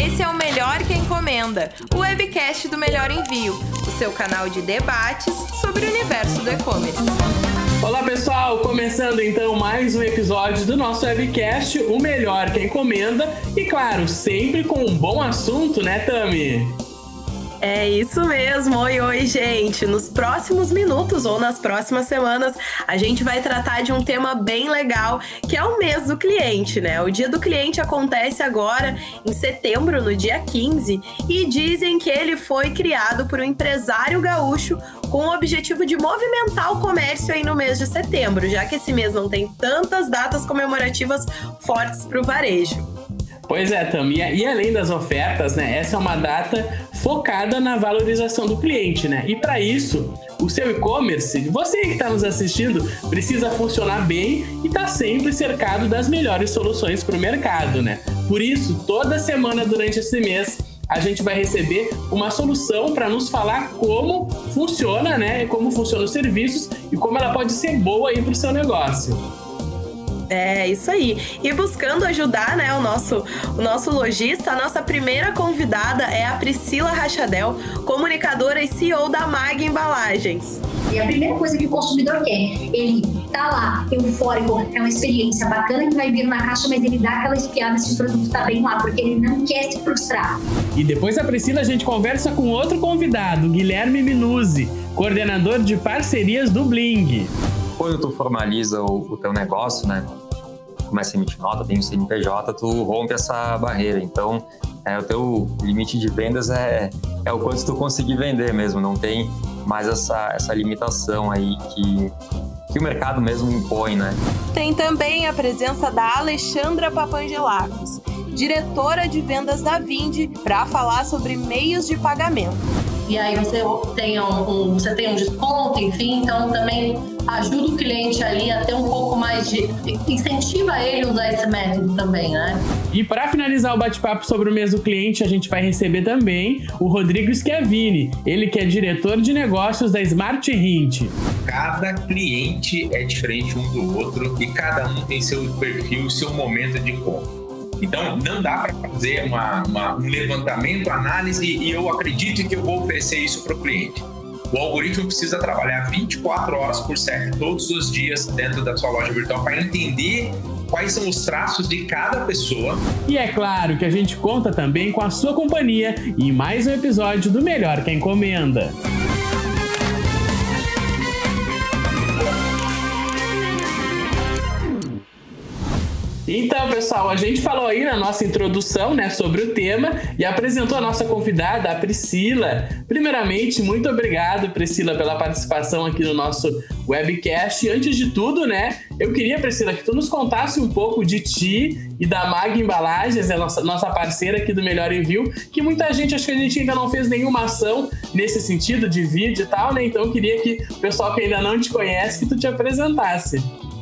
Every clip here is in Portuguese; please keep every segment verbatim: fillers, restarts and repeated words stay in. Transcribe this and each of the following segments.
Esse é o Melhor que Encomenda, o webcast do Melhor Envio, o seu canal de debates sobre o universo do e-commerce. Olá pessoal, começando então mais um episódio do nosso webcast, o Melhor que Encomenda, e claro, sempre com um bom assunto, né, Tami? É isso mesmo, oi, oi, gente! Nos próximos minutos ou nas próximas semanas, a gente vai tratar de um tema bem legal, que é o mês do cliente, né? O dia do cliente acontece agora, em setembro, no dia quinze, e dizem que ele foi criado por um empresário gaúcho com o objetivo de movimentar o comércio aí no mês de setembro, já que esse mês não tem tantas datas comemorativas fortes para o varejo. Pois é, Tami, e além das ofertas, né, essa é uma data focada na valorização do cliente, né? E para isso, o seu e-commerce, você que está nos assistindo, precisa funcionar bem e estar tá sempre cercado das melhores soluções para o mercado, né? Por isso, toda semana durante esse mês, a gente vai receber uma solução para nos falar como funciona, né? Como funcionam os serviços e como ela pode ser boa aí para o seu negócio. É, isso aí. E buscando ajudar, né, o nosso, o nosso lojista, a nossa primeira convidada é a Priscila Rachadel, comunicadora e C E O da Mag Embalagens. E a primeira coisa que o consumidor quer, ele tá lá, eufórico, é uma experiência bacana que vai vir na caixa, mas ele dá aquela espiada se o produto tá bem lá, porque ele não quer se frustrar. E depois da Priscila, a gente conversa com outro convidado, Guilherme Minuzzi, coordenador de parcerias do Bling. Quando tu formaliza o, o teu negócio, né, começa a emitir nota, tem o C N P J, tu rompe essa barreira. Então, é, o teu limite de vendas é, é o quanto tu conseguir vender mesmo. Não tem mais essa, essa limitação aí que, que o mercado mesmo impõe, né? Tem também a presença da Alexandra Papangelacos, diretora de vendas da Vindi, para falar sobre meios de pagamento. E aí você tem um, um, você tem um desconto, enfim, então também ajuda o cliente ali a ter um pouco mais de... incentiva ele a usar esse método também, né? E para finalizar o bate-papo sobre o mês do cliente, a gente vai receber também o Rodrigo Schiavini, ele que é diretor de negócios da Smart Hint. Cada cliente é diferente um do outro e cada um tem seu perfil, seu momento de compra. Então, não dá para fazer uma, uma, um levantamento, análise e eu acredito que eu vou oferecer isso para o cliente. O algoritmo precisa trabalhar vinte e quatro horas por século, todos os dias dentro da sua loja virtual para entender quais são os traços de cada pessoa. E é claro que a gente conta também com a sua companhia em mais um episódio do Melhor que Encomenda. Então, pessoal, a gente falou aí na nossa introdução, né, sobre o tema e apresentou a nossa convidada, a Priscila. Primeiramente, muito obrigado, Priscila, pela participação aqui no nosso webcast. E antes de tudo, né, eu queria, Priscila, que tu nos contasse um pouco de ti e da Mag Embalagens, a nossa, nossa parceira aqui do Melhor Envio, que muita gente, acho que a gente ainda não fez nenhuma ação nesse sentido de vídeo e tal, né? Então eu queria que o pessoal que ainda não te conhece, que tu te apresentasse.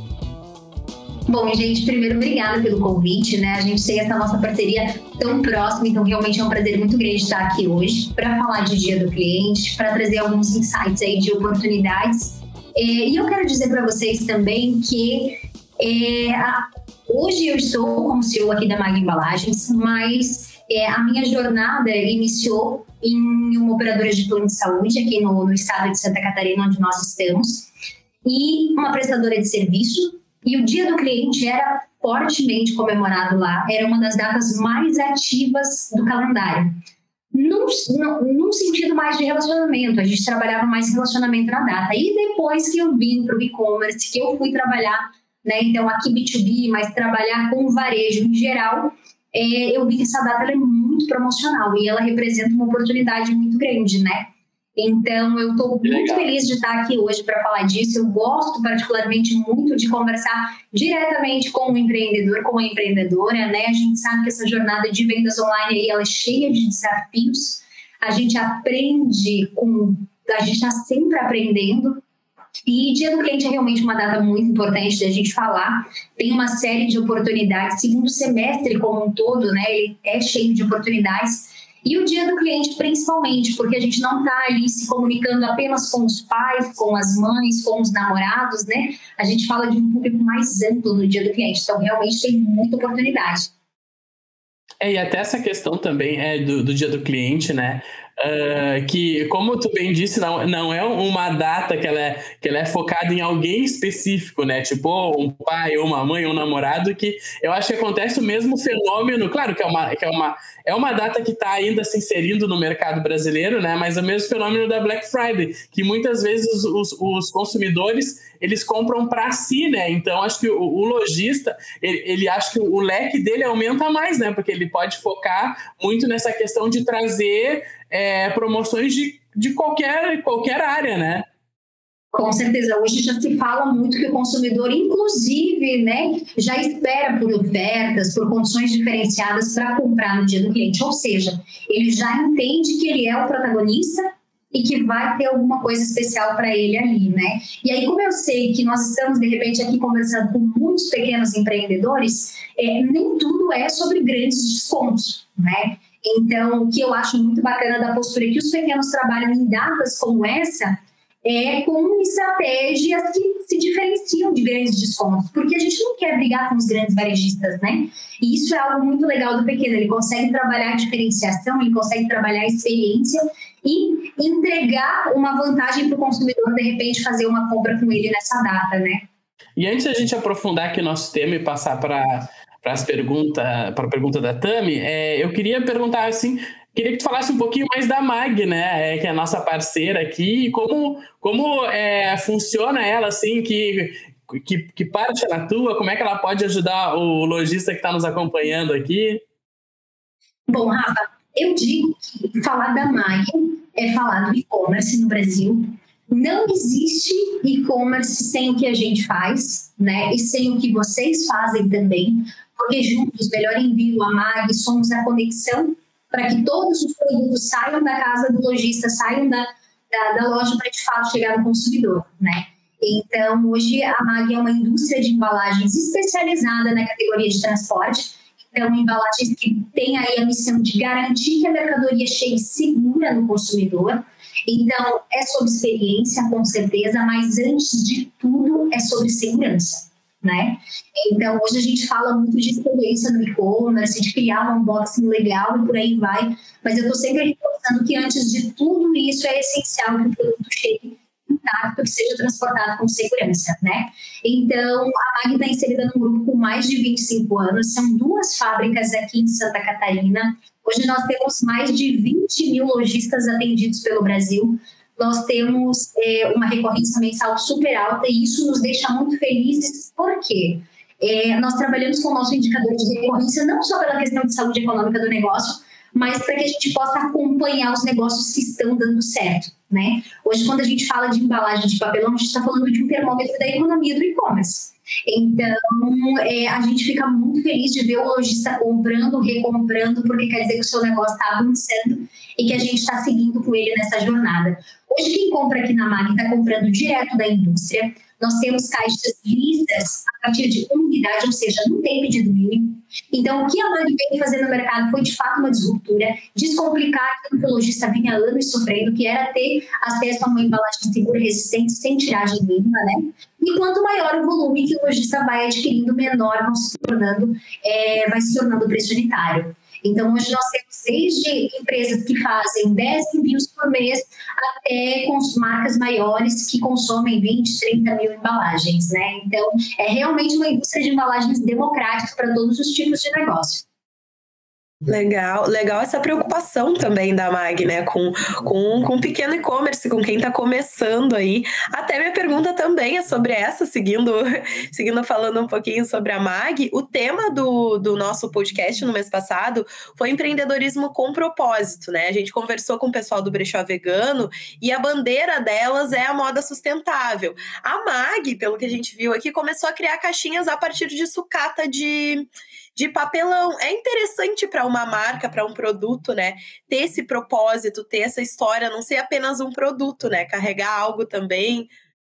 Bom, gente, primeiro, obrigada pelo convite, né? A gente tem essa nossa parceria tão próxima, então realmente é um prazer muito grande estar aqui hoje para falar de Dia do Cliente, para trazer alguns insights aí de oportunidades. É, e eu quero dizer para vocês também que é, a, hoje eu estou como C E O aqui da Mag Embalagens, mas é, a minha jornada iniciou em uma operadora de plano de saúde aqui no, no estado de Santa Catarina, onde nós estamos, e uma prestadora de serviço. E o Dia do Cliente era fortemente comemorado lá, era uma das datas mais ativas do calendário. Num, num, num sentido mais de relacionamento, a gente trabalhava mais relacionamento na data. E depois que eu vim para o e-commerce, que eu fui trabalhar, né, então aqui B dois B, mas trabalhar com o varejo em geral, é, eu vi que essa data ela é muito promocional e ela representa uma oportunidade muito grande, né? Então, eu estou muito feliz de estar aqui hoje para falar disso. Eu gosto particularmente muito de conversar diretamente com o empreendedor, com a empreendedora, né? A gente sabe que essa jornada de vendas online aí, ela é cheia de desafios. A gente aprende com... A gente está sempre aprendendo. E Dia do Cliente é realmente uma data muito importante da gente falar. Tem uma série de oportunidades. Segundo semestre como um todo, né? Ele é cheio de oportunidades. E o Dia do Cliente, principalmente, porque a gente não está ali se comunicando apenas com os pais, com as mães, com os namorados, né? A gente fala de um público mais amplo no Dia do Cliente. Então, realmente tem muita oportunidade. É, e até essa questão também é do, do dia do cliente, né? Uh, que, como tu bem disse, não, não é uma data que ela é, que ela é focada em alguém específico, né? Tipo, um pai, ou uma mãe, ou um namorado, que eu acho que acontece o mesmo fenômeno. Claro que é uma, que é uma, é uma data que está ainda se inserindo no mercado brasileiro, né? Mas é o mesmo fenômeno da Black Friday, que muitas vezes os, os consumidores, eles compram para si, né? Então, acho que o, o lojista, ele, ele acha que o leque dele aumenta mais, né? Porque ele pode focar muito nessa questão de trazer é, promoções de, de qualquer, qualquer área, né? Com certeza, hoje já se fala muito que o consumidor, inclusive, né, já espera por ofertas, por condições diferenciadas para comprar no dia do cliente. Ou seja, ele já entende que ele é o protagonista e que vai ter alguma coisa especial para ele ali, né? E aí, como eu sei que nós estamos, de repente, aqui conversando com muitos pequenos empreendedores, é, nem tudo é sobre grandes descontos, né? Então, o que eu acho muito bacana da postura que os pequenos trabalham em datas como essa é com estratégias que se diferenciam de grandes descontos, porque a gente não quer brigar com os grandes varejistas, né? E isso é algo muito legal do pequeno, ele consegue trabalhar a diferenciação, ele consegue trabalhar a experiência e entregar uma vantagem para o consumidor, de repente, fazer uma compra com ele nessa data, né? E antes da gente aprofundar aqui o nosso tema e passar para as perguntas, para a pergunta da Tami, é, eu queria perguntar assim, queria que tu falasse um pouquinho mais da Mag, né, é, que é a nossa parceira aqui, e como, como é, funciona ela, assim, que, que, que parte ela atua, como é que ela pode ajudar o lojista que está nos acompanhando aqui? Bom, Rafa, eu digo que falar da Mag é falar do e-commerce no Brasil. Não existe e-commerce sem o que a gente faz, né, e sem o que vocês fazem também, porque juntos, Melhor Envio, a Mag, somos a conexão para que todos os produtos saiam da casa do lojista, saiam da, da, da loja para, de fato, chegar no consumidor, né? Então, hoje, a Mag é uma indústria de embalagens especializada na categoria de transporte. Então, embalagens que têm aí a missão de garantir que a mercadoria chegue segura no consumidor. Então, é sobre experiência, com certeza, mas, antes de tudo, é sobre segurança, né? Então, hoje a gente fala muito de experiência no e-commerce, de criar um unboxing legal e por aí vai, mas eu estou sempre reforçando que antes de tudo isso é essencial que o produto chegue intacto, que seja transportado com segurança, né? Então, a Mag está inserida num grupo com mais de vinte e cinco anos, são duas fábricas aqui em Santa Catarina. Hoje nós temos mais de vinte mil lojistas atendidos pelo Brasil. Nós temos é, uma recorrência mensal super alta e isso nos deixa muito felizes. Por quê? É, nós trabalhamos com o nosso indicador de recorrência não só pela questão de saúde econômica do negócio, mas para que a gente possa acompanhar os negócios que estão dando certo, né? Hoje, quando a gente fala de embalagem de papelão, a gente está falando de um termômetro da economia do e-commerce. Então, é, a gente fica muito feliz de ver o lojista comprando, recomprando, porque quer dizer que o seu negócio está avançando e que a gente está seguindo com ele nessa jornada. Hoje, quem compra aqui na Mag está comprando direto da indústria. Nós temos caixas listas a partir de uma unidade, ou seja, não tem pedido mínimo. Então, o que a Mag veio fazer no mercado foi, de fato, uma disruptura, descomplicar aquilo que o lojista vinha anos sofrendo, que era ter acesso a uma embalagem segura, resistente, sem tiragem mínima, né? E quanto maior o volume que o lojista vai adquirindo, menor vão se tornando, é, vai se tornando o preço unitário. Então, hoje nós temos desde empresas que fazem dez envios por mês até com marcas maiores que consomem vinte, trinta mil embalagens, né? Então, é realmente uma indústria de embalagens democrática para todos os tipos de negócio. Legal, legal essa preocupação também da Mag, né, com, com, com pequeno e-commerce, com quem está começando aí. Até minha pergunta também é sobre essa, seguindo, seguindo falando um pouquinho sobre a Mag. O tema do, do nosso podcast no mês passado foi empreendedorismo com propósito, né? A gente conversou com o pessoal do Brechó Vegano e a bandeira delas é a moda sustentável. A Mag, pelo que a gente viu aqui, começou a criar caixinhas a partir de sucata de... de papelão. É interessante para uma marca, para um produto, né, ter esse propósito, ter essa história, não ser apenas um produto, né, carregar algo também.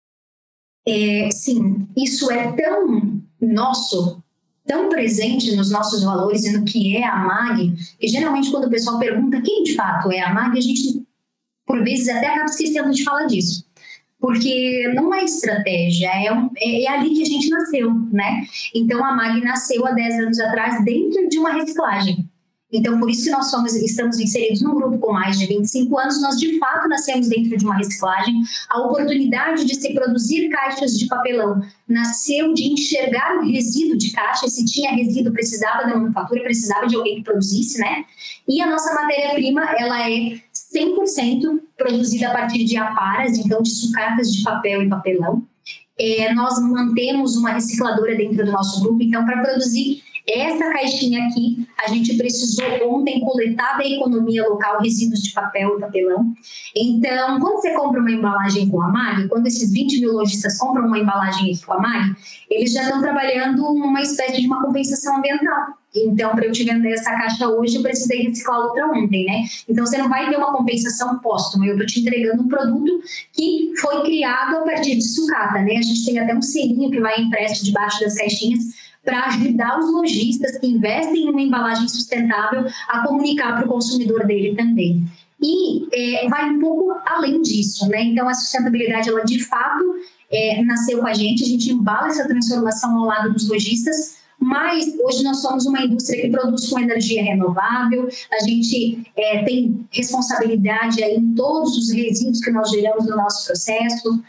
É, sim, isso é tão nosso, tão presente nos nossos valores e no que é a Mag, que geralmente quando o pessoal pergunta quem de fato é a Mag, a gente, por vezes, até acaba esquecendo de falar disso. Porque não é estratégia, é, um, é, é ali que a gente nasceu, né? Então, a Mag nasceu há dez anos atrás dentro de uma reciclagem. Então, por isso que nós somos, estamos inseridos num grupo com mais de vinte e cinco anos, nós de fato nascemos dentro de uma reciclagem. A oportunidade de se produzir caixas de papelão nasceu de enxergar o resíduo de caixa. Se tinha resíduo, precisava da manufatura, precisava de alguém que produzisse, né? E a nossa matéria-prima, ela é cem por cento produzida a partir de aparas, então de sucatas de papel e papelão. É, nós mantemos uma recicladora dentro do nosso grupo, então para produzir essa caixinha aqui, a gente precisou ontem coletar da economia local resíduos de papel e papelão. Então, quando você compra uma embalagem com a MAG, quando esses vinte mil lojistas compram uma embalagem com a MAG, eles já estão trabalhando uma espécie de uma compensação ambiental. Então, para eu te vender essa caixa hoje, eu precisei reciclar outra ontem, né? Então, você não vai ter uma compensação póstuma. Eu estou te entregando um produto que foi criado a partir de sucata, né? A gente tem até um selinho que vai impresso debaixo das caixinhas para ajudar os lojistas que investem em uma embalagem sustentável a comunicar para o consumidor dele também. E é, vai um pouco além disso, né? Então, a sustentabilidade, ela de fato é, nasceu com a gente, a gente embala essa transformação ao lado dos lojistas, mas hoje nós somos uma indústria que produz com energia renovável, a gente é, tem responsabilidade aí em todos os resíduos que nós geramos no nosso processo.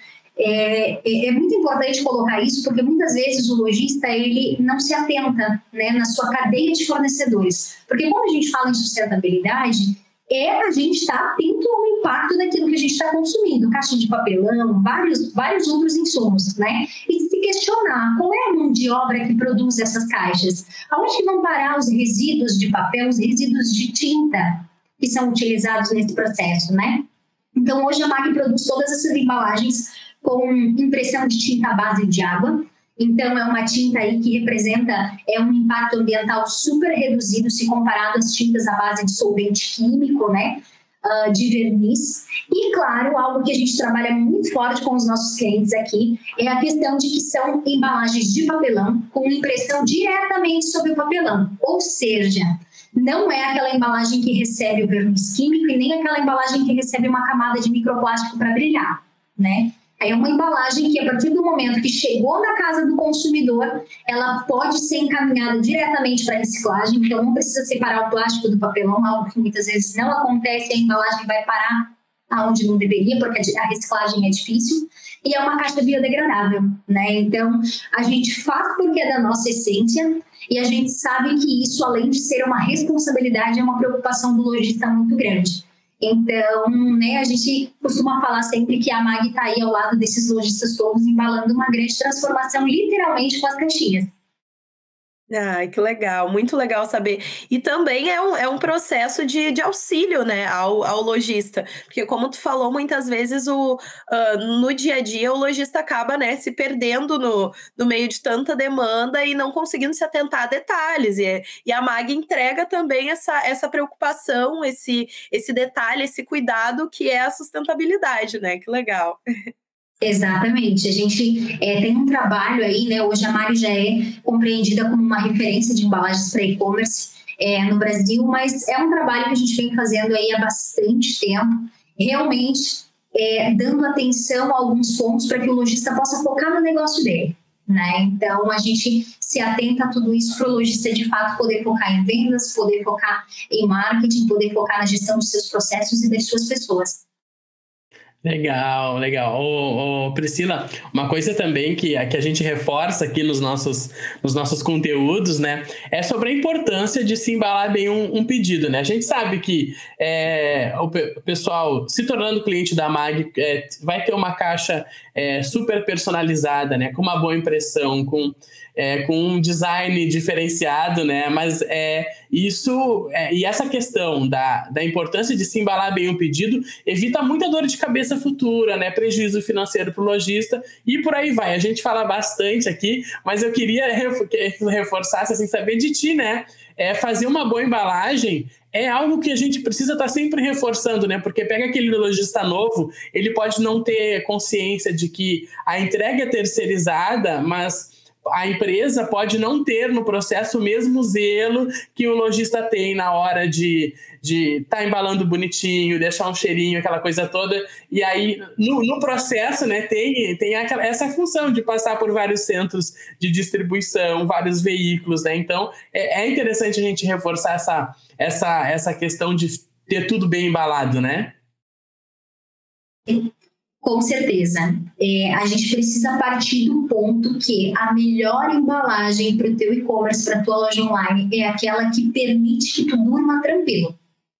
É, é, é muito importante colocar isso, porque muitas vezes o lojista ele não se atenta, né, na sua cadeia de fornecedores. Porque quando a gente fala em sustentabilidade, é a gente estar tá atento ao impacto daquilo que a gente está consumindo, caixa de papelão, vários, vários outros insumos, né? E se questionar qual é a mão de obra que produz essas caixas, aonde que vão parar os resíduos de papel, os resíduos de tinta que são utilizados nesse processo, né? Então, hoje a MAG produz todas essas embalagens com impressão de tinta à base de água. Então, é uma tinta aí que representa é um impacto ambiental super reduzido se comparado às tintas à base de solvente químico, né? Uh, de verniz. E, claro, algo que a gente trabalha muito forte com os nossos clientes aqui é a questão de que são embalagens de papelão com impressão diretamente sobre o papelão. Ou seja, não é aquela embalagem que recebe o verniz químico e nem aquela embalagem que recebe uma camada de microplástico para brilhar, né? É uma embalagem que, a partir do momento que chegou na casa do consumidor, ela pode ser encaminhada diretamente para a reciclagem, então não precisa separar o plástico do papelão, algo que muitas vezes não acontece, a embalagem vai parar aonde não deveria, porque a reciclagem é difícil, e é uma caixa biodegradável, né? Então, a gente faz porque é da nossa essência, e a gente sabe que isso, além de ser uma responsabilidade, é uma preocupação do lojista muito grande. Então, né, a gente costuma falar sempre que a MAG está aí ao lado desses lojistas todos, embalando uma grande transformação, literalmente, com as caixinhas. Ai, que legal, muito legal saber. E também é um, é um processo de, de auxílio, né, ao, ao lojista. Porque, como tu falou, muitas vezes o, uh, no dia a dia o lojista acaba, né, se perdendo no, no meio de tanta demanda e não conseguindo se atentar a detalhes. E, e a MAG entrega também essa, essa preocupação, esse, esse detalhe, esse cuidado que é a sustentabilidade, né? Que legal. Exatamente, a gente é, tem um trabalho aí, né? Hoje a MAG já é compreendida como uma referência de embalagens para e-commerce é, no Brasil, mas é um trabalho que a gente vem fazendo aí há bastante tempo, realmente é, dando atenção a alguns pontos para que o lojista possa focar no negócio dele, né? Então a gente se atenta a tudo isso para o lojista de fato poder focar em vendas, poder focar em marketing, poder focar na gestão dos seus processos e das suas pessoas. Legal, legal. Ô, ô, Priscila, uma coisa também que, que a gente reforça aqui nos nossos, nos nossos conteúdos, né, é sobre a importância de se embalar bem um, um pedido, né? A gente sabe que é, o, pe- o pessoal, se tornando cliente da MAG, é, vai ter uma caixa é, super personalizada, né, com uma boa impressão, com, é, com um design diferenciado, né? Mas é, isso, é, e essa questão da, da importância de se embalar bem um pedido evita muita dor de cabeça futura, né? Prejuízo financeiro para o lojista e por aí vai. A gente fala bastante aqui, mas eu queria reforçar, assim, saber de ti, né? É, fazer uma boa embalagem é algo que a gente precisa estar sempre reforçando, né? Porque pega aquele lojista novo, ele pode não ter consciência de que a entrega é terceirizada, mas a empresa pode não ter no processo o mesmo zelo que o lojista tem na hora de de tá embalando bonitinho, deixar um cheirinho, aquela coisa toda. E aí, no, no processo, né, tem, tem aquela, essa função de passar por vários centros de distribuição, vários veículos, né? Então, é, é interessante a gente reforçar essa, essa, essa questão de ter tudo bem embalado, né? Com certeza. É, a gente precisa partir do ponto que a melhor embalagem para o teu e-commerce, para a tua loja online, é aquela que permite que tu durma tranquilo.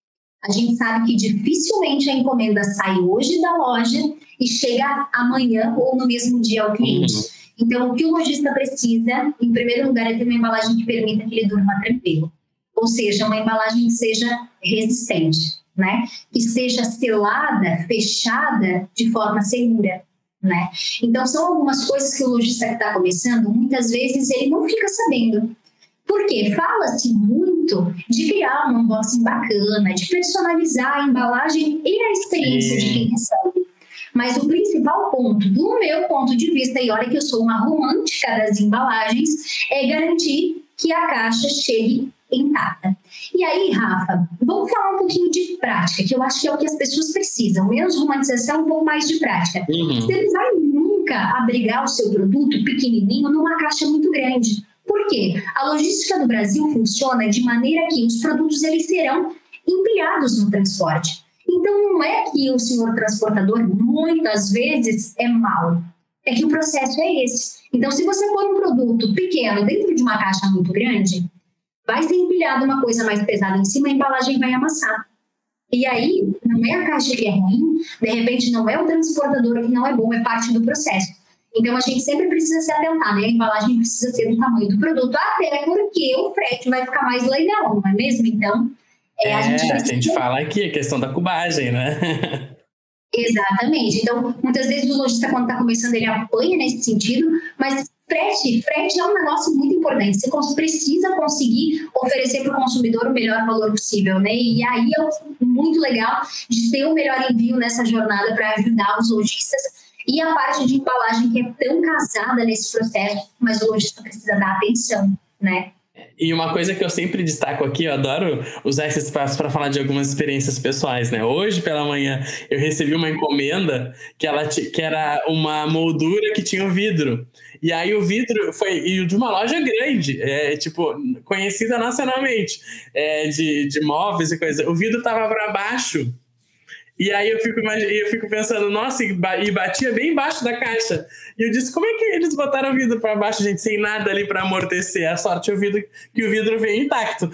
A gente sabe que dificilmente a encomenda sai hoje da loja e chega amanhã ou no mesmo dia ao cliente. Uhum. Então, o que o lojista precisa, em primeiro lugar, é ter uma embalagem que permita que ele durma tranquilo. Ou seja, uma embalagem que seja resistente, né? Que seja selada, fechada de forma segura, né? Então, são algumas coisas que o lojista que está começando, muitas vezes ele não fica sabendo. Por quê? Fala-se muito de criar um unboxing bacana, de personalizar a embalagem e a experiência Sim. de quem recebe. Mas o principal ponto, do meu ponto de vista, e olha que eu sou uma romântica das embalagens, é garantir que a caixa chegue intacta. E aí, Rafa, vamos falar um pouquinho de prática, que eu acho que é o que as pessoas precisam. Menos romantização, um pouco mais de prática. Uhum. Você não vai nunca abrigar o seu produto pequenininho numa caixa muito grande. Por quê? A logística do Brasil funciona de maneira que os produtos eles serão empilhados no transporte. Então, não é que o senhor transportador, muitas vezes, é mau. É que o processo é esse. Então, se você pôr um produto pequeno dentro de uma caixa muito grande, vai ser empilhado uma coisa mais pesada em cima, a embalagem vai amassar. E aí, não é a caixa que é ruim, de repente não é o transportador que não é bom, é parte do processo. Então, a gente sempre precisa se atentar, né? A embalagem precisa ser do tamanho do produto, até porque o frete vai ficar mais legal, não é mesmo? Então, é, a é, gente precisa... a gente fala aqui a questão da cubagem, né? Exatamente. Então, muitas vezes o lojista, quando está começando, ele apanha nesse sentido, mas frete, frete é um negócio muito importante. Você precisa conseguir oferecer para o consumidor o melhor valor possível, né? E aí é muito legal de ter o melhor envio nessa jornada para ajudar os lojistas. E a parte de embalagem que é tão casada nesse processo, mas o lojista precisa dar atenção, né? E uma coisa que eu sempre destaco aqui, eu adoro usar esse espaço para falar de algumas experiências pessoais, né? Hoje pela manhã eu recebi uma encomenda que, ela t- que era uma moldura que tinha um vidro. E aí o vidro foi e de uma loja grande, é, tipo, conhecida nacionalmente, é, de, de móveis e coisa. O vidro tava para baixo. E aí eu fico, eu fico pensando, nossa, e batia bem embaixo da caixa. E eu disse, como é que eles botaram o vidro para baixo, gente, sem nada ali para amortecer? A sorte é o vidro, que o vidro veio intacto.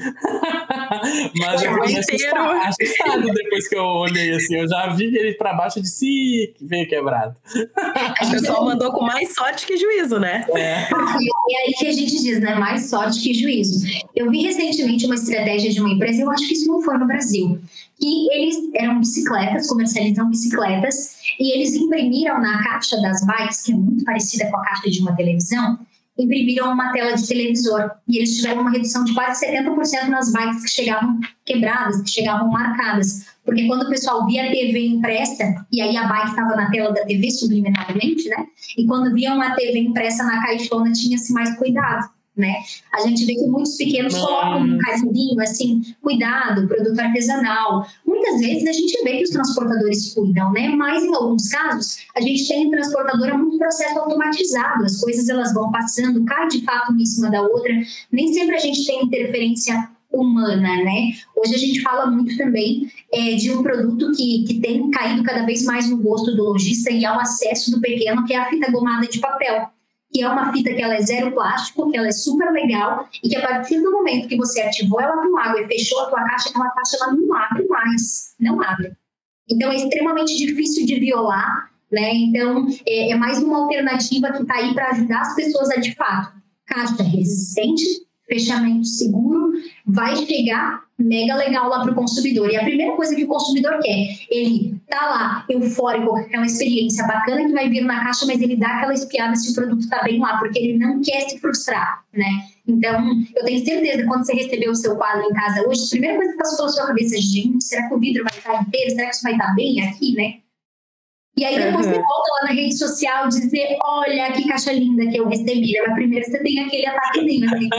Mas eu fiquei assustado, assustado depois que eu olhei assim. Eu já vi ele para baixo e disse, ih, veio quebrado. O pessoal mandou com mais sorte que juízo, né? É. E é aí que a gente diz, né? Mais sorte que juízo. Eu vi recentemente uma estratégia de uma empresa, eu acho que isso não foi no Brasil, que eles eram bicicletas, comercializam bicicletas, e eles imprimiram na caixa das bikes, que é muito parecida com a caixa de uma televisão, imprimiram uma tela de televisor. E eles tiveram uma redução de quase setenta por cento nas bikes que chegavam quebradas, que chegavam marcadas. Porque quando o pessoal via a T V impressa, e aí a bike estava na tela da T V subliminarmente, né? E quando viam a T V impressa na caixona, tinha-se mais cuidado. Né? A gente vê que muitos pequenos colocam um carimbinho, assim, cuidado, produto artesanal. Muitas vezes a gente vê que os transportadores cuidam, né? Mas em alguns casos, a gente tem em transportadora muito processo automatizado. As coisas elas vão passando, cai de fato uma em cima da outra. Nem sempre a gente tem interferência humana, né? Hoje a gente fala muito também é, de um produto que, que tem caído cada vez mais no gosto do lojista e ao acesso do pequeno, que é a fita gomada de papel. Que é uma fita que ela é zero plástico, que ela é super legal e que a partir do momento que você ativou ela com água e fechou a tua caixa, aquela caixa ela não abre mais, não abre. Então é extremamente difícil de violar, né? Então é, é mais uma alternativa que está aí para ajudar as pessoas a, de fato, caixa resistente, fechamento seguro, vai chegar mega legal lá para o consumidor. E a primeira coisa que o consumidor quer, ele tá lá eufórico, com aquela experiência bacana que vai vir na caixa, mas ele dá aquela espiada se o produto está bem lá, porque ele não quer se frustrar, né? Então, eu tenho certeza, quando você recebeu o seu quadro em casa hoje, a primeira coisa que passou pela sua cabeça, gente, será que o vidro vai estar inteiro? Será que isso vai estar bem aqui, né? E aí depois Uhum. você volta lá na rede social dizer, olha que caixa linda que eu recebi. Mas primeiro você tem aquele ataquezinho assim.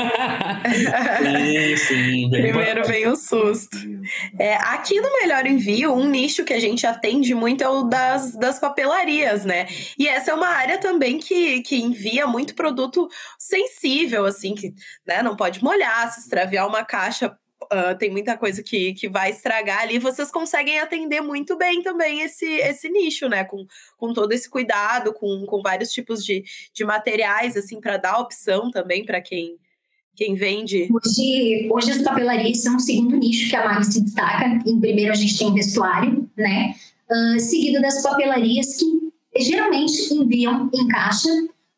Sim, sim. Bem Primeiro vem o susto. É, aqui no Melhor Envio, um nicho que a gente atende muito é o das, das papelarias, né? E essa é uma área também que, que envia muito produto sensível, assim, que, né, não pode molhar, se extraviar uma caixa. Uh, tem muita coisa que, que vai estragar ali. Vocês conseguem atender muito bem também esse, esse nicho, né? Com, com todo esse cuidado, com, com vários tipos de, de materiais, assim, para dar opção também para quem, quem vende. Hoje, hoje as papelarias são o segundo nicho que a Mag se destaca. Em primeiro a gente tem vestuário, né? Uh, seguido das papelarias que geralmente enviam em caixa,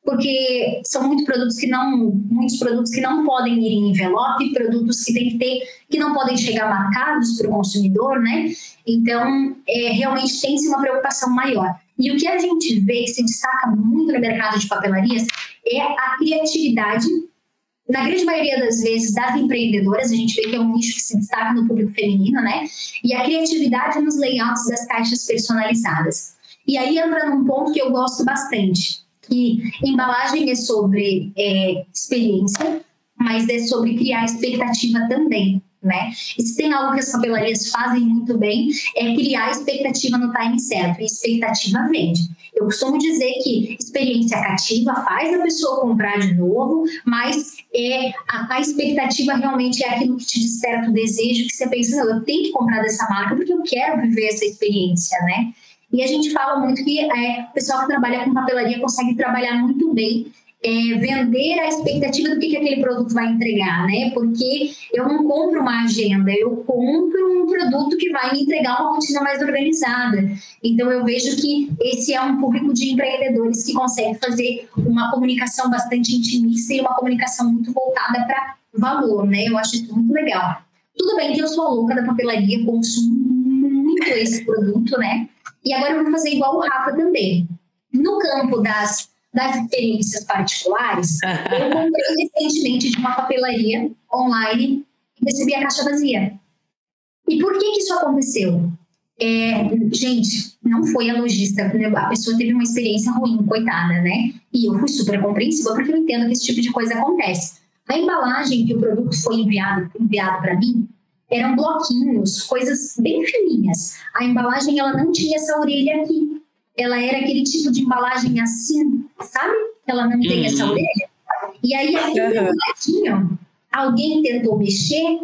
porque são muitos produtos que não, muitos produtos que não podem ir em envelope, produtos que tem que ter, que não podem chegar marcados para o consumidor, né? Então, é, realmente tem-se uma preocupação maior. E o que a gente vê que se destaca muito no mercado de papelarias é a criatividade, na grande maioria das vezes, das empreendedoras. A gente vê que é um nicho que se destaca no público feminino, né? E a criatividade nos layouts das caixas personalizadas. E aí entra num ponto que eu gosto bastante, que embalagem é sobre é, experiência, mas é sobre criar expectativa também, né? E se tem algo que as papelarias fazem muito bem, é criar expectativa no time certo, e expectativa vende. Eu costumo dizer que experiência cativa faz a pessoa comprar de novo, mas é, a, a expectativa realmente é aquilo que te desperta o desejo, que você pensa, não, eu tenho que comprar dessa marca porque eu quero viver essa experiência, né? E a gente fala muito que é, o pessoal que trabalha com papelaria consegue trabalhar muito bem, é, vender a expectativa do que, que aquele produto vai entregar, né? Porque eu não compro uma agenda, eu compro um produto que vai me entregar uma rotina mais organizada. Então eu vejo que esse é um público de empreendedores que consegue fazer uma comunicação bastante intimista e uma comunicação muito voltada para valor, né? Eu acho isso muito legal. Tudo bem que eu sou louca da papelaria, consumo muito esse produto, né? E agora eu vou fazer igual o Rafa também. No campo das, das experiências particulares, eu comprei recentemente de uma papelaria online e recebi a caixa vazia. E por que que isso aconteceu? É, gente, não foi a lojista, a pessoa teve uma experiência ruim, coitada, né? E eu fui super compreensiva porque eu entendo que esse tipo de coisa acontece. A embalagem que o produto foi enviado, enviado para mim eram bloquinhos, coisas bem fininhas. A embalagem, ela não tinha essa orelha aqui. Ela era aquele tipo de embalagem assim, sabe? Ela não tem uhum. essa orelha. E aí, aquele uhum. ladinho, alguém tentou mexer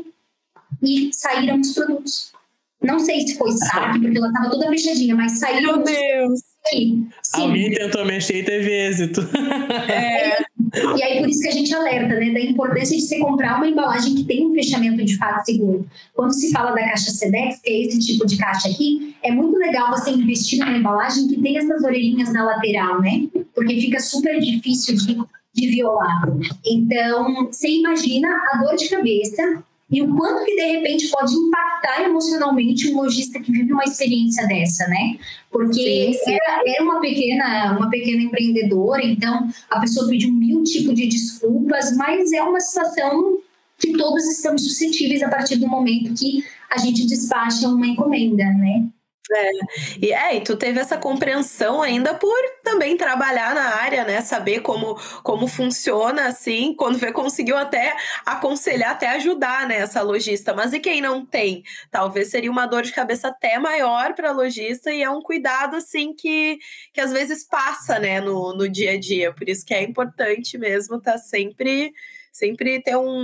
e saíram os produtos. Não sei se foi saque, porque ela estava toda fechadinha, mas saíram. Meu Deus! Sim. Alguém tentou mexer e teve êxito. É. E aí, por isso que a gente alerta, né, da importância de você comprar uma embalagem que tem um fechamento de fato seguro. Quando se fala da caixa Sedex, que é esse tipo de caixa aqui, é muito legal você investir numa embalagem que tem essas orelhinhas na lateral, né? Porque fica super difícil de, de violar. Então, você imagina a dor de cabeça e o quanto que, de repente, pode impactar emocionalmente um lojista que vive uma experiência dessa, né? Porque sim, sim. Era, era uma, pequena, uma pequena empreendedora, então a pessoa pediu mil tipos de desculpas, mas é uma situação que todos estamos suscetíveis a partir do momento que a gente despacha uma encomenda, né? É. E, é, e tu teve essa compreensão ainda por também trabalhar na área, né? Saber como, como funciona, assim, quando vê, conseguiu até aconselhar, até ajudar, né, essa lojista. Mas e quem não tem? Talvez seria uma dor de cabeça até maior para a lojista e é um cuidado, assim, que, que às vezes passa, né, no, no dia a dia. Por isso que é importante mesmo tá sempre, sempre ter um...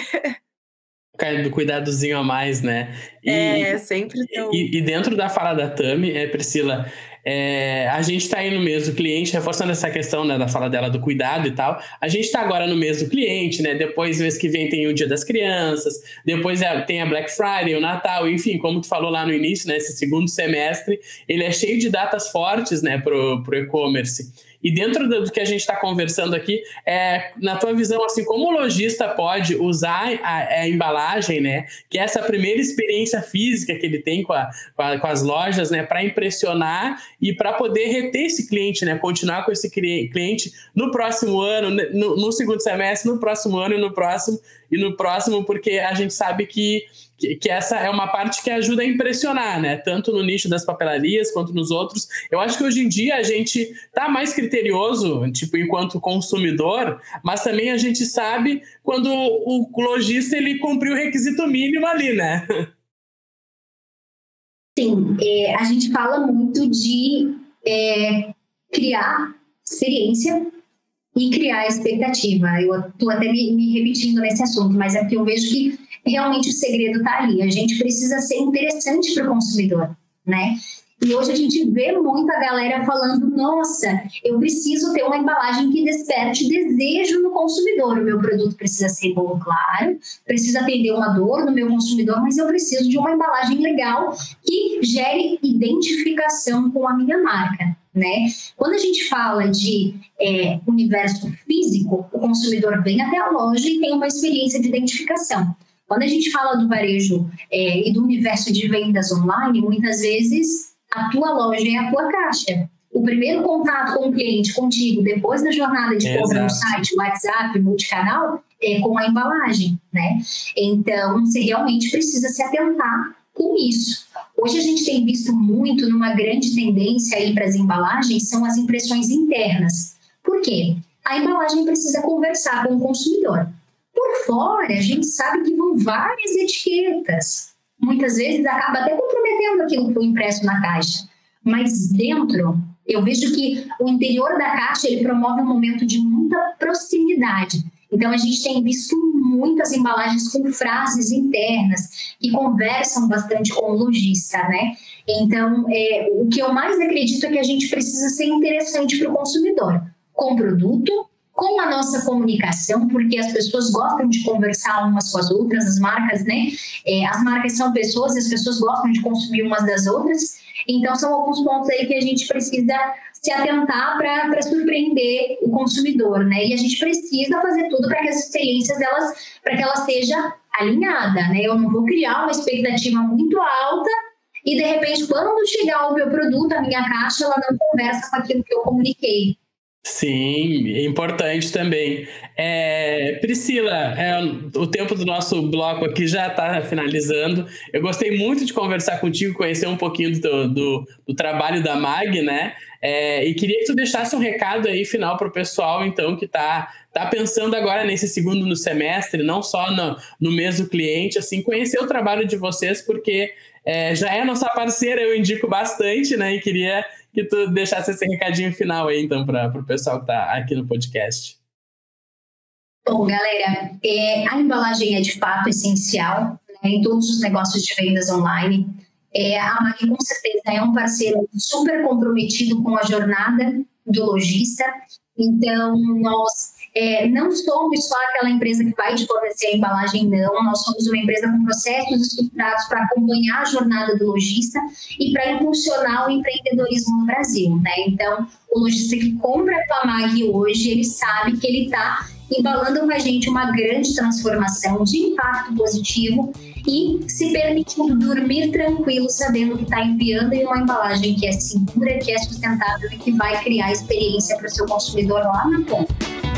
do cuidadozinho a mais, né? E, é, sempre tão... e, e dentro da fala da Tami, é, Priscila, é, a gente tá aí no mês do cliente, reforçando essa questão, né, da fala dela do cuidado e tal. A gente tá agora no mês do cliente, né? Depois, mês que vem, tem o Dia das Crianças, depois é, tem a Black Friday, o Natal, enfim, como tu falou lá no início, né? Esse segundo semestre, ele é cheio de datas fortes, né, pro, pro e-commerce. E dentro do que a gente está conversando aqui, é, na tua visão, assim, como o lojista pode usar a, a embalagem, né, que é essa primeira experiência física que ele tem com, a, com, a, com as lojas, né, para impressionar e para poder reter esse cliente, né, continuar com esse cliente no próximo ano, no, no segundo semestre, no próximo ano e no próximo, e no próximo, porque a gente sabe que que, que essa é uma parte que ajuda a impressionar, né? Tanto no nicho das papelarias quanto nos outros. Eu acho que hoje em dia a gente tá mais criterioso, tipo, enquanto consumidor, mas também a gente sabe quando o lojista ele cumpriu o requisito mínimo ali, né? Sim, é, a gente fala muito de é, criar experiência e criar expectativa. Eu estou até me, me repetindo nesse assunto, mas é porque eu vejo que realmente o segredo está ali. A gente precisa ser interessante para o consumidor, né? E hoje a gente vê muita galera falando, nossa, eu preciso ter uma embalagem que desperte desejo no consumidor. O meu produto precisa ser bom, claro, precisa atender uma dor no meu consumidor, mas eu preciso de uma embalagem legal que gere identificação com a minha marca, né? Quando a gente fala de é, universo físico, o consumidor vem até a loja e tem uma experiência de identificação. Quando a gente fala do varejo é, e do universo de vendas online, muitas vezes a tua loja é a tua caixa. O primeiro contato com o cliente, contigo, depois da jornada de compra no site, WhatsApp, multicanal, é com a embalagem, né? Então, você realmente precisa se atentar com isso. Hoje a gente tem visto muito, numa grande tendência aí para as embalagens, são as impressões internas. Por quê? A embalagem precisa conversar com o consumidor. Por fora, a gente sabe que vão várias etiquetas. Muitas vezes acaba até comprometendo aquilo que foi impresso na caixa. Mas dentro, eu vejo que o interior da caixa ele promove um momento de muita proximidade. Então, a gente tem visto muitas embalagens com frases internas que conversam bastante com o lojista, né? Então, é, o que eu mais acredito é que a gente precisa ser interessante para o consumidor, com o produto, com a nossa comunicação, porque as pessoas gostam de conversar umas com as outras, as marcas, né? É, as marcas são pessoas e as pessoas gostam de consumir umas das outras. Então, são alguns pontos aí que a gente precisa se atentar para surpreender o consumidor, né? E a gente precisa fazer tudo para que as experiências, elas, para que ela seja alinhada, né? Eu não vou criar uma expectativa muito alta e, de repente, quando chegar o meu produto, a minha caixa, ela não conversa com aquilo que eu comuniquei. Sim, é importante também. É, Priscila, é, o tempo do nosso bloco aqui já está finalizando. Eu gostei muito de conversar contigo, conhecer um pouquinho do, do, do trabalho da M A G, né? É, e queria que tu deixasse um recado aí final para o pessoal, então, que está tá pensando agora nesse segundo no semestre, não só no, no mês do cliente, assim, conhecer o trabalho de vocês, porque é, já é nossa parceira, eu indico bastante, né? E queria que tu deixasse esse recadinho final aí, então, para o pessoal que está aqui no podcast. Bom, galera, é, a embalagem é de fato essencial, né, em todos os negócios de vendas online. É, a M A G, com certeza, é um parceiro super comprometido com a jornada do lojista. Então, nós é, não somos só aquela empresa que vai te fornecer a embalagem, não. Nós somos uma empresa com processos estruturados para acompanhar a jornada do lojista e para impulsionar o empreendedorismo no Brasil, né? Então, o lojista que compra com a M A G hoje, ele sabe que ele está embalando com a gente uma grande transformação de impacto positivo e se permitindo dormir tranquilo, sabendo que está enviando em uma embalagem que é segura, que é sustentável e que vai criar experiência para o seu consumidor lá na ponta.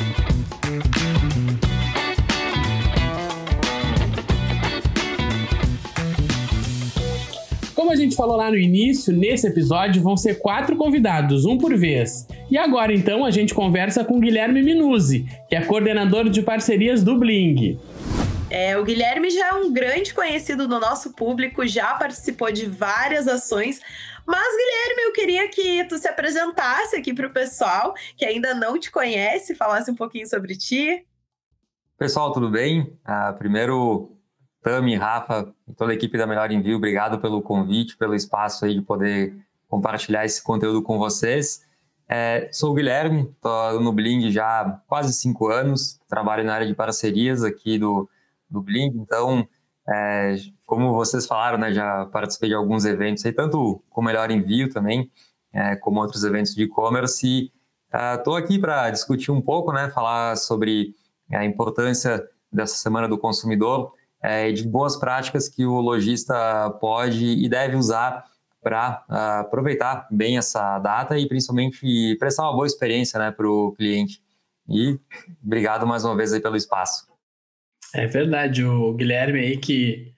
Como a gente falou lá no início, nesse episódio vão ser quatro convidados, um por vez. E agora, então, a gente conversa com o Guilherme Minuzzi, que é coordenador de parcerias do Bling. É, o Guilherme já é um grande conhecido do nosso público, já participou de várias ações. Mas, Guilherme, eu queria que tu se apresentasse aqui para o pessoal que ainda não te conhece, falasse um pouquinho sobre ti. Pessoal, tudo bem? Ah, primeiro... Tami, Rafa e toda a equipe da Melhor Envio, obrigado pelo convite, pelo espaço aí de poder compartilhar esse conteúdo com vocês. É, sou o Guilherme, estou no Bling já há quase cinco anos, trabalho na área de parcerias aqui do, do Bling, então, é, como vocês falaram, né, já participei de alguns eventos aí, tanto com o Melhor Envio também, é, como outros eventos de e-commerce, e estou aqui para discutir um pouco, né, falar sobre a importância dessa Semana do Consumidor, É, de boas práticas que o lojista pode e deve usar para uh, aproveitar bem essa data e principalmente prestar uma boa experiência, né, para o cliente. E obrigado mais uma vez aí pelo espaço. É verdade, o Guilherme aí que,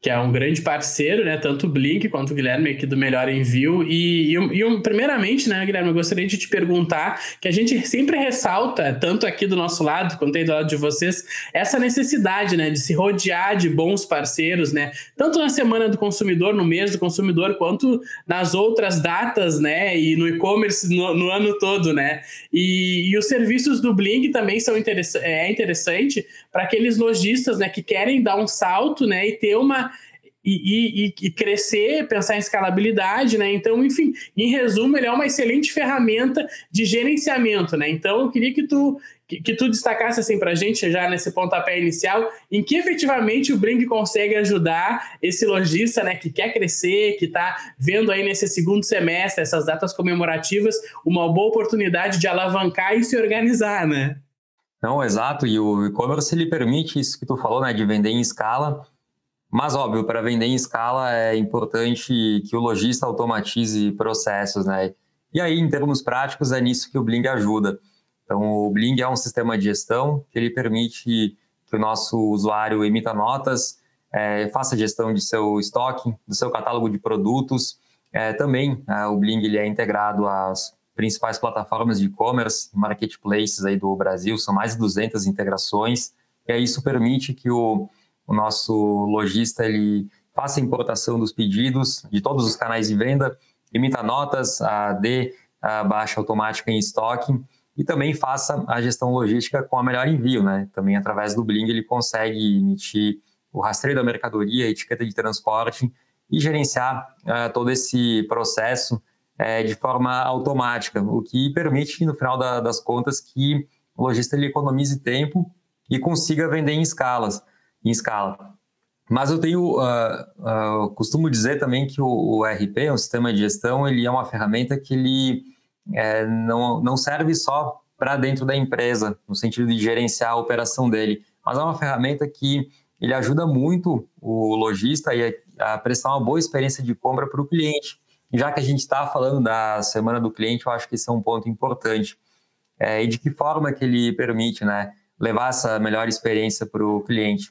que é um grande parceiro, né? Tanto o Blink quanto o Guilherme aqui do Melhor Envio. E, e, e primeiramente, né, Guilherme, eu gostaria de te perguntar que a gente sempre ressalta, tanto aqui do nosso lado quanto aí do lado de vocês, essa necessidade, né, de se rodear de bons parceiros, né? Tanto na Semana do Consumidor, no mês do consumidor, quanto nas outras datas, né? E no e-commerce no, no ano todo, né? E, e os serviços do Blink também são interess- é interessante para aqueles lojistas, né, que querem dar um salto, né, e ter uma E, e, e crescer, pensar em escalabilidade, né? Então, enfim, em resumo, ele é uma excelente ferramenta de gerenciamento, né? Então, eu queria que tu, que, que tu destacasse assim para a gente, já nesse pontapé inicial, em que efetivamente o Blink consegue ajudar esse lojista, né, que quer crescer, que está vendo aí nesse segundo semestre, essas datas comemorativas, uma boa oportunidade de alavancar e se organizar, né? Não, exato. E o e-commerce, ele permite isso que tu falou, né, de vender em escala. Mas, óbvio, para vender em escala é importante que o lojista automatize processos, né? E aí, em termos práticos, é nisso que o Bling ajuda. Então, o Bling é um sistema de gestão que ele permite que o nosso usuário emita notas, é, faça gestão de seu estoque, do seu catálogo de produtos. É, também, é, o Bling ele é integrado às principais plataformas de e-commerce, marketplaces aí do Brasil, são mais de duzentas integrações. E aí, isso permite que o O nosso lojista ele faça a importação dos pedidos de todos os canais de venda, emita notas, a dê a baixa automática em estoque e também faça a gestão logística com a Melhor Envio, né? Também através do Bling ele consegue emitir o rastreio da mercadoria, a etiqueta de transporte e gerenciar uh, todo esse processo uh, de forma automática, o que permite, no final da, das contas, que o lojista ele economize tempo e consiga vender em escalas. em escala. Mas eu tenho, uh, uh, costumo dizer também que o, o E R P, o sistema de gestão, ele é uma ferramenta que ele é, não, não serve só para dentro da empresa, no sentido de gerenciar a operação dele, mas é uma ferramenta que ele ajuda muito o lojista a, a prestar uma boa experiência de compra para o cliente. Já que a gente está falando da Semana do Cliente, eu acho que esse é um ponto importante. É, e de que forma que ele permite, né, levar essa melhor experiência para o cliente.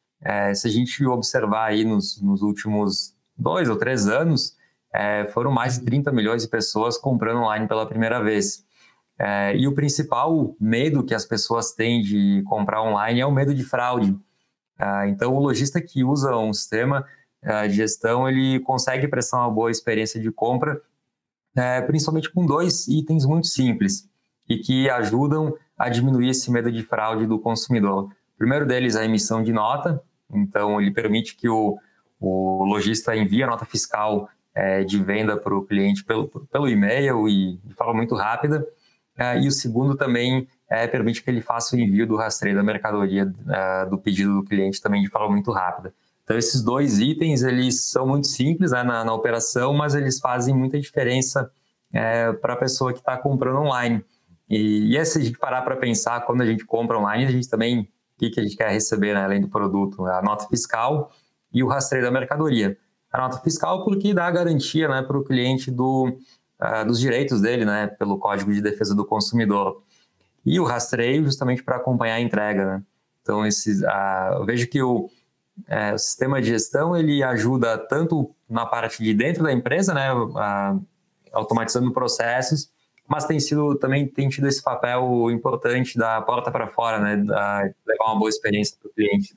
É, se a gente observar aí nos, nos últimos dois ou três anos, é, foram mais de trinta milhões de pessoas comprando online pela primeira vez. É, e o principal medo que as pessoas têm de comprar online é o medo de fraude. É, então, o lojista que usa um sistema é, de gestão, ele consegue prestar uma boa experiência de compra, é, principalmente com dois itens muito simples e que ajudam a diminuir esse medo de fraude do consumidor. O primeiro deles é a emissão de nota. Então, ele permite que o, o lojista envie a nota fiscal é, de venda para o cliente pelo, pelo e-mail e de forma muito rápida. É, e o segundo também é, permite que ele faça o envio do rastreio da mercadoria é, do pedido do cliente também de forma muito rápida. Então, esses dois itens, eles são muito simples, né, na, na operação, mas eles fazem muita diferença é, para a pessoa que está comprando online. E, e se a gente parar para pensar, quando a gente compra online, a gente também... O que, que a gente quer receber, né, além do produto? A nota fiscal e o rastreio da mercadoria. A nota fiscal porque dá a garantia, né, para o cliente do, uh, dos direitos dele, né, pelo Código de Defesa do Consumidor. E o rastreio justamente para acompanhar a entrega. Né? Então, esses, uh, eu vejo que o, uh, o sistema de gestão ele ajuda tanto na parte de dentro da empresa, né, uh, automatizando processos, mas tem sido também tem tido esse papel importante da porta para fora, né, da, levar uma boa experiência para o cliente.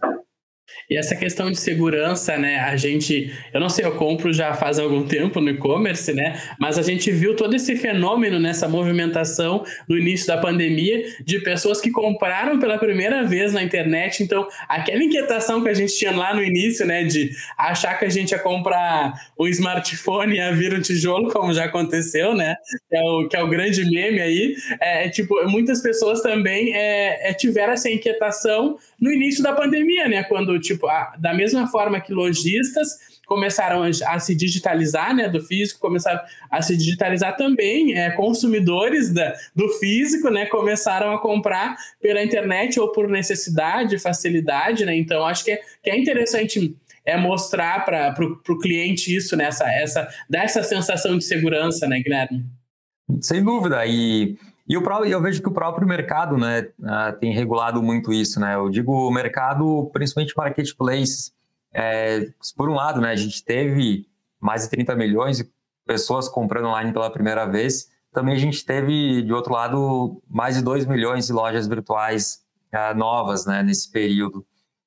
E essa questão de segurança, né, a gente, eu não sei, eu compro já faz algum tempo no e-commerce, né, mas a gente viu todo esse fenômeno nessa movimentação no início da pandemia de pessoas que compraram pela primeira vez na internet. Então, aquela inquietação que a gente tinha lá no início, né, de achar que a gente ia comprar um smartphone e ia vir um tijolo, como já aconteceu, né, que é o, que é o grande meme aí, é, tipo, muitas pessoas também é, é, tiveram essa inquietação no início da pandemia, né, quando tipo, a, da mesma forma que lojistas começaram a, a se digitalizar, né, do físico, começaram a se digitalizar também, é, consumidores da, do físico, né, começaram a comprar pela internet ou por necessidade, facilidade, né, então acho que é, que é interessante é mostrar para o cliente isso, né, essa, essa, dar essa sensação de segurança, né, Guilherme? Sem dúvida, e... E o próprio, eu vejo que o próprio mercado, né, tem regulado muito isso, né? Eu digo o mercado, principalmente marketplaces, é, por um lado, né, a gente teve mais de trinta milhões de pessoas comprando online pela primeira vez, também a gente teve, de outro lado, mais de dois milhões de lojas virtuais uh, novas, né, nesse período.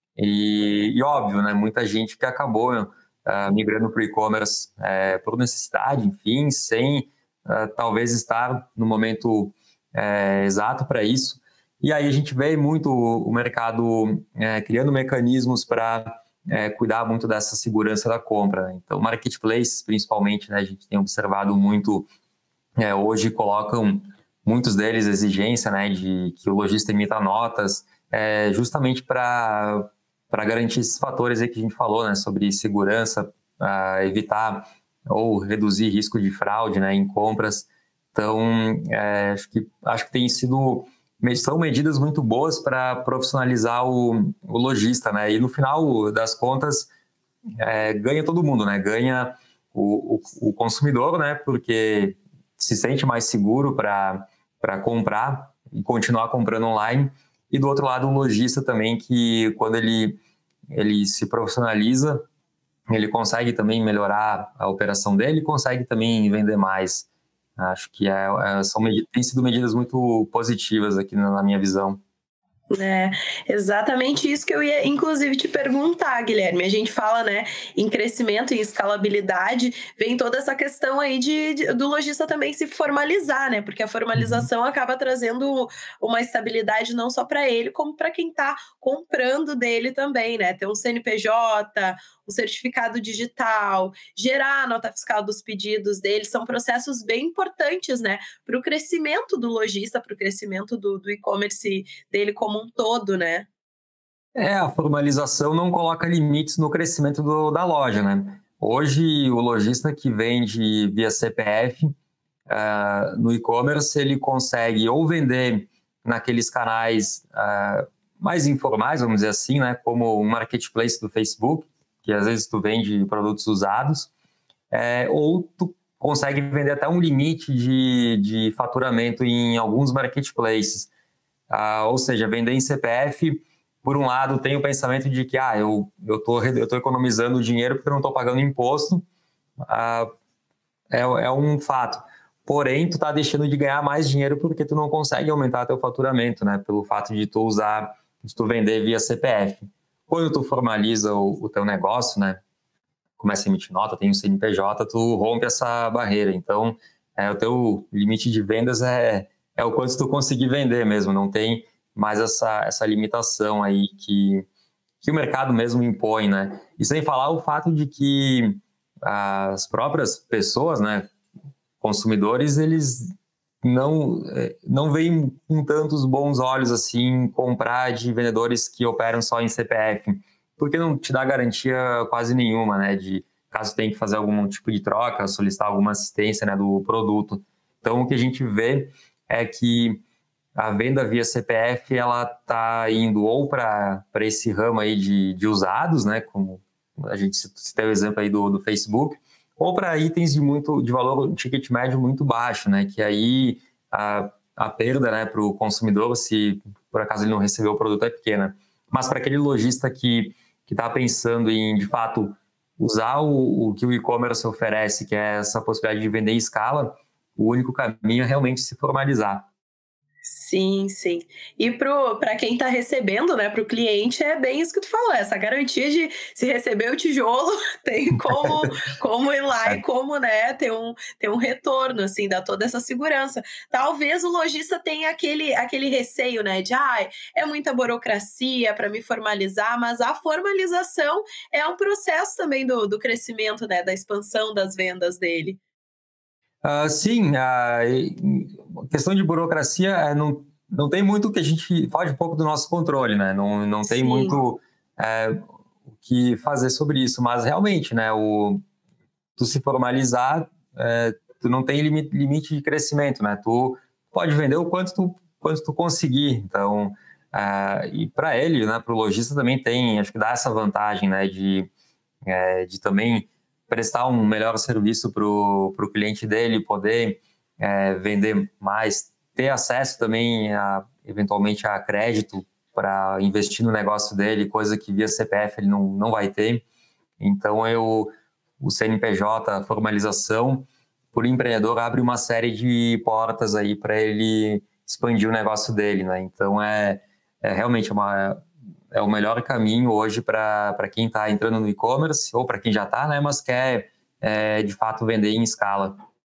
E, e óbvio, né, muita gente que acabou uh, migrando para o e-commerce uh, por necessidade, enfim, sem uh, talvez estar no momento uh, exato para isso. E aí a gente vê muito o mercado uh, criando mecanismos para uh, cuidar muito dessa segurança da compra, né? Então, marketplaces, principalmente, né, a gente tem observado muito, uh, hoje colocam muitos deles exigência, né, de que o lojista emita notas, uh, justamente para para garantir esses fatores aí que a gente falou, né, sobre segurança, uh, evitar ou reduzir risco de fraude, né, em compras. Então, é, acho que, acho que tem sido, são medidas muito boas para profissionalizar o, o lojista, né, e no final das contas, é, ganha todo mundo, né, ganha o, o, o consumidor, né, porque se sente mais seguro para para comprar e continuar comprando online. E do outro lado, o lojista também, que quando ele, ele se profissionaliza, ele consegue também melhorar a operação dele e consegue também vender mais. Acho que é, é, são medidas, tem sido medidas muito positivas aqui na, na minha visão. É, exatamente isso que eu ia, inclusive, te perguntar, Guilherme. A gente fala, né, em crescimento e escalabilidade, vem toda essa questão aí de, de, do lojista também se formalizar, né? Porque a formalização acaba trazendo uma estabilidade não só para ele, como para quem está comprando dele também, né? Ter um C N P J, um certificado digital, gerar a nota fiscal dos pedidos dele, são processos bem importantes, né, para o crescimento do lojista, para o crescimento do, do e-commerce dele como um todo, né? É, a formalização não coloca limites no crescimento do, da loja, né? Hoje, o lojista que vende via C P F uh, no e-commerce, ele consegue ou vender naqueles canais uh, mais informais, vamos dizer assim, né, como o marketplace do Facebook, que às vezes tu vende produtos usados, é, ou tu consegue vender até um limite de, de faturamento em alguns marketplaces. Ah, ou seja, vender em C P F, por um lado, tem o pensamento de que ah, eu estou eu tô economizando dinheiro porque eu não estou pagando imposto, ah, é, é um fato. Porém, tu está deixando de ganhar mais dinheiro porque tu não consegue aumentar teu faturamento, né, pelo fato de tu usar, de tu vender via C P F. Quando tu formaliza o, o teu negócio, né, começa a emitir nota, tem um C N P J, tu rompe essa barreira. Então, é, o teu limite de vendas é, é o quanto tu conseguir vender mesmo, não tem mais essa, essa limitação aí que, que o mercado mesmo impõe, né? E sem falar o fato de que as próprias pessoas, né, consumidores, eles não, não veem com tantos bons olhos assim comprar de vendedores que operam só em C P F, porque não te dá garantia quase nenhuma, né, de caso tenha que fazer algum tipo de troca, solicitar alguma assistência, né, do produto. Então, o que a gente vê é que a venda via C P F, ela está indo ou para esse ramo aí de, de usados, né, como a gente citou o exemplo aí do, do Facebook, ou para itens de, muito, de valor, um ticket médio muito baixo, né, que aí a, a perda, né, para o consumidor, se por acaso ele não recebeu o produto, é pequena. Mas para aquele lojista que que está pensando em, de fato, usar o, o que o e-commerce oferece, que é essa possibilidade de vender em escala, o único caminho é realmente se formalizar. Sim, sim. E para quem está recebendo, né, para o cliente, é bem isso que tu falou, essa garantia de se receber o tijolo, tem como, como ir lá e como, né, ter um, ter um retorno, assim, dar toda essa segurança. Talvez o lojista tenha aquele, aquele receio, né, de, ah, é muita burocracia para me formalizar, mas a formalização é um processo também do, do crescimento, né, da expansão das vendas dele. Uh, sim, a questão de burocracia é, não, não tem muito que a gente foge um pouco do nosso controle, né? Não, não tem sim. muito é, o que fazer sobre isso, mas realmente, né? O, tu se formalizar, é, tu não tem limite, limite de crescimento, né? Tu pode vender o quanto tu, quanto tu conseguir. Então, é, e para ele, né? Para o lojista também tem, acho que dá essa vantagem, né? De, é, de também prestar um melhor serviço para o cliente dele, poder é, vender mais, ter acesso também, a, eventualmente, a crédito para investir no negócio dele, coisa que via C P F ele não, não vai ter. Então, eu, o C N P J, a formalização, por empreendedor, abre uma série de portas aí para ele expandir o negócio dele, né? Então, é, é realmente uma, é o melhor caminho hoje para quem está entrando no e-commerce, ou para quem já está, né? Mas quer, é, de fato, vender em escala.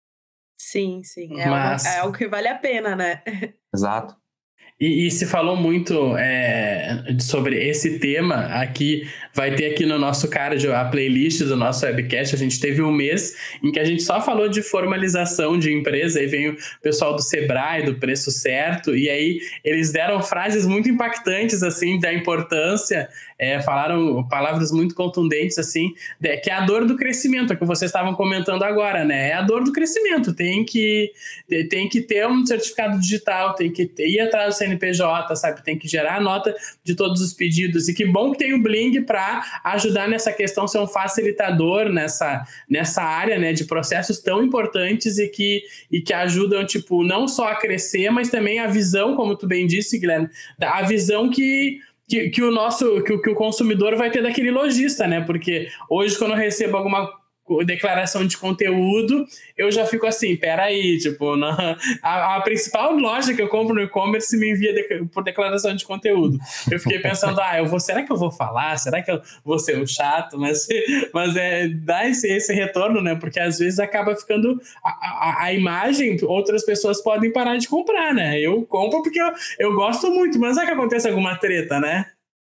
Sim, sim. É, Mas... uma, é algo que vale a pena, né? Exato. E, e se falou muito é, sobre esse tema aqui, vai ter aqui no nosso card a playlist do nosso webcast. A gente teve um mês em que a gente só falou de formalização de empresa, aí vem o pessoal do Sebrae, do Preço Certo, e aí eles deram frases muito impactantes, assim, da importância, é, falaram palavras muito contundentes, assim, de, que é a dor do crescimento, que vocês estavam comentando agora, né? É a dor do crescimento, tem que, tem que ter um certificado digital, tem que ter, ir atrás do C N P J, sabe? Tem que gerar a nota de todos os pedidos. E que bom que tem o Bling para ajudar nessa questão, ser um facilitador nessa, nessa área, né, de processos tão importantes e que, e que ajudam, tipo, não só a crescer, mas também a visão, como tu bem disse, Guilherme, a visão que, que, que, o nosso, que, que o consumidor vai ter daquele lojista, né? Porque hoje, quando eu recebo alguma declaração de conteúdo, eu já fico assim, peraí, tipo, na, a, a principal loja que eu compro no e-commerce me envia de, por declaração de conteúdo. Eu fiquei pensando, ah, eu vou, será que eu vou falar? Será que eu vou ser um chato? Mas, mas é, dá esse, esse retorno, né? Porque às vezes acaba ficando a, a, a imagem, outras pessoas podem parar de comprar, né? Eu compro porque eu, eu gosto muito, mas é que acontece alguma treta, né?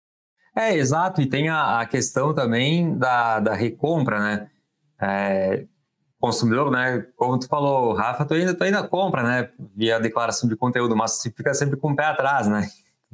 É, exato, e tem a, a questão também da, da recompra, né? É, consumidor, né? Como tu falou, Rafa, tu ainda, tu ainda compra, né? Via declaração de conteúdo, mas você fica sempre com o pé atrás, né?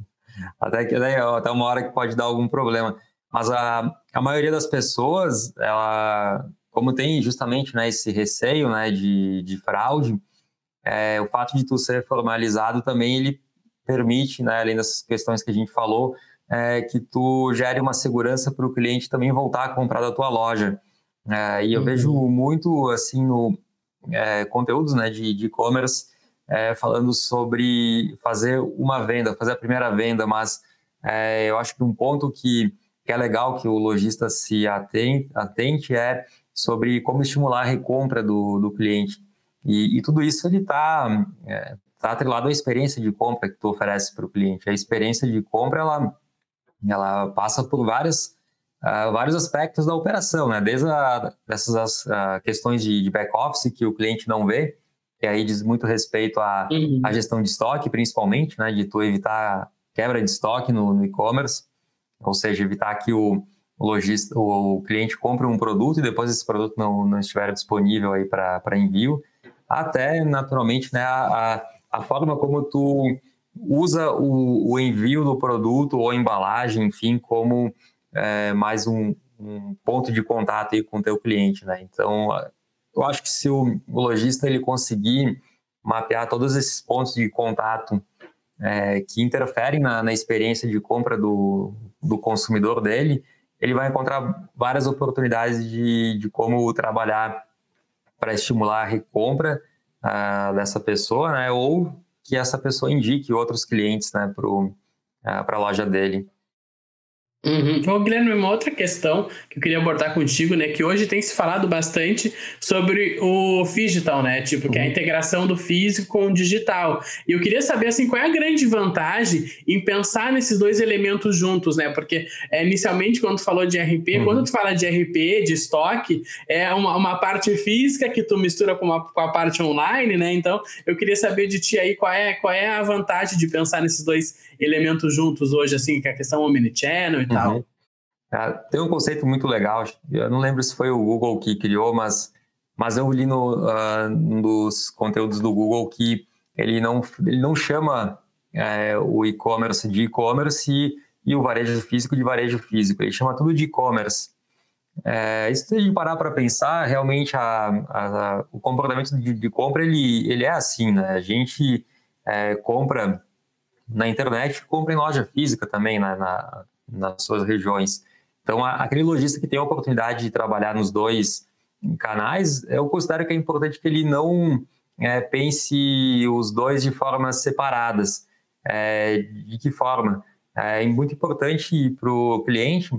Até que daí, até uma hora que pode dar algum problema. Mas a, a maioria das pessoas, ela, como tem justamente, né, esse receio, né, de, de fraude, é, o fato de tu ser formalizado também ele permite, né, além dessas questões que a gente falou, é, que tu gere uma segurança para o cliente também voltar a comprar da tua loja. É, e eu uhum. vejo muito, assim, no é, conteúdos, né, de e-commerce é, falando sobre fazer uma venda, fazer a primeira venda, mas é, eu acho que um ponto que, que é legal que o lojista se atente, atente é sobre como estimular a recompra do, do cliente. E, e tudo isso ele está é, tá atrelado à experiência de compra que tu oferece para o cliente. A experiência de compra, ela, ela passa por várias Uh, vários aspectos da operação, né? Desde a, dessas uh, questões de, de back-office que o cliente não vê, que aí diz muito respeito à, uhum. à gestão de estoque, principalmente, né? De tu evitar quebra de estoque no, no e-commerce, ou seja, evitar que o, o lojista, o, o cliente compre um produto e depois esse produto não, não estiver disponível aí para envio, até, naturalmente, né? A, a, a forma como tu usa o, o envio do produto ou a embalagem, enfim, como É, mais um, um ponto de contato aí com o teu cliente, né? Então, eu acho que se o, o lojista ele conseguir mapear todos esses pontos de contato é, que interferem na, na experiência de compra do, do consumidor dele, ele vai encontrar várias oportunidades de, de como trabalhar para estimular a recompra uh, dessa pessoa, né? Ou que essa pessoa indique outros clientes, né, para a loja dele. Uhum. Ô, Guilherme, uma outra questão que eu queria abordar contigo, né, que hoje tem se falado bastante sobre o digital, né, tipo, que é a integração do físico com o digital. E eu queria saber, assim, qual é a grande vantagem em pensar nesses dois elementos juntos, né, porque é, inicialmente quando tu falou de R P, uhum. quando tu fala de R P, de estoque, é uma, uma parte física que tu mistura com, uma, com a parte online, né, então eu queria saber de ti aí qual é, qual é a vantagem de pensar nesses dois elementos juntos hoje, assim, que é a questão omnichannel e tal. Uhum. Ah, tem um conceito muito legal, eu não lembro se foi o Google que criou, mas, mas eu li no, uh, nos conteúdos do Google que ele não, ele não chama é, o e-commerce de e-commerce e, e o varejo físico de varejo físico, ele chama tudo de e-commerce. É, se a gente parar para pensar, realmente a, a, a, o comportamento de, de compra ele, ele é assim, né? A gente é, compra na internet, compra em loja física também, na, na, nas suas regiões. Então, a, aquele lojista que tem a oportunidade de trabalhar nos dois canais, eu considero que é importante que ele não é, pense os dois de formas separadas. É, de que forma? é muito importante para o cliente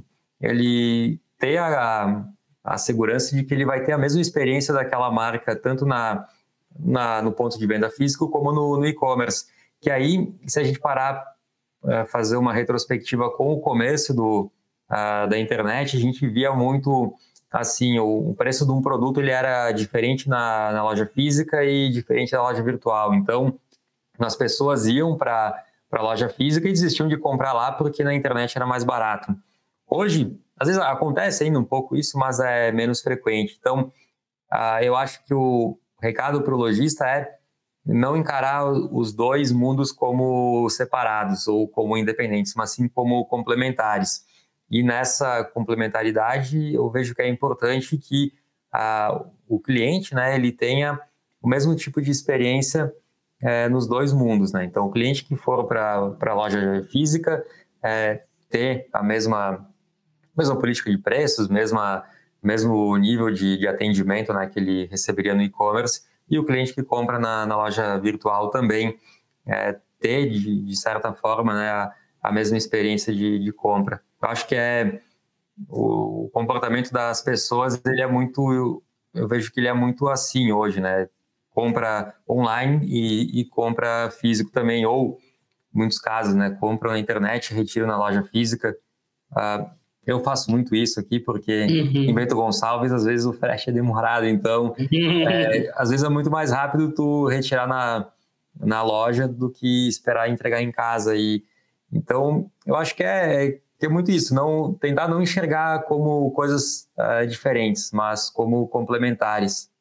ele ter a, a segurança de que ele vai ter a mesma experiência daquela marca, tanto na, na, no ponto de venda físico como no, no e-commerce. Que aí, se a gente parar para fazer uma retrospectiva com o começo do, a, da internet, a gente via muito assim, o, o preço de um produto ele era diferente na, na loja física e diferente na loja virtual. Então, as pessoas iam para a loja física e desistiam de comprar lá porque na internet era mais barato. Hoje, às vezes acontece ainda um pouco isso, mas é menos frequente. Então, uh, eu acho que o recado para o lojista é não encarar os dois mundos como separados ou como independentes, mas sim como complementares. E nessa complementaridade, eu vejo que é importante que uh, o cliente, né, ele tenha o mesmo tipo de experiência é, nos dois mundos, né? Então, o cliente que for para a loja física é, ter a mesma, mesma política de preços, mesma, mesmo nível de, de atendimento, né, que ele receberia no e-commerce, e o cliente que compra na, na loja virtual também é, ter, de, de certa forma, né, a, a mesma experiência de, de compra. Eu acho que é o comportamento das pessoas, ele é muito, eu, eu vejo que ele é muito assim hoje, né? Compra online e, e compra físico também, ou em muitos casos, né? Compra na internet, retira na loja física. Uh, eu faço muito isso aqui porque uhum. em Bento Gonçalves às vezes o frete é demorado, então uhum. é, às vezes é muito mais rápido tu retirar na, na loja do que esperar entregar em casa. E então eu acho que é ter muito isso, não, tentar não enxergar como coisas uh, diferentes, mas como complementares.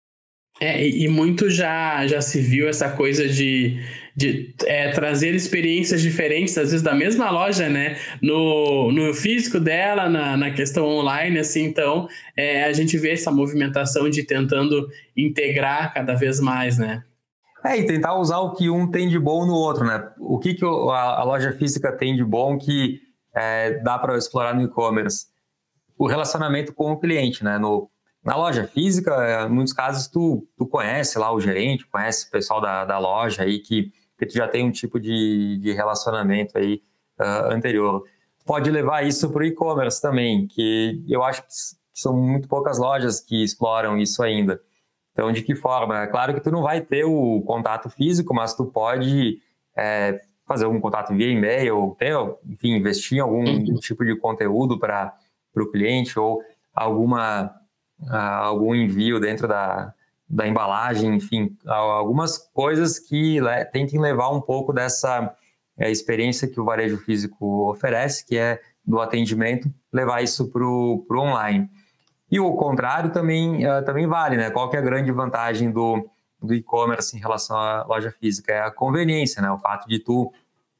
É, e muito já, já se viu essa coisa de, de é, trazer experiências diferentes, às vezes da mesma loja, né? No, no físico dela, na, na questão online, assim, então é, a gente vê essa movimentação de tentando integrar cada vez mais, né? É, e tentar usar o que um tem de bom no outro, né? O que, que a, a loja física tem de bom que é, dá para explorar no e-commerce? O relacionamento com o cliente, né? No, na loja física, em muitos casos, tu, tu conhece lá o gerente, conhece o pessoal da, da loja aí que, que tu já tem um tipo de, de relacionamento aí uh, anterior. Pode levar isso para o e-commerce também, que eu acho que são muito poucas lojas que exploram isso ainda. Então, de que forma? É claro que tu não vai ter o contato físico, mas tu pode é, fazer um contato via e-mail, ter, enfim, investir em algum uhum. tipo de conteúdo para o cliente ou alguma... Uh, algum envio dentro da, da embalagem, enfim, algumas coisas que le- tentem levar um pouco dessa é, experiência que o varejo físico oferece, que é do atendimento, levar isso para o online. E o contrário também, uh, também vale, né? Qual que é a grande vantagem do, do e-commerce em relação à loja física? É a conveniência, né? O fato de tu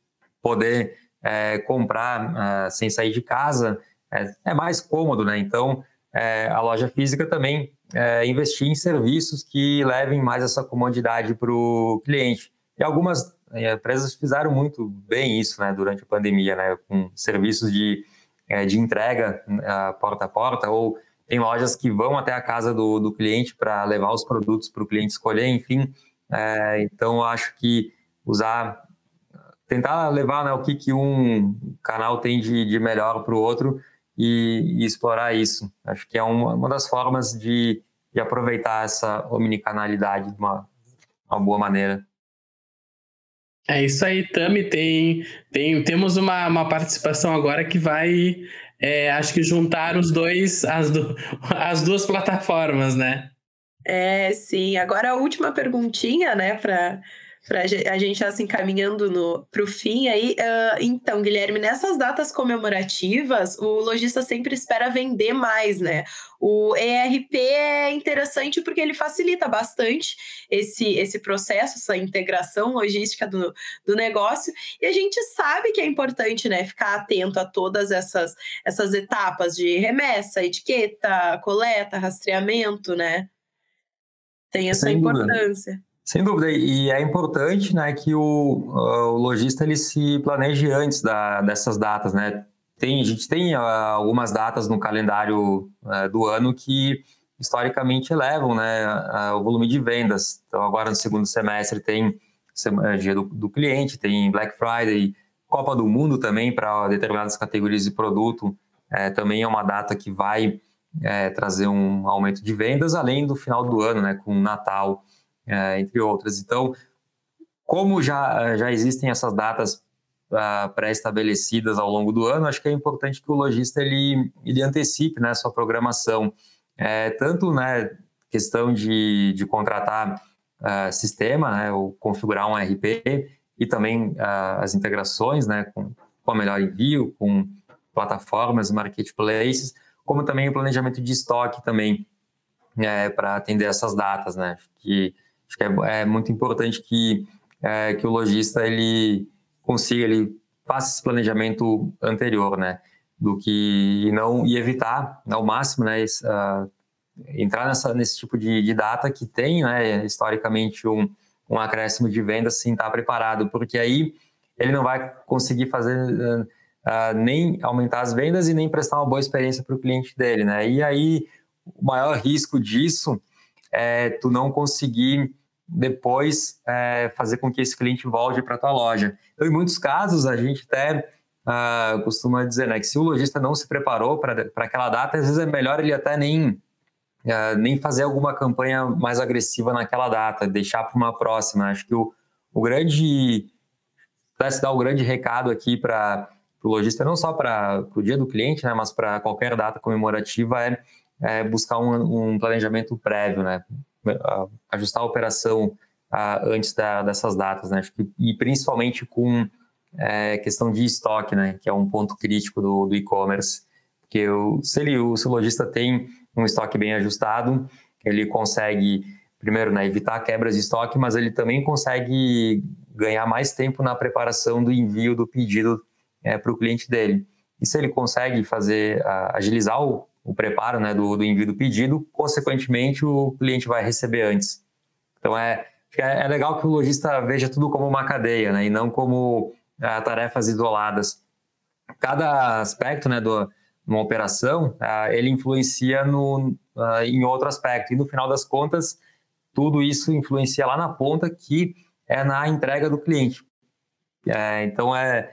poder é, comprar uh, sem sair de casa é, é mais cômodo, né? Então, É, a loja física também é, investir em serviços que levem mais essa comodidade para o cliente. E algumas é, empresas fizeram muito bem isso, né, durante a pandemia, né, com serviços de, é, de entrega a porta a porta, ou tem lojas que vão até a casa do, do cliente para levar os produtos para o cliente escolher, enfim. É, então, eu acho que usar, tentar levar, né, o que, que um canal tem de, de melhor para o outro, E, e explorar isso. Acho que é uma, uma das formas de, de aproveitar essa omnicanalidade de uma, uma boa maneira. É isso aí, Tami. Tem, tem, temos uma, uma participação agora que vai, é, acho que juntar os dois, as, do, as duas plataformas, né? É, sim. Agora a última perguntinha, né, para... para a gente já se encaminhando para o fim aí. Uh, então, Guilherme, nessas datas comemorativas, o lojista sempre espera vender mais, né? O E R P é interessante porque ele facilita bastante esse, esse processo, essa integração logística do, do negócio. E a gente sabe que é importante, né, ficar atento a todas essas, essas etapas de remessa, etiqueta, coleta, rastreamento, né? Tem essa Sem importância. Dúvida. Sem dúvida, e é importante, né, que o, o lojista ele se planeje antes da, dessas datas, né? Tem, a gente tem uh, algumas datas no calendário uh, do ano que historicamente elevam, né, uh, o volume de vendas. Então, agora no segundo semestre tem uh, dia do, do cliente, tem Black Friday, Copa do Mundo também para determinadas categorias de produto, é, também é uma data que vai é, trazer um aumento de vendas, além do final do ano, né, com Natal, é, entre outras. Então, como já, já existem essas datas uh, pré-estabelecidas ao longo do ano, acho que é importante que o lojista ele, ele antecipe, né, sua programação, é, tanto, né, questão de, de contratar uh, sistema, né, ou configurar um E R P, e também uh, as integrações, né, com, com a melhor envio, com plataformas, marketplaces, como também o planejamento de estoque também, é, para atender essas datas, né? Acho que, acho que é, é muito importante que, é, que o lojista ele consiga, ele faça esse planejamento anterior, né? Do que e não e evitar ao máximo, né? Esse, uh, entrar nessa, nesse tipo de, de data que tem, né? Historicamente um, um acréscimo de vendas sem estar preparado, porque aí ele não vai conseguir fazer uh, uh, nem aumentar as vendas e nem prestar uma boa experiência para o cliente dele, né? E aí o maior risco disso é tu não conseguir depois é, fazer com que esse cliente volte para a tua loja. Então, em muitos casos, a gente até uh, costuma dizer, né, que se o lojista não se preparou para aquela data, às vezes é melhor ele até nem, uh, nem fazer alguma campanha mais agressiva naquela data, deixar para uma próxima. Acho que o, o grande... se dar o grande recado aqui para o lojista, não só para o dia do cliente, né, mas para qualquer data comemorativa, é, é buscar um, um planejamento prévio, né, ajustar a operação a, antes da, dessas datas, né, acho que, e principalmente com é, questão de estoque, né, que é um ponto crítico do, do e-commerce, porque o, se, ele, o, se o lojista tem um estoque bem ajustado, ele consegue, primeiro, né, evitar quebras de estoque, mas ele também consegue ganhar mais tempo na preparação do envio do pedido é, para o cliente dele. E se ele consegue fazer, uh, agilizar o, o preparo, né, do, do envio do pedido, consequentemente o cliente vai receber antes. Então é, é legal que o lojista veja tudo como uma cadeia, né, e não como uh, tarefas isoladas. Cada aspecto, né, de uma operação, uh, ele influencia no, uh, em outro aspecto. E no final das contas, tudo isso influencia lá na ponta, que é na entrega do cliente. É, então, é,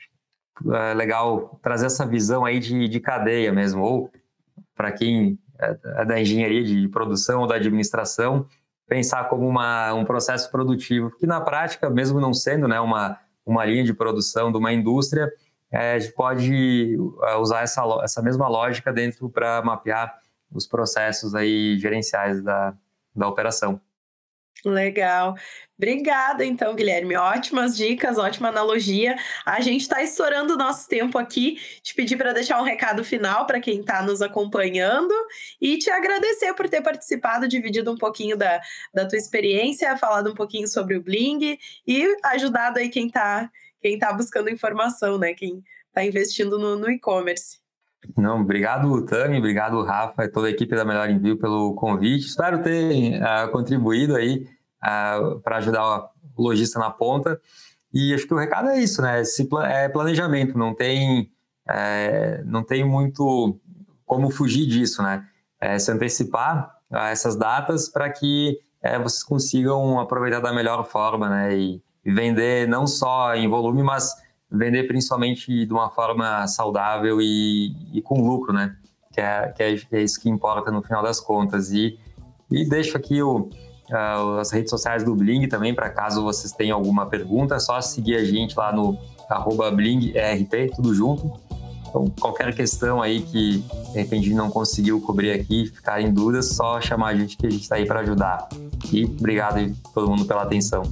é legal trazer essa visão aí de, de cadeia mesmo, ou para quem é, é da engenharia de produção ou da administração, pensar como uma, um processo produtivo, que na prática, mesmo não sendo, né, uma, uma linha de produção de uma indústria, é, a gente pode usar essa, essa mesma lógica dentro para mapear os processos aí gerenciais da, da operação. Legal. Obrigada, então, Guilherme. Ótimas dicas, ótima analogia. A gente está estourando o nosso tempo aqui. Te pedir para deixar um recado final para quem está nos acompanhando e te agradecer por ter participado, dividido um pouquinho da, da tua experiência, falado um pouquinho sobre o Bling e ajudado aí quem está quem tá buscando informação, né? Quem está investindo no, no e-commerce. Não, obrigado, Tami, obrigado, Rafa, e toda a equipe da Melhor Envio pelo convite. Espero ter uh, contribuído aí uh, para ajudar o lojista na ponta. E acho que o recado é isso, né? Esse é planejamento, não tem, é, não tem muito como fugir disso, né? É se antecipar a essas datas para que é, vocês consigam aproveitar da melhor forma, né? E, e vender não só em volume, mas vender principalmente de uma forma saudável e, e com lucro, né? Que é, que é isso que importa no final das contas. E, e deixo aqui o, uh, as redes sociais do Bling também, para caso vocês tenham alguma pergunta, é só seguir a gente lá no arroba Bling E R P, tudo junto. Então, qualquer questão aí que de repente não conseguiu cobrir aqui, ficar em dúvidas, só chamar a gente que a gente está aí para ajudar. E obrigado aí todo mundo pela atenção.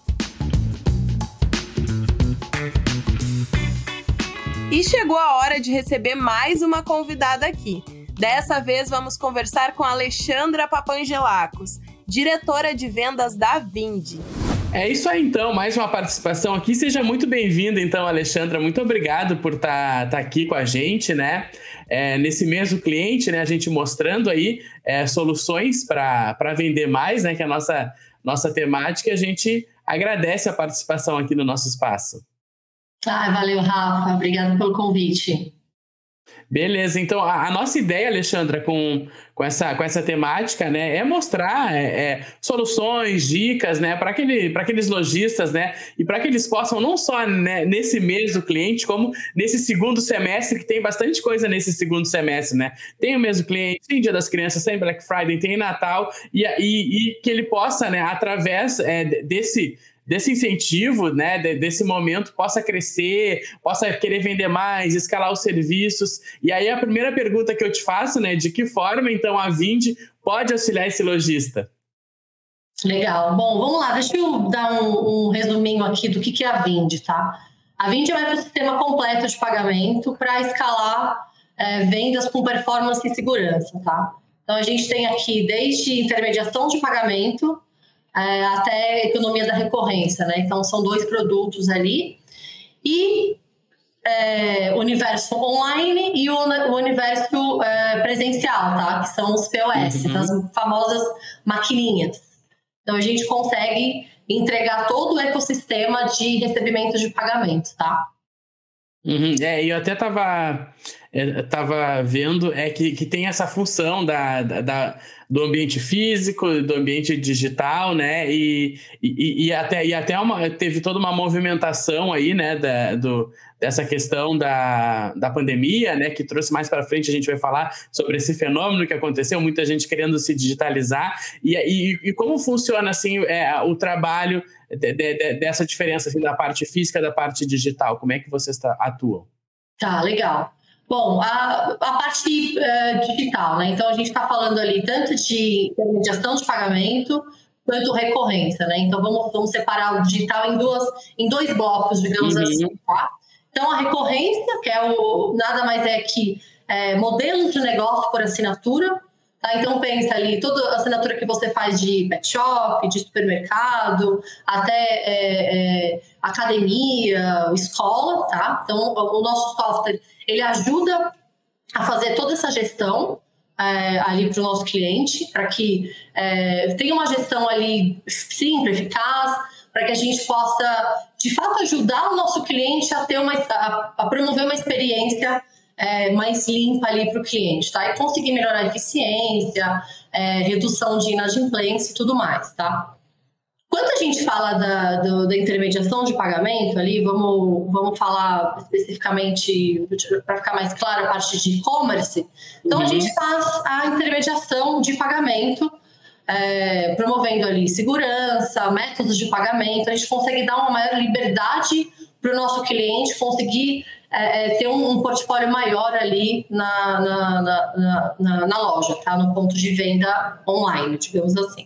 E chegou a hora de receber mais uma convidada aqui. Dessa vez vamos conversar com a Alexandra Papangelacos, diretora de vendas da Vindi. É isso aí, então, mais uma participação aqui. Seja muito bem-vinda, então, Alexandra. Muito obrigado por estar tá, tá aqui com a gente, né? É, nesse mês do cliente, né? A gente mostrando aí é, soluções para vender mais, né? Que é a nossa, nossa temática. A gente agradece a participação aqui no nosso espaço. Ah, valeu, Rafa. Obrigada pelo convite. Beleza, então a, a nossa ideia, Alexandra, com, com, essa, com essa temática, né, é mostrar é, é, soluções, dicas, né, para aquele, para aqueles lojistas, né, e para que eles possam não só, né, nesse mês do cliente, como nesse segundo semestre, que tem bastante coisa nesse segundo semestre, né, tem o mês do cliente, tem Dia das Crianças, tem Black Friday, tem Natal, e, e, e que ele possa, né, através é, desse... desse incentivo, né, desse momento, possa crescer, possa querer vender mais, escalar os serviços. E aí a primeira pergunta que eu te faço, né, de que forma, então, a Vindi pode auxiliar esse lojista? Legal. Bom, vamos lá, deixa eu dar um, um resuminho aqui do que, que é a Vindi, tá? A Vindi vai para o sistema completo de pagamento para escalar é, vendas com performance e segurança, tá? Então, a gente tem aqui desde intermediação de pagamento, É, até economia da recorrência, né? Então, são dois produtos ali. E é, o universo online e o, o universo é, presencial, tá? Que são os P O S, uhum. As famosas maquininhas. Então, a gente consegue entregar todo o ecossistema de recebimento de pagamento, tá? Uhum. É, eu até tava, é, tava vendo é, que, que tem essa função da, da, da, do ambiente físico, do ambiente digital, né? E, e, e até, e até uma, teve toda uma movimentação aí, né? Da, do, dessa questão da, da pandemia, né? Que trouxe mais para frente, a gente vai falar sobre esse fenômeno que aconteceu, muita gente querendo se digitalizar. E, e, e como funciona assim, é, o trabalho De, de, dessa diferença assim, da parte física da parte digital? Como é que vocês atuam? Tá, legal. Bom, a, a parte uh, digital, né? Então, a gente está falando ali tanto de intermediação de pagamento quanto recorrência, né? Então, vamos, vamos separar o digital em, duas, em dois blocos, digamos uhum. assim, tá? Então, a recorrência, que é o nada mais é que é, modelos de negócio por assinatura. Tá, então pensa ali, toda a assinatura que você faz de pet shop, de supermercado, até é, é, academia, escola, tá? Então o nosso software, ele ajuda a fazer toda essa gestão é, ali para o nosso cliente, para que é, tenha uma gestão ali simples, eficaz, para que a gente possa, de fato, ajudar o nosso cliente a ter uma, a, a promover uma experiência É, mais limpa ali para o cliente, tá? E conseguir melhorar a eficiência, é, redução de inadimplência e tudo mais, tá? Quando a gente fala da, do, da intermediação de pagamento ali, vamos, vamos falar especificamente, para ficar mais claro, a parte de e-commerce. Então, uhum. a gente faz a intermediação de pagamento, é, promovendo ali segurança, métodos de pagamento. A gente consegue dar uma maior liberdade para o nosso cliente conseguir É, ter um, um portfólio maior ali na, na, na, na, na loja, tá? No ponto de venda online, digamos assim.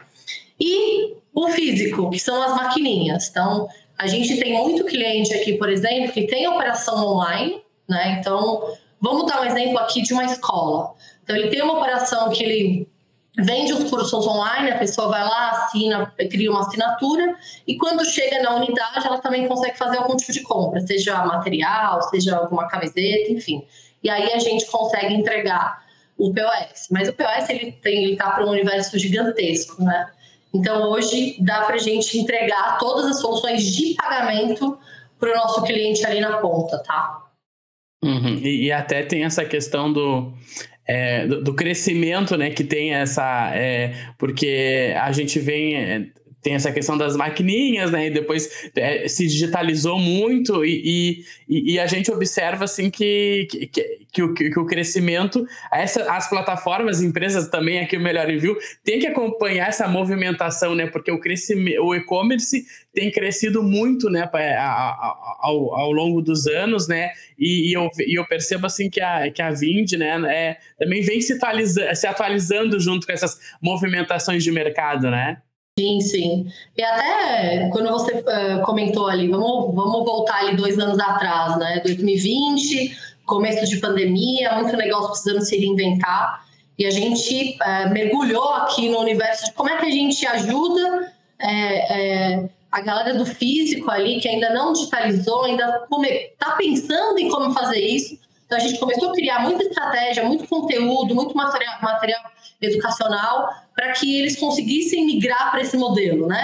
E o físico, que são as maquininhas. Então, a gente tem muito cliente aqui, por exemplo, que tem operação online, né? Então, vamos dar um exemplo aqui de uma escola. Então, ele tem uma operação que ele vende os cursos online, a pessoa vai lá, assina, cria uma assinatura e quando chega na unidade ela também consegue fazer algum tipo de compra, seja material, seja alguma camiseta, enfim. E aí a gente consegue entregar o P O S. Mas o P O S ele tem, ele tá para um universo gigantesco, né? Então hoje dá para a gente entregar todas as soluções de pagamento para o nosso cliente ali na ponta, tá? Uhum. E, e até tem essa questão do É, do, do crescimento, né, que tem essa... É, porque a gente vem... É, tem essa questão das maquininhas, né, e depois é, se digitalizou muito e, e, e a gente observa, assim, que, que, que, o, que o crescimento... Essa, as plataformas, empresas também, aqui o Melhor Envio, tem que acompanhar essa movimentação, né, porque o, crescimento, o e-commerce tem crescido muito, né, ao, ao longo dos anos, né, e, e, eu, e eu percebo, assim, que a, que a Vindi, né, é, também vem se, atualiza, se atualizando junto com essas movimentações de mercado, né? Sim, sim. E até quando você uh, comentou ali, vamos, vamos voltar ali dois anos atrás, né? dois mil e vinte, começo de pandemia, muito negócio precisando se reinventar. E a gente uh, mergulhou aqui no universo de como é que a gente ajuda é, é, a galera do físico ali, que ainda não digitalizou, ainda está pensando em como fazer isso. Então, a gente começou a criar muita estratégia, muito conteúdo, muito material, material educacional para que eles conseguissem migrar para esse modelo, né?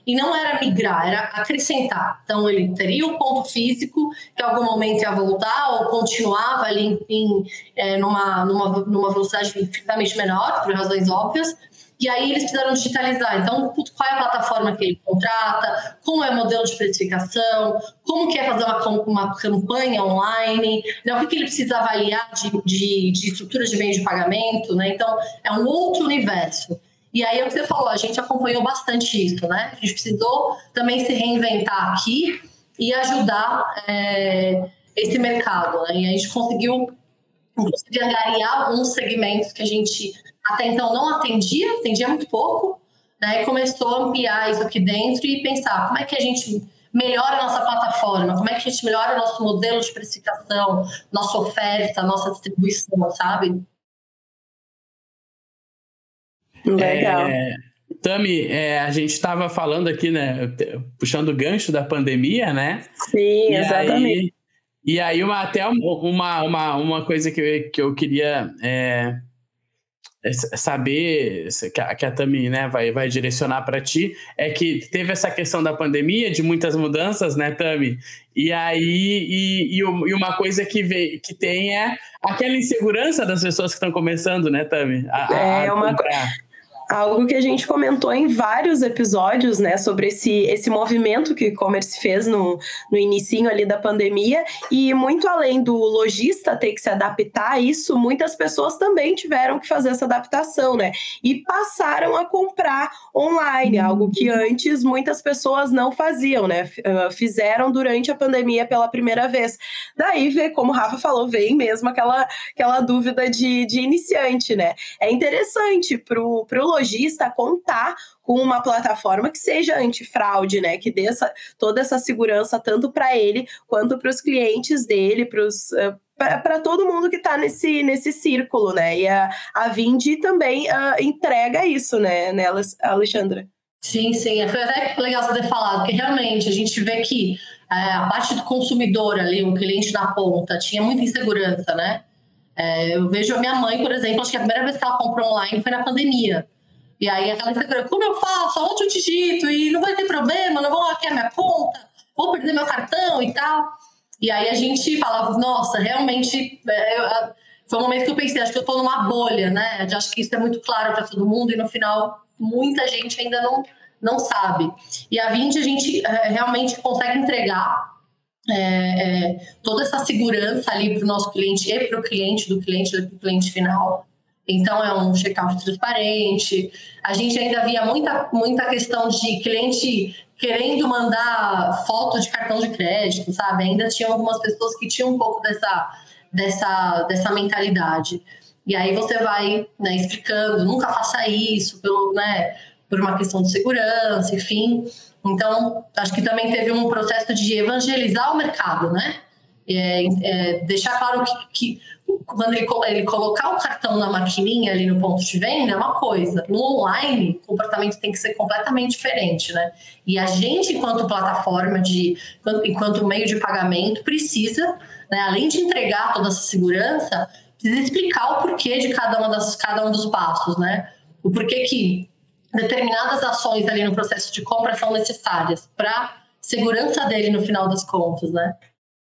e não era migrar, era acrescentar. Então, ele teria o ponto físico, que em algum momento ia voltar, ou continuava ali em, em, é, numa, numa, numa velocidade infinitamente menor, por razões óbvias. E aí eles precisaram digitalizar. Então, qual é a plataforma que ele contrata, como é o modelo de precificação, como que é fazer uma, uma campanha online, né? O que, que ele precisa avaliar de, de, de estrutura de meio de pagamento, né? Então, é um outro universo. E aí, é o que você falou, a gente acompanhou bastante isso, né? A gente precisou também se reinventar aqui e ajudar é, esse mercado, né? E a gente conseguiu, inclusive, angariar alguns segmentos que a gente até então não atendia, atendia muito pouco, né? E começou a ampliar isso aqui dentro e pensar como é que a gente melhora a nossa plataforma, como é que a gente melhora o nosso modelo de precificação, nossa oferta, nossa distribuição, sabe? Legal. É, Tami, é, a gente estava falando aqui, né, puxando o gancho da pandemia, né? Sim, e exatamente. Aí, e aí, uma, até uma, uma, uma coisa que eu, que eu queria é, saber, que a, que a Tami, né, vai, vai direcionar para ti, é que teve essa questão da pandemia, de muitas mudanças, né, Tami? E aí, e, e uma coisa que, vê, que tem é aquela insegurança das pessoas que estão começando, né, Tami? A, é a uma comprar. Algo que a gente comentou em vários episódios, né, sobre esse, esse movimento que o e-commerce fez no, no inicinho ali da pandemia, e muito além do lojista ter que se adaptar a isso, muitas pessoas também tiveram que fazer essa adaptação, né, e passaram a comprar online, algo que antes muitas pessoas não faziam, né, fizeram durante a pandemia pela primeira vez. Daí, vê, como o Rafa falou, vem mesmo aquela, aquela dúvida de, de iniciante, né. É interessante pro, pro lojista lojista contar com uma plataforma que seja antifraude, né? Que dê essa, toda essa segurança tanto para ele quanto para os clientes dele, uh, para todo mundo que está nesse, nesse círculo, né? E a, a Vindi também uh, entrega isso, né, né, Alexandra? Sim, sim. Foi até legal você ter falado, porque realmente a gente vê que é, a parte do consumidor ali, o cliente na ponta, tinha muita insegurança, né? É, eu vejo a minha mãe, por exemplo, acho que a primeira vez que ela comprou online foi na pandemia. E aí aquela insegurança, como eu faço? Onde eu digito? E não vai ter problema, não vou hackear minha conta, vou perder meu cartão e tal. E aí a gente falava, nossa, realmente, é, eu, foi um momento que eu pensei, acho que eu tô numa bolha, né? Eu acho que isso é muito claro para todo mundo e no final muita gente ainda não, não sabe. E a Vindi a gente é, realmente consegue entregar é, é, toda essa segurança ali para o nosso cliente e para o cliente do cliente do cliente final. Então, é um checkout transparente. A gente ainda via muita, muita questão de cliente querendo mandar foto de cartão de crédito, sabe? Ainda tinha algumas pessoas que tinham um pouco dessa, dessa, dessa mentalidade. E aí você vai, né, explicando, nunca faça isso, pelo, né, por uma questão de segurança, enfim. Então, acho que também teve um processo de evangelizar o mercado, né? É, é, deixar claro que, que quando ele, ele colocar o cartão na maquininha ali no ponto de venda é uma coisa. No online, o comportamento tem que ser completamente diferente, né? E a gente, enquanto plataforma, de, enquanto meio de pagamento, precisa, né, além de entregar toda essa segurança, precisa explicar o porquê de cada, uma das, cada um dos passos, né? O porquê que determinadas ações ali no processo de compra são necessárias para a segurança dele no final das contas, né?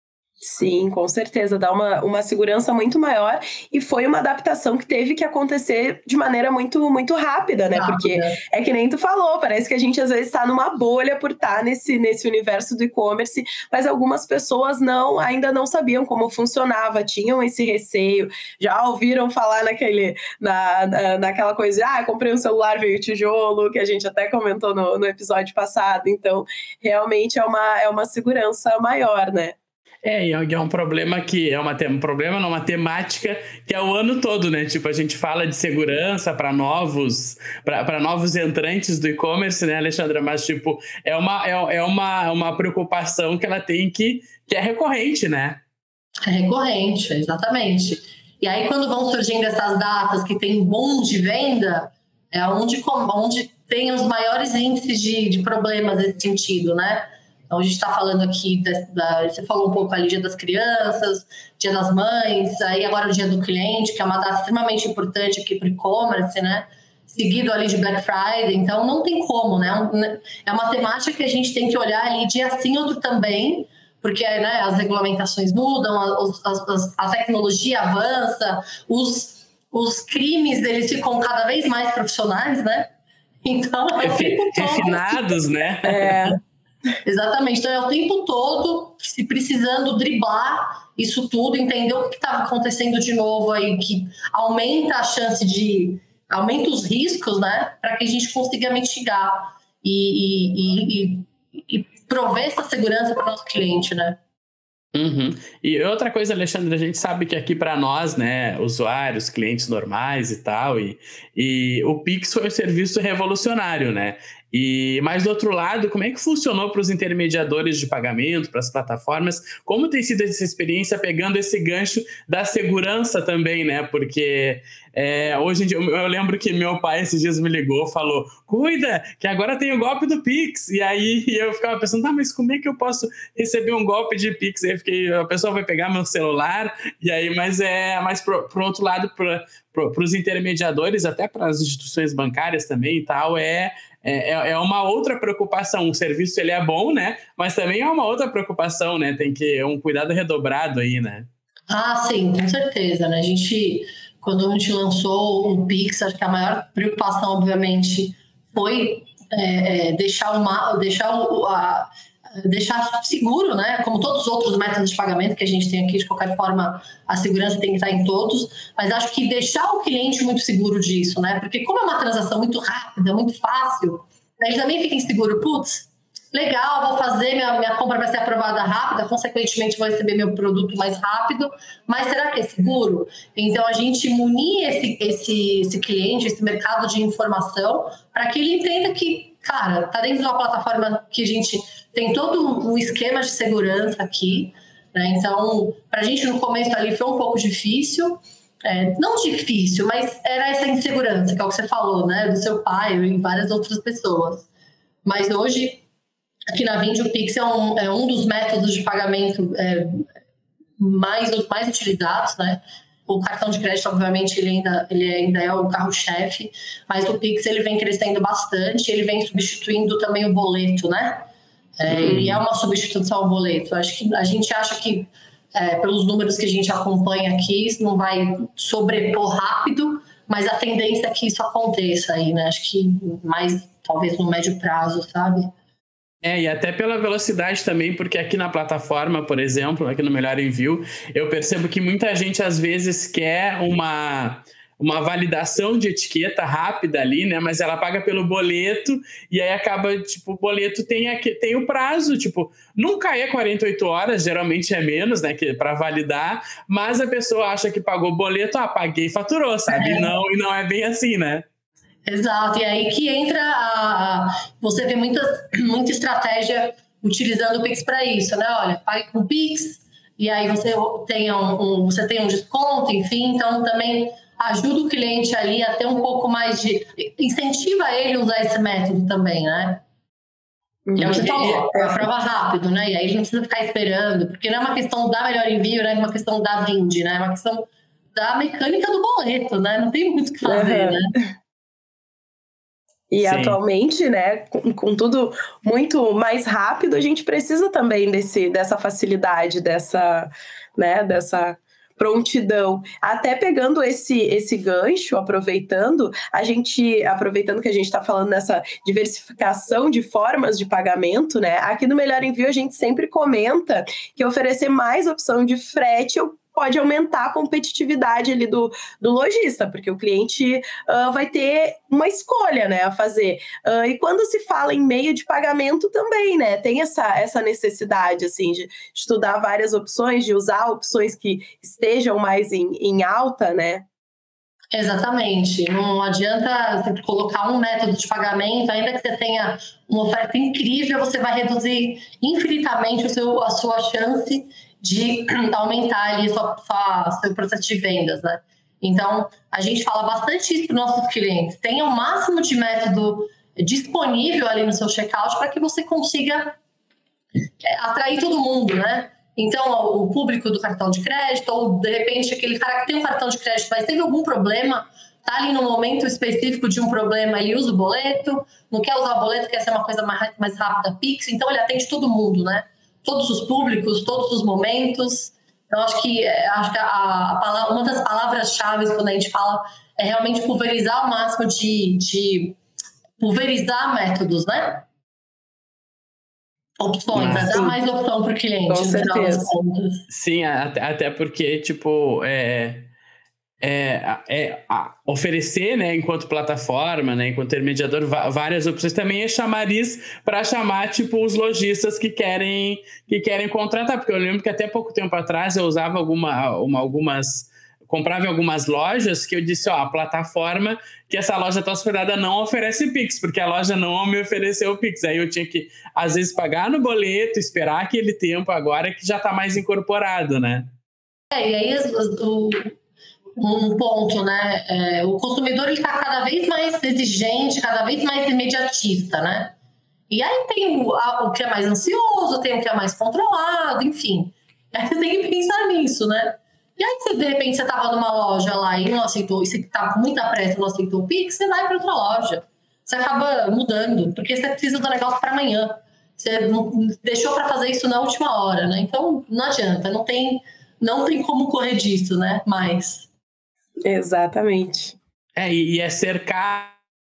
Sim, com certeza, dá uma, uma segurança muito maior e foi uma adaptação que teve que acontecer de maneira muito, muito rápida, né? Rápida. Porque é que nem tu falou, parece que a gente às vezes está numa bolha por estar nesse, nesse universo do e-commerce, mas algumas pessoas não, ainda não sabiam como funcionava, tinham esse receio, já ouviram falar naquele, na, na, naquela coisa de, ah, comprei um celular, veio tijolo, que a gente até comentou no, no episódio passado, então realmente é uma, é uma segurança maior, né? É, e é um problema que é uma, um problema, não, uma temática que é o ano todo, né? Tipo, a gente fala de segurança para novos, para novos entrantes do e-commerce, né, Alexandra? Mas, tipo, é uma, é, é uma, uma preocupação que ela tem que, que é recorrente, né? É recorrente, exatamente. E aí, quando vão surgindo essas datas que tem boom de venda, é onde, onde tem os maiores índices de, de problemas nesse sentido, né? Então, a gente está falando aqui, da, da, você falou um pouco ali, Dia das Crianças, Dia das Mães, aí agora o Dia do Cliente, que é uma data extremamente importante aqui para o e-commerce, né? seguido ali de Black Friday, então não tem como, né? É uma temática que a gente tem que olhar ali dia sim, outro também, porque né, as regulamentações mudam, a, a, a tecnologia avança, os, os crimes eles ficam cada vez mais profissionais, né? Então é o tempo todo... Refinados, né? É. Exatamente, então é o tempo todo se precisando driblar isso tudo, entender o que está acontecendo de novo aí, que aumenta a chance de... aumenta os riscos, né? Para que a gente consiga mitigar e, e, e, e prover essa segurança para o nosso cliente, né? Uhum. E outra coisa, Alexandre, a gente sabe que aqui para nós, né, usuários, clientes normais e tal, e, e o Pix foi um serviço revolucionário, né? E, mas do outro lado, como é que funcionou para os intermediadores de pagamento, para as plataformas? Como tem sido essa experiência pegando esse gancho da segurança também, né? Porque é, hoje em dia, eu lembro que meu pai esses dias me ligou, falou, cuida, que agora tem o golpe do Pix. E aí eu ficava pensando, tá, mas como é que eu posso receber um golpe de Pix? Aí eu fiquei, a pessoa vai pegar meu celular, e aí, mas é, mas pro, pro outro lado, para para os intermediadores, até para as instituições bancárias também e tal, é, é, é uma outra preocupação. O serviço ele é bom, né? Mas também é uma outra preocupação, né? Tem que um cuidado redobrado aí, né? Ah, sim, com certeza, né? A gente, quando a gente lançou o Pix, acho que a maior preocupação, obviamente, foi é, é, deixar, uma, deixar o... A, deixar seguro, né? Como todos os outros métodos de pagamento que a gente tem aqui, de qualquer forma, a segurança tem que estar em todos, mas acho que deixar o cliente muito seguro disso, né? Porque como é uma transação muito rápida, muito fácil, ele também fica inseguro. Putz, legal, vou fazer, minha, minha compra vai ser aprovada rápida, consequentemente vou receber meu produto mais rápido, mas será que é seguro? Então, a gente munir esse, esse, esse cliente, esse mercado de informação, para que ele entenda que, cara, tá dentro de uma plataforma que a gente tem todo um esquema de segurança aqui, né? Então, para a gente no começo ali foi um pouco difícil, é, não difícil, mas era essa insegurança, que é o que você falou, né? Do seu pai e várias outras pessoas. Mas hoje, aqui na Vindi, o Pix é um, é um dos métodos de pagamento é, mais, mais utilizados, né? O cartão de crédito, obviamente, ele ainda, ele ainda é o carro-chefe, mas o Pix ele vem crescendo bastante, ele vem substituindo também o boleto, né? É, uhum. Ele é uma substituição ao boleto. Acho que a gente acha que, é, pelos números que a gente acompanha aqui, isso não vai sobrepor rápido, mas a tendência é que isso aconteça aí, né? Acho que mais, talvez, no médio prazo, sabe? É, e até pela velocidade também, porque aqui na plataforma, por exemplo, aqui no Melhor Envio, eu percebo que muita gente às vezes quer uma, uma validação de etiqueta rápida ali, né? Mas ela paga pelo boleto e aí acaba, tipo, o boleto tem, aqui, tem o prazo, tipo, nunca é quarenta e oito horas, geralmente é menos, né? Para validar, mas a pessoa acha que pagou o boleto, ah, paguei e faturou, sabe? É. E, não, e não é bem assim, né? Exato, e aí que entra a... Você vê muita, muita estratégia utilizando o Pix para isso, né? Olha, pague com o Pix, e aí você tem um, um, você tem um desconto, enfim, então também ajuda o cliente ali a ter um pouco mais de... Incentiva ele a usar esse método também, né? E é o que você falou, é a prova rápido, né? E aí ele não precisa ficar esperando, porque não é uma questão da Melhor Envio, né? É uma questão da Vindi, né? É uma questão da mecânica do boleto, né? Não tem muito o que fazer, uhum. né? E Sim. atualmente, né, com, com tudo muito mais rápido, a gente precisa também desse, dessa facilidade, dessa, né, dessa prontidão. Até pegando esse, esse gancho, aproveitando, a gente, aproveitando que a gente está falando dessa diversificação de formas de pagamento, né, aqui no Melhor Envio a gente sempre comenta que oferecer mais opção de frete pode aumentar a competitividade ali do, do lojista, porque o cliente uh, vai ter uma escolha, né, a fazer. Uh, e quando se fala em meio de pagamento também, né, tem essa, essa necessidade, assim, de estudar várias opções, de usar opções que estejam mais em, em alta, né? Exatamente. Não adianta você colocar um método de pagamento, ainda que você tenha uma oferta incrível, você vai reduzir infinitamente o seu, a sua chance de aumentar ali sua, sua, seu processo de vendas, né? Então, a gente fala bastante isso para os nossos clientes. Tenha o máximo de método disponível ali no seu checkout para que você consiga atrair todo mundo, né? Então, o público do cartão de crédito, ou de repente aquele cara que tem um cartão de crédito, mas teve algum problema, tá ali no momento específico de um problema, ele usa o boleto, não quer usar o boleto, quer ser uma coisa mais, mais rápida, Pix, então ele atende todo mundo, né? Todos os públicos, todos os momentos. Então, acho que, acho que a, a palavra, uma das palavras-chave quando a gente fala é realmente pulverizar o máximo de, de pulverizar métodos, né? Opções, né? Dar mais opção para o cliente. Com certeza. Sim, até, até porque, tipo, é, é, é, a, oferecer, né, enquanto plataforma, né, enquanto intermediador, várias opções também é chamariz para chamar, tipo, os lojistas que querem, que querem contratar. Porque eu lembro que até pouco tempo atrás eu usava alguma, uma, algumas... comprava em algumas lojas que eu disse, ó, a plataforma que essa loja está hospedada não oferece Pix, porque a loja não me ofereceu o Pix. Aí eu tinha que, às vezes, pagar no boleto, esperar aquele tempo agora que já está mais incorporado, né? É, e aí o, um ponto, né? É, o consumidor está cada vez mais exigente, cada vez mais imediatista, né? E aí tem o, a, o que é mais ansioso, tem o que é mais controlado, enfim. Aí você tem que pensar nisso, né? E aí, se de repente você estava numa loja lá e não aceitou, e você estava com muita pressa e não aceitou o Pix, você vai para outra loja. Você acaba mudando, porque você precisa do negócio para amanhã. Você não, deixou para fazer isso na última hora, né? Então, não adianta, não tem, não tem como correr disso, né? Mas... Exatamente. É, e é cercar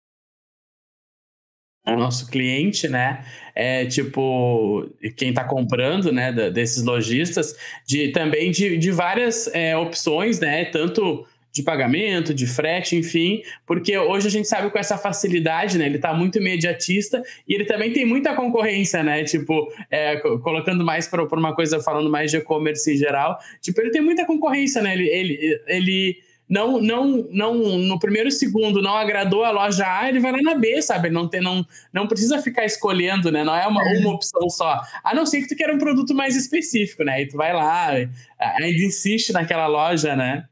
o nosso cliente, né? É tipo, quem tá comprando, né, desses lojistas, de, também de, de várias é, opções, né? Tanto de pagamento, de frete, enfim, porque hoje a gente sabe com essa facilidade, né? Ele tá muito imediatista e ele também tem muita concorrência, né? Tipo, é, colocando mais para uma coisa, falando mais de e-commerce em geral, tipo, ele tem muita concorrência, né? Ele, ele, ele Não, não, não, no primeiro segundo não agradou a loja A, ele vai lá na B, sabe? Não, tem, não, não precisa ficar escolhendo, né? Não é uma, uma opção só. A não ser que tu queira um produto mais específico, né? E tu vai lá, ainda insiste naquela loja, né?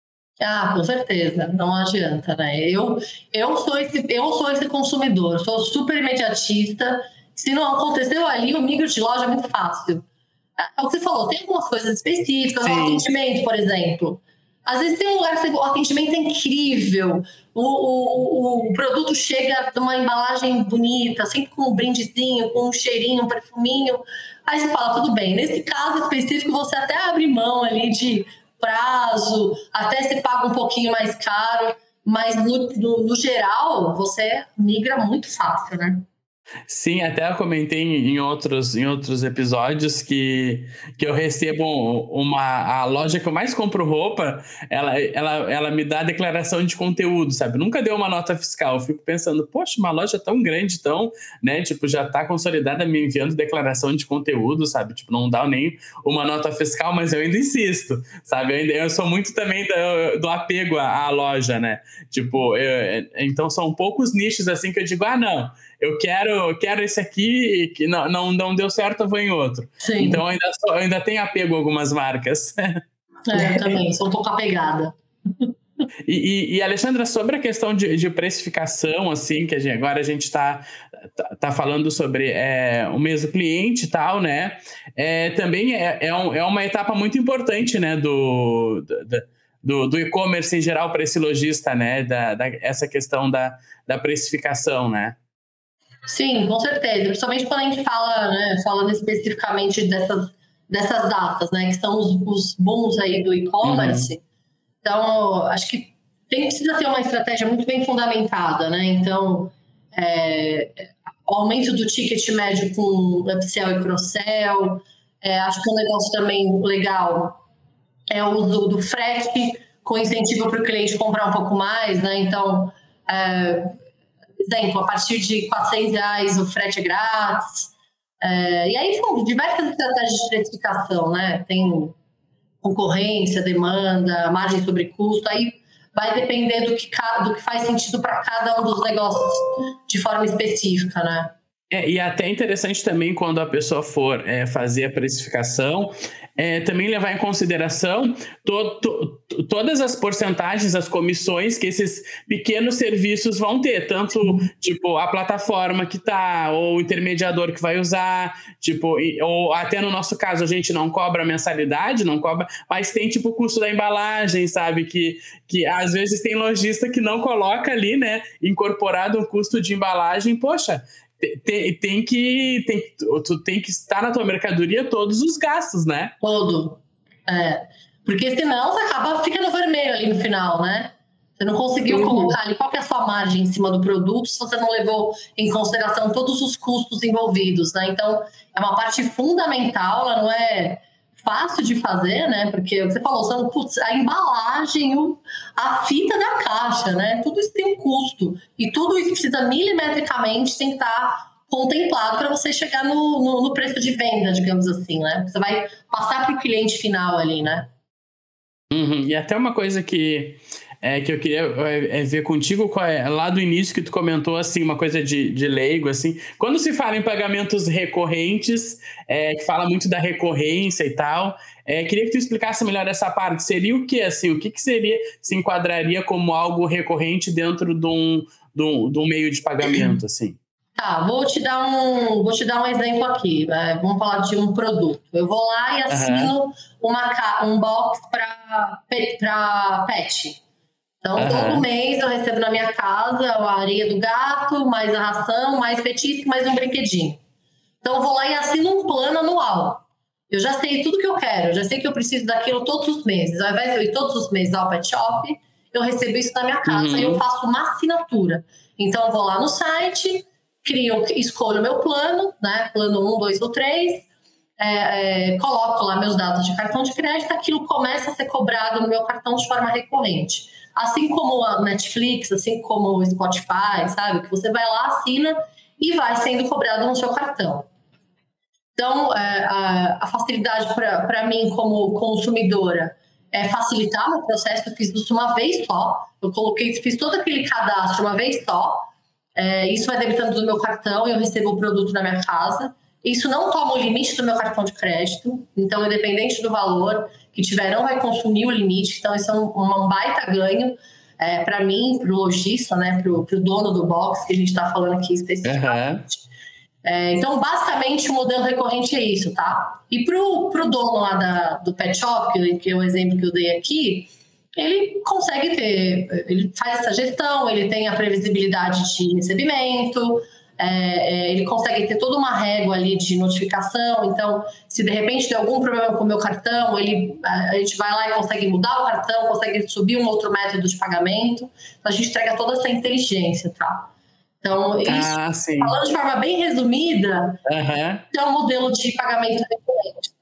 Ah, com certeza. Não adianta, né? Eu, eu, sou, esse, eu sou esse consumidor, sou super imediatista. Se não aconteceu ali, o migro de loja é muito fácil. É o que você falou, tem algumas coisas específicas, o atendimento, por exemplo. Às vezes tem um lugar que o atendimento é incrível, o, o, o produto chega numa embalagem bonita, sempre com um brindezinho, com um cheirinho, um perfuminho. Aí você fala, tudo bem, nesse caso específico você até abre mão ali de prazo, até você paga um pouquinho mais caro, mas no, no, no geral você migra muito fácil, né? Sim, até eu comentei em outros, em outros episódios que, que eu recebo uma... A loja que eu mais compro roupa, ela, ela, ela me dá declaração de conteúdo, sabe? Nunca deu uma nota fiscal. Eu fico pensando, poxa, uma loja tão grande, tão, né? Tipo, já tá consolidada me enviando declaração de conteúdo, sabe? Tipo, não dá nem uma nota fiscal, mas eu ainda insisto, sabe? Eu, ainda, eu sou muito também do, do apego à, à loja, né? Tipo, eu, então são poucos nichos assim que eu digo, ah, não, eu quero, eu quero esse aqui, que não, não, não deu certo, eu vou em outro. Sim. Então, eu ainda, sou, eu ainda tenho apego a algumas marcas. É, eu também, sou um pouco apegada. E, e, e, Alexandra, sobre a questão de, de precificação, assim, que a gente, agora a gente está tá, tá falando sobre é, o mesmo cliente e tal, né? É, também é, é, um, é uma etapa muito importante, né, do... do Do, do e-commerce em geral para esse lojista, né? Da, da, essa questão da, da precificação, né? Sim, com certeza. Principalmente quando a gente fala, né? Falando especificamente dessas, dessas datas, né? Que são os, os booms aí do e-commerce. Uhum. Então, acho que tem, precisa ter uma estratégia muito bem fundamentada, né? Então, é, o aumento do ticket médio com upsell e cross-sell. É, acho que um negócio também legal é o uso do frete com incentivo para o cliente comprar um pouco mais, né? Então, é, exemplo, a partir de quatrocentos reais o frete é grátis. É, e aí são diversas estratégias de precificação, né? Tem concorrência, demanda, margem sobre custo, aí vai depender do que, do que faz sentido para cada um dos negócios de forma específica, né? É, e até interessante também quando a pessoa for é, fazer a precificação, é, também levar em consideração to, to, todas as porcentagens, as comissões que esses pequenos serviços vão ter, tanto tipo a plataforma que tá, ou o intermediador que vai usar, tipo, ou até no nosso caso a gente não cobra mensalidade, não cobra, mas tem tipo o custo da embalagem, sabe, que, que às vezes tem lojista que não coloca ali, né, incorporado um custo de embalagem, poxa, Tem, tem, que, tem, tu tem que estar na tua mercadoria todos os gastos, né? Todo. É. Porque senão você acaba ficando vermelho ali no final, né? Você não conseguiu uhum. colocar ali qual que é a sua margem em cima do produto se você não levou em consideração todos os custos envolvidos, né? Então, é uma parte fundamental, ela não é fácil de fazer, né? Porque você falou, são, putz, a embalagem, o, a fita da caixa, né? Tudo isso tem um custo. E tudo isso precisa milimetricamente tem que estar contemplado para você chegar no, no, no preço de venda, digamos assim, né? Você vai passar para o cliente final ali, né? Uhum. E até uma coisa que, é, que eu queria é, ver contigo, qual é, lá do início que tu comentou, assim, uma coisa de, de leigo, assim, quando se fala em pagamentos recorrentes, é, que fala muito da recorrência e tal, é, queria que tu explicasse melhor essa parte. Seria o que, assim, o que, que seria, se enquadraria como algo recorrente dentro de um, de um, de um meio de pagamento, assim? Tá, vou te dar um, vou te dar um exemplo aqui. Né? Vamos falar de um produto. Eu vou lá e assino uhum. uma, um box para pet. Então, uhum. todo mês eu recebo na minha casa a areia do gato, mais a ração, mais petisco, mais um brinquedinho. Então, eu vou lá e assino um plano anual. Eu já sei tudo que eu quero, eu já sei que eu preciso daquilo todos os meses. Ao invés de eu ir todos os meses ao pet shop, eu recebo isso na minha casa uhum. e eu faço uma assinatura. Então, eu vou lá no site, crio, escolho o meu plano, né? Plano um, dois ou três, é, é, coloco lá meus dados de cartão de crédito, aquilo começa a ser cobrado no meu cartão de forma recorrente. Assim como a Netflix, assim como o Spotify, sabe? Que você vai lá, assina e vai sendo cobrado no seu cartão. Então, é, a, a facilidade para mim como consumidora é facilitar o processo. Eu fiz isso uma vez só. Eu coloquei, fiz todo aquele cadastro uma vez só. É, isso vai debitando do meu cartão e eu recebo o produto na minha casa. Isso não toma o limite do meu cartão de crédito. Então, independente do valor que tiver, não vai consumir o limite. Então, isso é um, um baita ganho é, para mim, para o lojista, né, para o dono do box, que a gente está falando aqui especificamente. Uhum. É, então, basicamente, o modelo recorrente é isso, tá? E para o dono lá da, do pet shop, que, que é o exemplo que eu dei aqui, ele consegue ter, ele faz essa gestão, ele tem a previsibilidade de recebimento, é, é, ele consegue ter toda uma régua ali de notificação. Então, se de repente tem algum problema com o meu cartão, ele, a gente vai lá e consegue mudar o cartão, consegue subir um outro método de pagamento. Então, a gente entrega toda essa inteligência, tá? Então, isso, ah, falando de forma bem resumida, uhum. é um modelo de pagamento recorrente.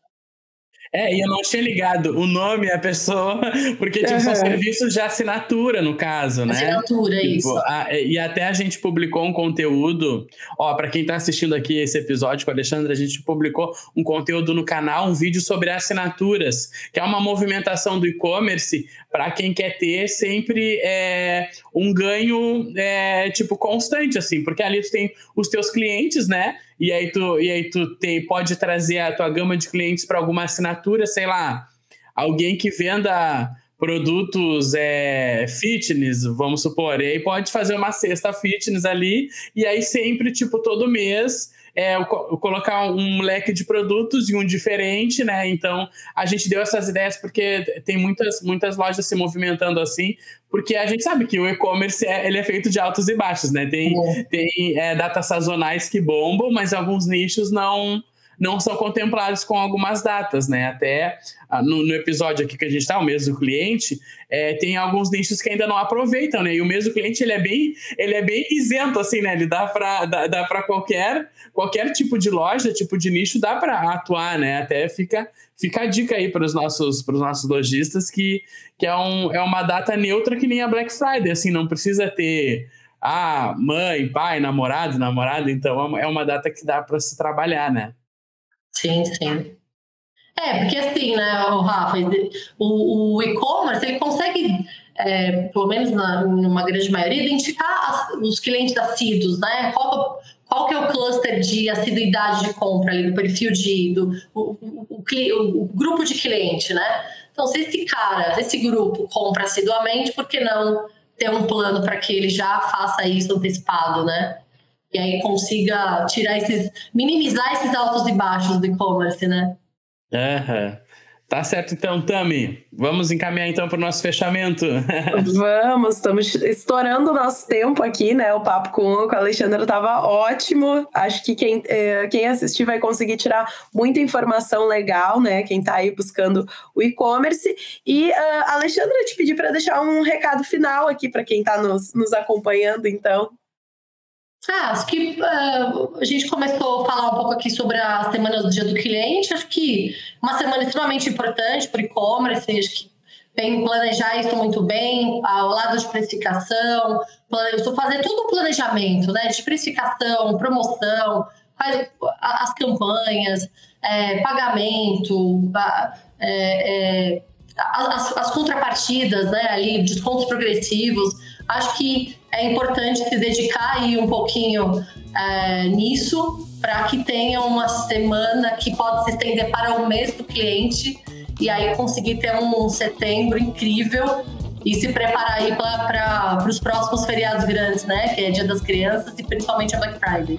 É, e eu não tinha ligado o nome e a pessoa, porque tipo, uhum. são serviços de assinatura, no caso, né? Assinatura, tipo, isso. A, e até a gente publicou um conteúdo, ó, para quem tá assistindo aqui esse episódio com a Alexandra, a gente publicou um conteúdo no canal, um vídeo sobre assinaturas, que é uma movimentação do e-commerce para quem quer ter sempre é, um ganho, é, tipo, constante, assim, porque ali tu tem os teus clientes, né? E aí tu, e aí tu tem, pode trazer a tua gama de clientes para alguma assinatura, sei lá, alguém que venda produtos é, fitness, vamos supor, e aí pode fazer uma cesta fitness ali, e aí sempre, tipo, todo mês, é, eu, eu colocar um leque de produtos e um diferente, né? Então, a gente deu essas ideias porque tem muitas, muitas lojas se movimentando assim, porque a gente sabe que o e-commerce é, ele é feito de altos e baixos, né? Tem, é. tem é, datas sazonais que bombam, mas alguns nichos não, não são contemplados com algumas datas, né? Até no, no episódio aqui que a gente está, o mês do cliente, é, tem alguns nichos que ainda não aproveitam, né? E o mês do cliente, ele é bem, ele é bem isento, assim, né? Ele dá para dá, dá para qualquer, qualquer tipo de loja, tipo de nicho, dá para atuar, né? Até fica, fica a dica aí para os nossos, pros nossos lojistas que, que é, um, é uma data neutra que nem a Black Friday, assim, não precisa ter ah, mãe, pai, namorado, namorada, então é uma data que dá para se trabalhar, né? Sim, sim. É, porque assim, né, o Rafa, o, o e-commerce, ele consegue, é, pelo menos na, numa grande maioria, identificar as, os clientes assíduos, né? Qual, qual qual que é o cluster de assiduidade de compra ali, do perfil de, do o, o, o, o grupo de cliente, né? Então, se esse cara, esse grupo compra assiduamente, por que não ter um plano para que ele já faça isso antecipado, né? E aí consiga tirar esses, minimizar esses altos e baixos do e-commerce, né? Aham. Tá certo então, Tami. Vamos encaminhar então para o nosso fechamento. Vamos, estamos estourando o nosso tempo aqui, né? O papo com, com a Alexandra estava ótimo. Acho que quem, eh, quem assistir vai conseguir tirar muita informação legal, né? Quem está aí buscando o e-commerce. E, uh, Alexandra, eu te pedi para deixar um recado final aqui para quem está nos, nos acompanhando, então. Ah, acho que uh, a gente começou a falar um pouco aqui sobre a semana do Dia do Cliente. Acho que uma semana extremamente importante para o e-commerce. Acho que tem planejar isso muito bem, ao lado de precificação, fazer todo um planejamento, né, de precificação, promoção, faz as campanhas, é, pagamento, é, é, as, as contrapartidas, né, ali, descontos progressivos. Acho que é importante se dedicar aí um pouquinho é, nisso, para que tenha uma semana que pode se estender para o mês do cliente e aí conseguir ter um setembro incrível e se preparar aí para os próximos feriados grandes, né? Que é Dia das Crianças e principalmente a Black Friday.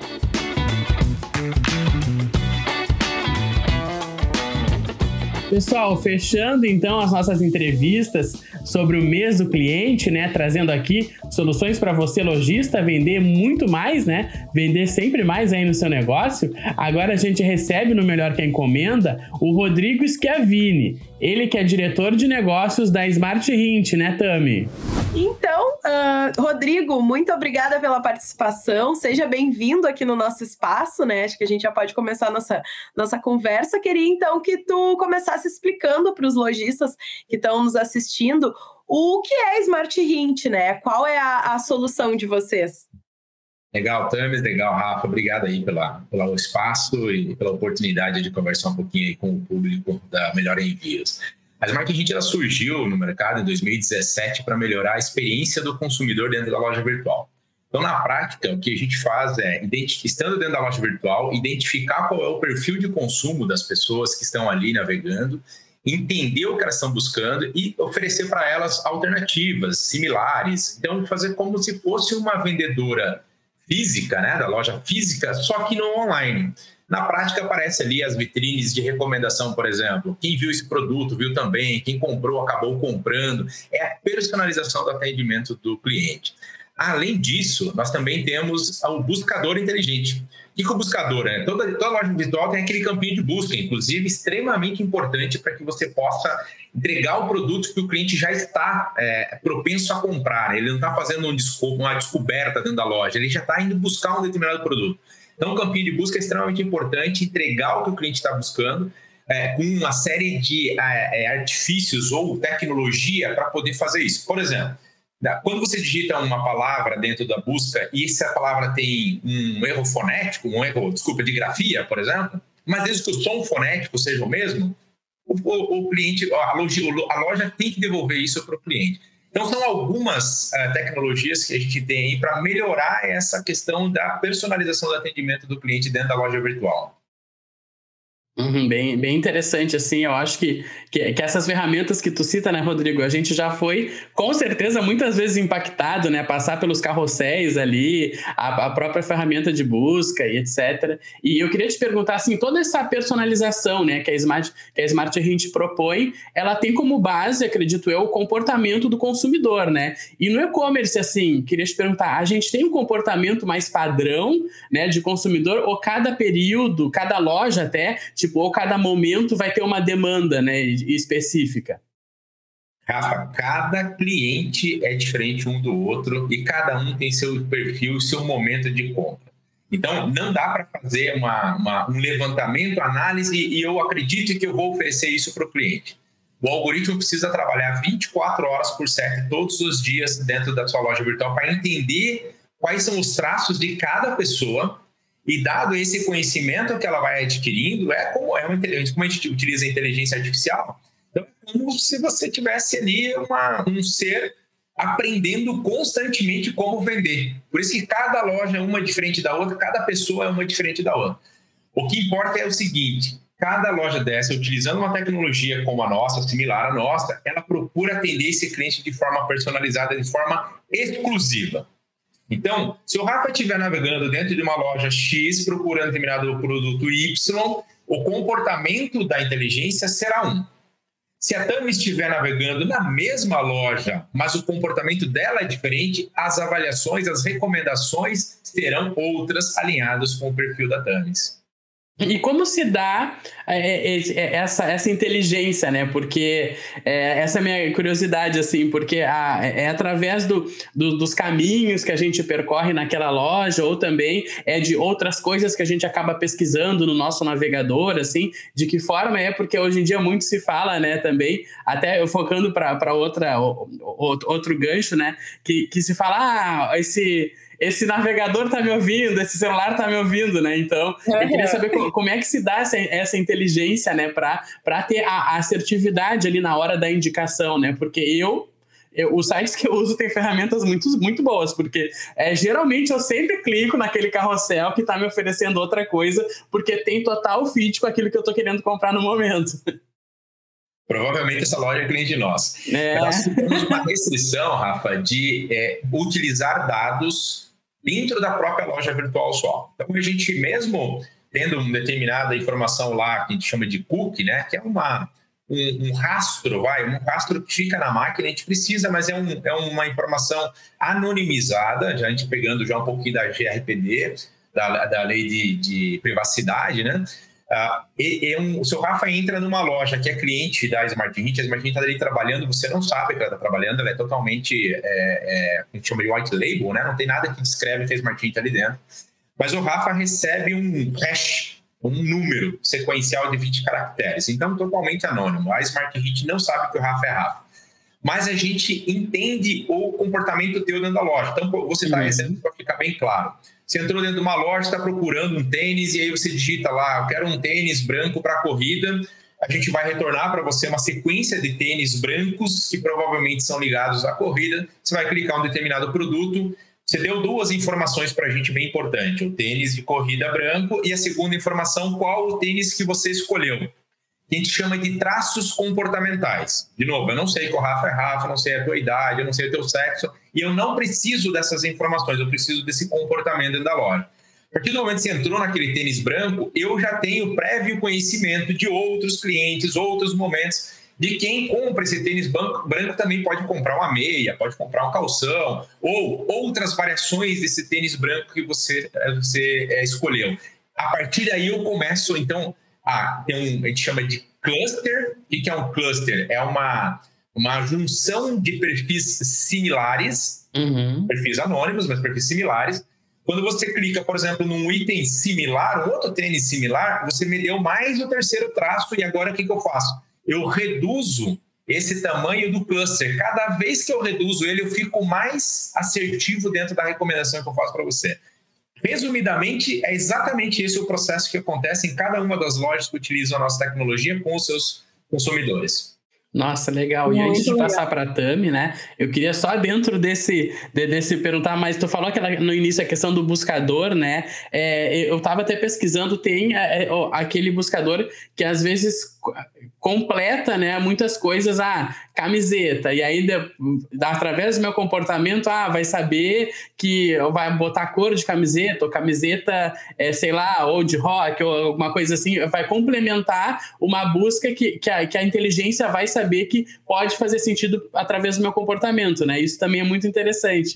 Pessoal, fechando então as nossas entrevistas sobre o mês do cliente, né? Trazendo aqui soluções para você, lojista, vender muito mais, né? Vender sempre mais aí no seu negócio. Agora a gente recebe no Melhor que a Encomenda o Rodrigo Schiavini. Ele que é diretor de negócios da Smart Hint, né, Tami? Então, uh, Rodrigo, muito obrigada pela participação. Seja bem-vindo aqui no nosso espaço, né? Acho que a gente já pode começar a nossa, nossa conversa. Queria, então, que tu começasse explicando para os lojistas que estão nos assistindo o que é Smart Hint, né? Qual é a, a solução de vocês? Legal, Tami, legal, Rafa. Obrigado aí pela, pelo espaço e pela oportunidade de conversar um pouquinho aí com o público da Melhor Envios. A Smart Hint ela surgiu no mercado em dois mil e dezessete para melhorar a experiência do consumidor dentro da loja virtual. Então, na prática, o que a gente faz é, estando dentro da loja virtual, identificar qual é o perfil de consumo das pessoas que estão ali navegando, entender o que elas estão buscando e oferecer para elas alternativas similares. Então, fazer como se fosse uma vendedora física, né, da loja física, só que no online. Na prática, aparece ali as vitrines de recomendação, por exemplo. Quem viu esse produto, viu também. Quem comprou, acabou comprando. É a personalização do atendimento do cliente. Além disso, nós também temos o buscador inteligente. O que é o buscador? Né? Toda, toda loja virtual tem aquele campinho de busca, inclusive extremamente importante para que você possa entregar o produto que o cliente já está é, propenso a comprar. Né? Ele não está fazendo um desco- uma descoberta dentro da loja, ele já está indo buscar um determinado produto. Então, o campinho de busca é extremamente importante, entregar o que o cliente está buscando, é, com uma série de é, artifícios ou tecnologia para poder fazer isso. Por exemplo, quando você digita uma palavra dentro da busca e essa palavra tem um erro fonético, um erro, desculpa, de grafia, por exemplo, mas desde que o som fonético seja o mesmo, o, o, o cliente, a loja, a loja tem que devolver isso para o cliente. Então, são algumas uh, tecnologias que a gente tem aí para melhorar essa questão da personalização do atendimento do cliente dentro da loja virtual. Uhum, bem, bem interessante, assim, eu acho que, que, que essas ferramentas que tu cita, né, Rodrigo, a gente já foi, com certeza, muitas vezes impactado, né, passar pelos carrosséis ali, a, a própria ferramenta de busca e etcétera. E eu queria te perguntar, assim, toda essa personalização, né, que a Smart, que a Smart Hint propõe, ela tem como base, acredito eu, o comportamento do consumidor, né? E no e-commerce, assim, queria te perguntar, a gente tem um comportamento mais padrão, né, de consumidor, ou cada período, cada loja até, tipo, ou cada momento vai ter uma demanda, né, específica? Rafa, cada cliente é diferente um do outro e cada um tem seu perfil, seu momento de compra. Então, não dá para fazer uma, uma, um levantamento, análise e eu acredito que eu vou oferecer isso para o cliente. O algoritmo precisa trabalhar vinte e quatro horas por sete todos os dias dentro da sua loja virtual para entender quais são os traços de cada pessoa. E dado esse conhecimento que ela vai adquirindo, é como, é uma, como a gente utiliza a inteligência artificial. Então, é como se você tivesse ali uma, um ser aprendendo constantemente como vender. Por isso que cada loja é uma diferente da outra, cada pessoa é uma diferente da outra. O que importa é o seguinte, cada loja dessa, utilizando uma tecnologia como a nossa, similar à nossa, ela procura atender esse cliente de forma personalizada, de forma exclusiva. Então, se o Rafa estiver navegando dentro de uma loja X, procurando determinado produto Y, o comportamento da inteligência será um. Se a Tami estiver navegando na mesma loja, mas o comportamento dela é diferente, as avaliações, as recomendações serão outras, alinhadas com o perfil da Tamis. E como se dá é, é, essa, essa inteligência, né? Porque é, essa é a minha curiosidade, assim, porque a, é através do, do, dos caminhos que a gente percorre naquela loja, ou também é de outras coisas que a gente acaba pesquisando no nosso navegador, assim, de que forma é, porque hoje em dia muito se fala, né, também, até eu focando para outra outro gancho, né, que, que se fala, ah, esse... esse navegador tá me ouvindo, esse celular tá me ouvindo, né? Então, eu queria saber como, como é que se dá essa, essa inteligência, né? Para para ter a, a assertividade ali na hora da indicação, né? Porque eu, eu, os sites que eu uso têm ferramentas muito, muito boas, porque é, geralmente eu sempre clico naquele carrossel que tá me oferecendo outra coisa, porque tem total fit com aquilo que eu tô querendo comprar no momento. Provavelmente essa loja é cliente nossa. É. Nós temos uma restrição, Rafa, de é, utilizar dados dentro da própria loja virtual só. Então, a gente mesmo tendo uma determinada informação lá, que a gente chama de cookie, né, que é uma, um, um rastro, vai, um rastro que fica na máquina, a gente precisa, mas é, um, é uma informação anonimizada, já a gente pegando já um pouquinho da G R P D, da, da lei de, de privacidade, né? Uh, e, e um, o seu Rafa entra numa loja que é cliente da Smart Hit, a Smart Hit está ali trabalhando, você não sabe que ela está trabalhando, ela é totalmente, é, é, a gente chama de white label, né? Não tem nada que descreve que a Smart Hit ali dentro. Mas o Rafa recebe um hash, um número sequencial de vinte caracteres, então totalmente anônimo. A Smart Hit não sabe que o Rafa é Rafa. Mas a gente entende o comportamento teu dentro da loja. Então, você está recebendo para ficar bem claro. Você entrou dentro de uma loja, está procurando um tênis, e aí você digita lá, eu quero um tênis branco para corrida. A gente vai retornar para você uma sequência de tênis brancos que provavelmente são ligados à corrida. Você vai clicar em um determinado produto. Você deu duas informações para a gente bem importantes. O tênis de corrida branco e a segunda informação, qual o tênis que você escolheu. Que a gente chama de traços comportamentais. De novo, eu não sei que o Rafa é Rafa, eu não sei a tua idade, eu não sei o teu sexo, e eu não preciso dessas informações, eu preciso desse comportamento dentro da loja. A partir do momento que você entrou naquele tênis branco, eu já tenho prévio conhecimento de outros clientes, outros momentos, de quem compra esse tênis branco, branco também pode comprar uma meia, pode comprar um calção, ou outras variações desse tênis branco que você, você é, escolheu. A partir daí eu começo, então... Ah, tem um, a gente chama de cluster. O que é um cluster? É uma, uma junção de perfis similares, uhum. perfis anônimos, mas perfis similares. Quando você clica, por exemplo, num item similar, um outro tênis similar, você me deu mais o terceiro traço, e agora o que, que eu faço? Eu reduzo esse tamanho do cluster. Cada vez que eu reduzo ele, eu fico mais assertivo dentro da recomendação que eu faço para você. Resumidamente, é exatamente esse o processo que acontece em cada uma das lojas que utilizam a nossa tecnologia com os seus consumidores. Nossa, legal. Muito e antes de passar para a Tami, né, eu queria só dentro desse, de, desse perguntar, mas tu falou que no início a questão do buscador, né, é, eu estava até pesquisando, tem é, aquele buscador que às vezes completa, né, muitas coisas, ah, camiseta, e aí de, através do meu comportamento, ah, vai saber que vai botar cor de camiseta, ou camiseta, é, sei lá, ou de rock, ou alguma coisa assim, vai complementar uma busca que, que, a, que a inteligência vai saber que pode fazer sentido através do meu comportamento, né, isso também é muito interessante.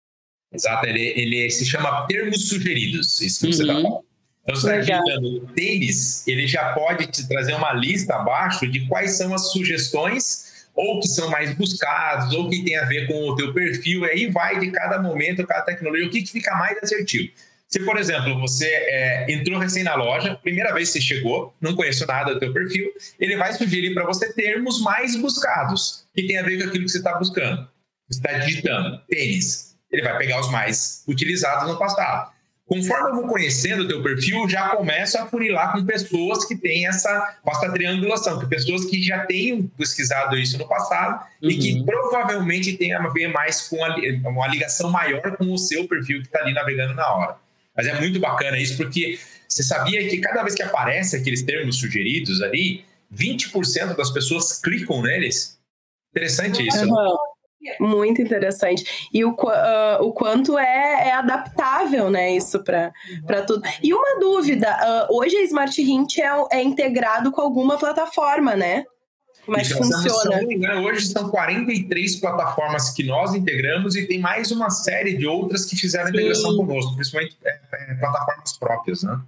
Exato, ele, ele se chama termos sugeridos, isso que uhum. você está falando. Então, você está digitando tênis, ele já pode te trazer uma lista abaixo de quais são as sugestões, ou que são mais buscados, ou que tem a ver com o teu perfil, e aí vai de cada momento, cada tecnologia, o que, que fica mais assertivo. Se, por exemplo, você é, entrou recém na loja, primeira vez que você chegou, não conheceu nada do teu perfil, ele vai sugerir para você termos mais buscados, que tem a ver com aquilo que você está buscando. Você está digitando tênis, ele vai pegar os mais utilizados no passado. Conforme eu vou conhecendo o teu perfil, já começo a funilar com pessoas que têm essa, essa triangulação, que pessoas que já tenham pesquisado isso no passado uhum. e que provavelmente tem a ver mais com a, uma ligação maior com o seu perfil que está ali navegando na hora. Mas é muito bacana isso, porque você sabia que cada vez que aparece aqueles termos sugeridos ali, vinte por cento das pessoas clicam neles? Interessante isso. Uhum. Muito interessante. E o, uh, o quanto é, é adaptável, né, isso para tudo. E uma dúvida, uh, hoje a Smart Hint é, é integrado com alguma plataforma, né? Como é que funciona? Se não me engano, hoje são quarenta e três plataformas que nós integramos e tem mais uma série de outras que fizeram a integração conosco, principalmente é, é, plataformas próprias, né?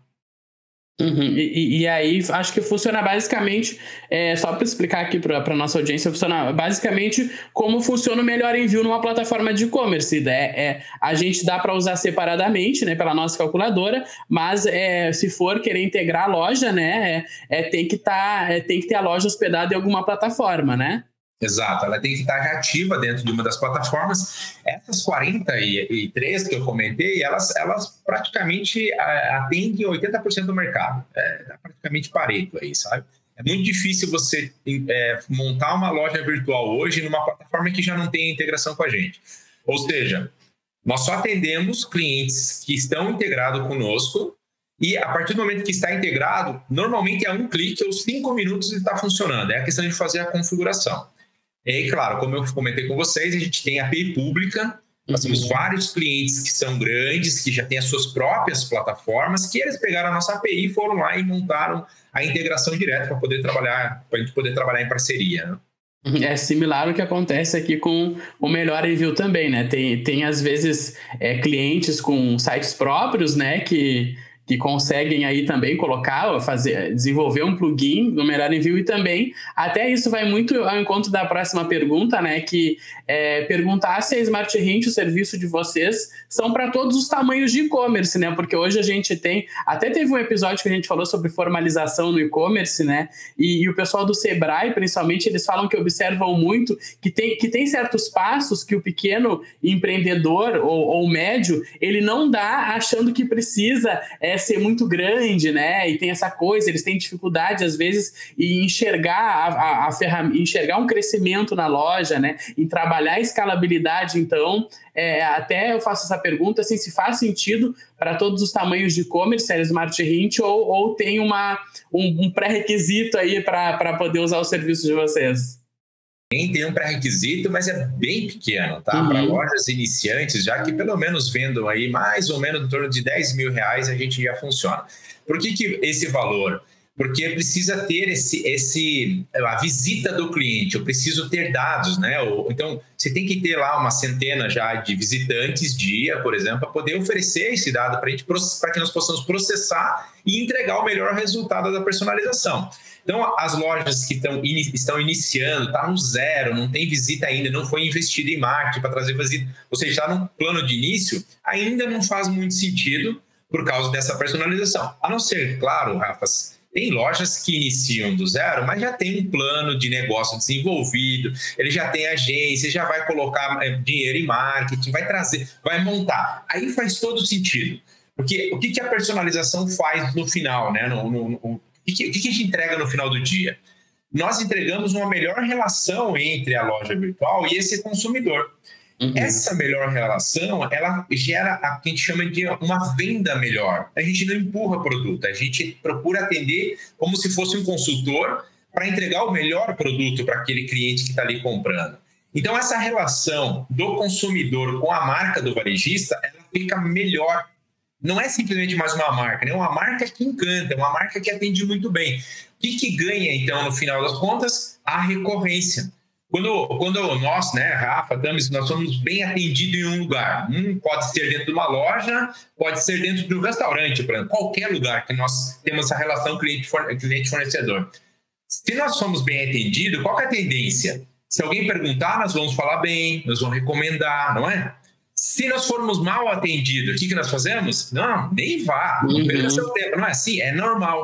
Uhum. E, e aí, acho que funciona basicamente, é, só para explicar aqui para a nossa audiência, funciona basicamente como funciona o melhor envio numa plataforma de e-commerce. É, é, a gente dá para usar separadamente, né, pela nossa calculadora, mas é, se for querer integrar a loja, né, é, é, tem, que tá, é, tem que ter a loja hospedada em alguma plataforma, né? Exato, ela tem que estar já ativa dentro de uma das plataformas. Essas quarenta e três que eu comentei, elas, elas praticamente atendem oitenta por cento do mercado. É praticamente pareto aí, sabe? É muito difícil você é, montar uma loja virtual hoje numa plataforma que já não tem integração com a gente. Ou seja, nós só atendemos clientes que estão integrados conosco e a partir do momento que está integrado, normalmente é um clique ou cinco minutos e está funcionando. É a questão de fazer a configuração. E aí, claro, como eu comentei com vocês, a gente tem a A P I pública, nós temos uhum. vários clientes que são grandes, que já têm as suas próprias plataformas, que eles pegaram a nossa A P I, foram lá e montaram a integração direta para poder trabalhar, para a gente poder trabalhar em parceria, né? É similar ao que acontece aqui com o Melhor Envio também, né? Tem, tem às vezes, é, clientes com sites próprios, né, que... que conseguem aí também colocar, fazer, desenvolver um plugin no Melhor Envio e também, até isso vai muito ao encontro da próxima pergunta, né, que é perguntar se a Smart Hint, o serviço de vocês, são para todos os tamanhos de e-commerce, né, porque hoje a gente tem, até teve um episódio que a gente falou sobre formalização no e-commerce, né, e, e o pessoal do Sebrae, principalmente, eles falam que observam muito que tem, que tem certos passos que o pequeno empreendedor ou, ou médio, ele não dá achando que precisa é, ser muito grande, né? E tem essa coisa, eles têm dificuldade, às vezes, em enxergar, a, a, a ferramenta, enxergar um crescimento na loja, né? Em trabalhar a escalabilidade. Então, é, até eu faço essa pergunta, assim, se faz sentido para todos os tamanhos de e-commerce, a Smart Hint, ou, ou tem uma, um, um pré-requisito aí para poder usar o serviço de vocês? Tem um pré-requisito, mas é bem pequeno, tá? Uhum. Para lojas iniciantes, já que pelo menos vendam aí mais ou menos em torno de dez mil reais, a gente já funciona. Por que, que esse valor? Porque precisa ter esse, esse, a visita do cliente, eu preciso ter dados, né? Então, você tem que ter lá uma centena já de visitantes dia, por exemplo, para poder oferecer esse dado para a gente, para que nós possamos processar e entregar o melhor resultado da personalização. Então, as lojas que estão, estão iniciando, está no zero, não tem visita ainda, não foi investido em marketing para trazer visita, ou seja, está no plano de início, ainda não faz muito sentido por causa dessa personalização. A não ser, claro, Rafa, tem lojas que iniciam do zero, mas já tem um plano de negócio desenvolvido, ele já tem agência, já vai colocar dinheiro em marketing, vai trazer, vai montar. Aí faz todo sentido. Porque o que, que a personalização faz no final, né? No, no, no, O que, o que a gente entrega no final do dia? Nós entregamos uma melhor relação entre a loja virtual e esse consumidor. Uhum. Essa melhor relação, ela gera a que a gente chama de uma venda melhor. A gente não empurra produto, a gente procura atender como se fosse um consultor para entregar o melhor produto para aquele cliente que está ali comprando. Então, essa relação do consumidor com a marca do varejista, ela fica melhor. Não é simplesmente mais uma marca, né? É uma marca que encanta, é uma marca que atende muito bem. O que, que ganha, então, no final das contas? A recorrência. Quando, quando nós, né, Rafa, Dames, nós somos bem atendidos em um lugar. Um pode ser dentro de uma loja, pode ser dentro de um restaurante, por exemplo. Qualquer lugar que nós temos essa relação cliente-fornecedor. Se nós somos bem atendidos, qual que é a tendência? Se alguém perguntar, nós vamos falar bem, nós vamos recomendar, não é? Se nós formos mal atendidos, o que, que nós fazemos? Não, nem vá, não perca seu tempo. Não é assim? É normal.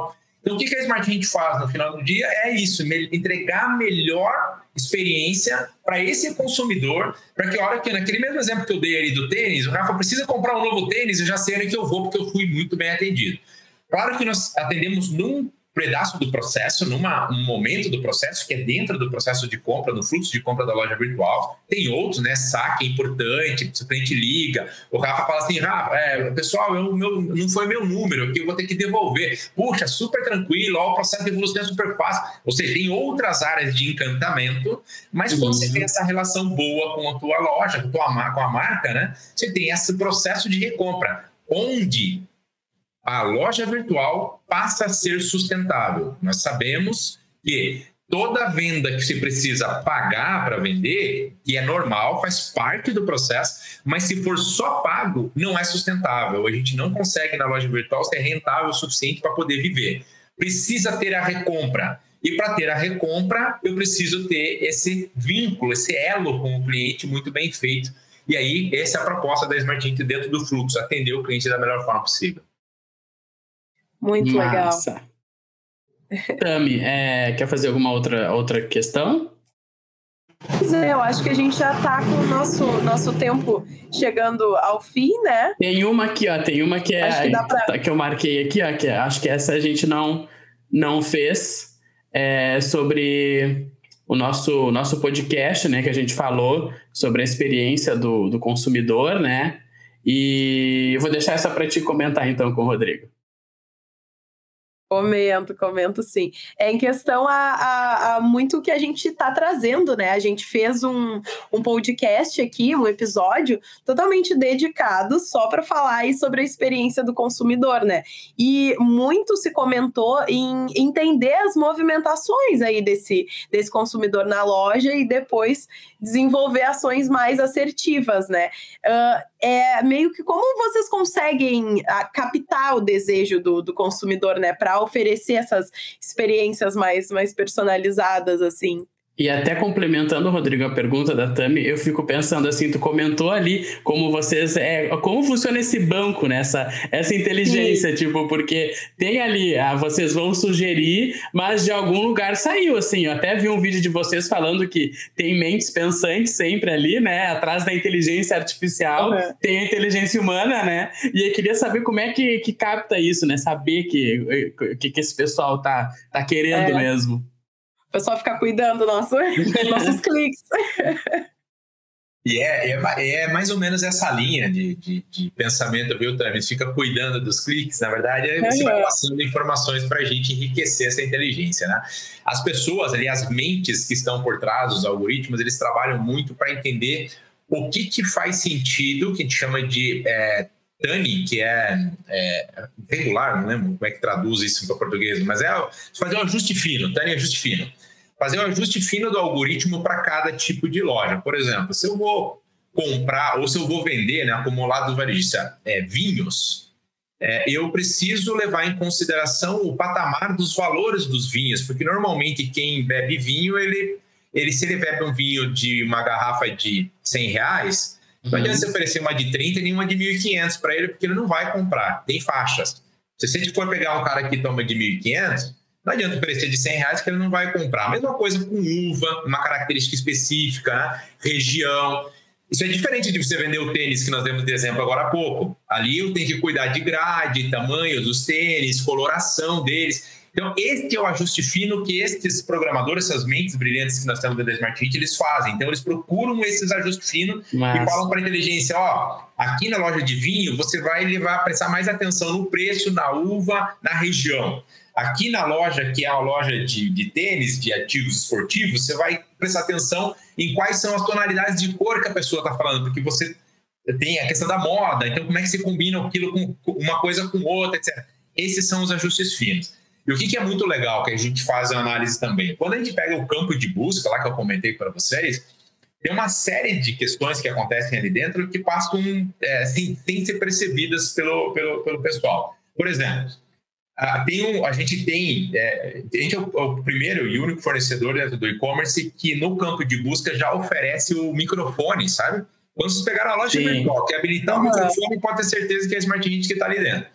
Então, o que a Smart Hint faz no final do dia é isso, entregar a melhor experiência para esse consumidor, para que a hora que, naquele mesmo exemplo que eu dei ali do tênis, o Rafa precisa comprar um novo tênis, eu já sei onde que eu vou, porque eu fui muito bem atendido. Claro que nós atendemos num pedaço do processo, num um momento do processo, que é dentro do processo de compra, no fluxo de compra da loja virtual. Tem outros, né? Saque é importante, se o cliente liga, o Rafa fala assim, Rafa, é, pessoal, eu, meu, não foi meu número, que eu vou ter que devolver. Puxa, super tranquilo, ó, o processo de devolução é super fácil. Ou seja, tem outras áreas de encantamento, mas quando uhum. você tem essa relação boa com a tua loja, com a, tua, com a marca, né? Você tem esse processo de recompra, onde a loja virtual passa a ser sustentável. Nós sabemos que toda venda que você precisa pagar para vender, que é normal, faz parte do processo, mas se for só pago, não é sustentável. A gente não consegue na loja virtual ser rentável o suficiente para poder viver. Precisa ter a recompra. E para ter a recompra, eu preciso ter esse vínculo, esse elo com o cliente muito bem feito. E aí, essa é a proposta da Smart Hint dentro do fluxo, atender o cliente da melhor forma possível. Muito Massa. Legal. Tami, é, quer fazer alguma outra, outra questão? Pois é, eu acho que a gente já está com o nosso, nosso tempo chegando ao fim, né? Tem uma aqui, ó, tem uma que é que, pra... que eu marquei aqui, ó, que é, acho que essa a gente não, não fez, é, sobre o nosso, nosso podcast, né, que a gente falou sobre a experiência do, do consumidor, né? E eu vou deixar essa para te comentar então com o Rodrigo. Comento, comento sim. É em questão a, a, a muito que a gente está trazendo, né? A gente fez um, um podcast aqui, um episódio totalmente dedicado só para falar aí sobre a experiência do consumidor, né? E muito se comentou em entender as movimentações aí desse, desse consumidor na loja e depois desenvolver ações mais assertivas, né? Uh, é meio que como vocês conseguem uh, captar o desejo do, do consumidor, né? Para oferecer essas experiências mais, mais personalizadas, assim. E até complementando, Rodrigo, a pergunta da Tami, eu fico pensando assim, tu comentou ali como vocês, é, como funciona esse banco, né? Essa, essa inteligência, Sim. tipo, porque tem ali, ah, vocês vão sugerir, mas de algum lugar saiu, assim, eu até vi um vídeo de vocês falando que tem mentes pensantes sempre ali, né? Atrás da inteligência artificial, uhum. tem a inteligência humana, né? E eu queria saber como é que, que capta isso, né? Saber que, que, que esse pessoal tá, tá querendo é. mesmo. O pessoal ficar cuidando dos nosso, nossos cliques. E é, é, é mais ou menos essa linha de, de, de pensamento, viu, Tami? Fica cuidando dos cliques, na verdade, é, você é. vai passando informações para a gente enriquecer essa inteligência, né? As pessoas ali, as mentes que estão por trás dos algoritmos, eles trabalham muito para entender o que, que faz sentido, que a gente chama de é, T A N I, que é, é regular, não lembro como é que traduz isso para português, mas é fazer um ajuste fino, T A N I é ajuste fino. Fazer um ajuste fino do algoritmo para cada tipo de loja. Por exemplo, se eu vou comprar ou se eu vou vender, né, acumulado do varejista, é, vinhos, é, eu preciso levar em consideração o patamar dos valores dos vinhos, porque normalmente quem bebe vinho, ele, ele se ele bebe um vinho de uma garrafa de cem reais, uhum. não adianta você oferecer uma de trinta nem uma de mil e quinhentos para ele, porque ele não vai comprar. Tem faixas. Se você for pegar um cara que toma de mil e quinhentos, não adianta oferecer de cem reais que ele não vai comprar. A mesma coisa com uva, uma característica específica, né? Região. Isso é diferente de você vender o tênis que nós demos de exemplo agora há pouco. Ali eu tenho que cuidar de grade, tamanho dos tênis, coloração deles. Então, esse é o ajuste fino que esses programadores, essas mentes brilhantes que nós temos dentro da Smart Hint, eles fazem. Então, eles procuram esses ajustes finos Mas... e falam para a inteligência, ó, aqui na loja de vinho, você vai levar, prestar mais atenção no preço, na uva, na região. Aqui na loja, que é a loja de, de tênis, de artigos esportivos, você vai prestar atenção em quais são as tonalidades de cor que a pessoa está falando, porque você tem a questão da moda, então como é que você combina aquilo com uma coisa com outra, etcétera. Esses são os ajustes finos. E o que, que é muito legal, que a gente faz a análise também? Quando a gente pega o campo de busca, lá que eu comentei para vocês, tem uma série de questões que acontecem ali dentro que passam é, assim, sem ser percebidas pelo, pelo, pelo pessoal. Por exemplo, Uh, tem um, a gente tem, é, a gente é o, o primeiro e único fornecedor dentro do e-commerce que no campo de busca já oferece o microfone, sabe? Quando vocês pegaram a loja Sim. virtual, que habilitar o uhum. microfone, pode ter certeza que é a Smart Hint que está ali dentro.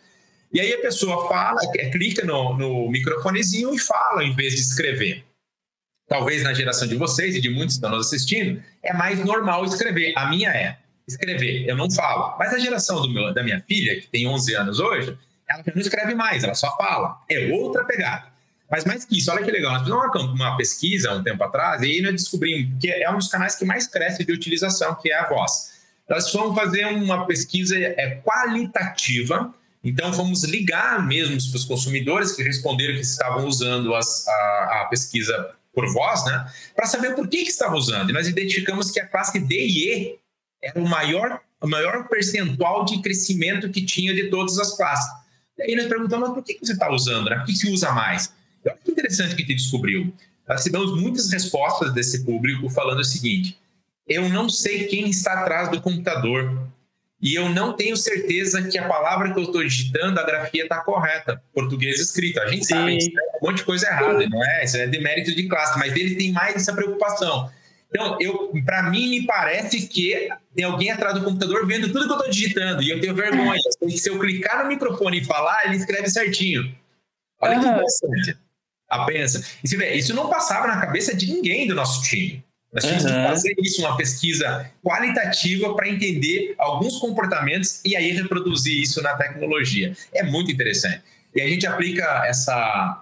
E aí a pessoa fala, clica no, no microfonezinho e fala em vez de escrever. Talvez na geração de vocês e de muitos que estão nos assistindo, é mais normal escrever. A minha é escrever, eu não falo. Mas a geração do meu, da minha filha, que tem onze anos hoje, ela não escreve mais, ela só fala. É outra pegada. Mas mais que isso, olha que legal, nós fizemos uma, uma pesquisa um tempo atrás, e aí nós descobrimos que é um dos canais que mais cresce de utilização, que é a voz. Nós fomos fazer uma pesquisa é, qualitativa, então fomos ligar mesmo para os consumidores que responderam que estavam usando as, a, a pesquisa por voz, né, para saber por que, que estavam usando. E nós identificamos que a classe D e E era o maior, o maior percentual de crescimento que tinha de todas as classes. E aí nós perguntamos, mas por que, que você está usando, né? Por que, que se usa mais? E olha que interessante que a gente descobriu. Nós recebemos muitas respostas desse público falando o seguinte: eu não sei quem está atrás do computador e eu não tenho certeza que a palavra que eu estou digitando, a grafia está correta, português escrito. A gente Sim. sabe, isso é um monte de coisa errada, não é? Isso é demérito de classe, mas eles têm mais essa preocupação. Então, para mim, me parece que tem alguém atrás do computador vendo tudo que eu estou digitando e eu tenho vergonha. Se eu clicar no microfone e falar, ele escreve certinho. Olha uhum. que interessante. A pensa. Isso não passava na cabeça de ninguém do nosso time. Nós tínhamos uhum. que fazer isso, uma pesquisa qualitativa para entender alguns comportamentos e aí reproduzir isso na tecnologia. É muito interessante. E a gente aplica essa,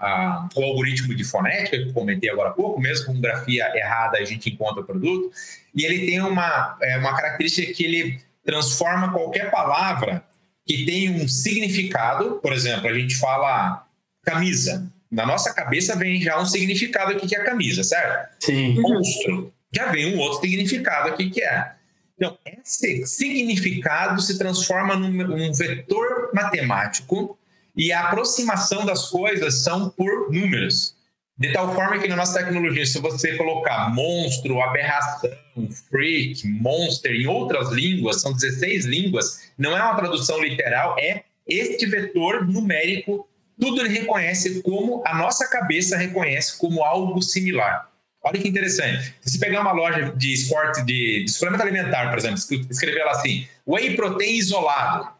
a, o algoritmo de fonética, que eu comentei agora há pouco, mesmo com grafia errada a gente encontra o produto, e ele tem uma, é, uma característica que ele transforma qualquer palavra que tem um significado. Por exemplo, a gente fala camisa. Na nossa cabeça vem já um significado aqui que é a camisa, certo? Sim. Monstro. Já vem um outro significado aqui que é. Então, esse significado se transforma num, num vetor matemático e a aproximação das coisas são por números. De tal forma que na nossa tecnologia, se você colocar monstro, aberração, freak, monster em outras línguas, são dezesseis línguas, não é uma tradução literal, é este vetor numérico, tudo ele reconhece como a nossa cabeça reconhece como algo similar. Olha que interessante. Se você pegar uma loja de esporte, de, de suplemento alimentar, por exemplo, escrever lá assim, whey protein isolado,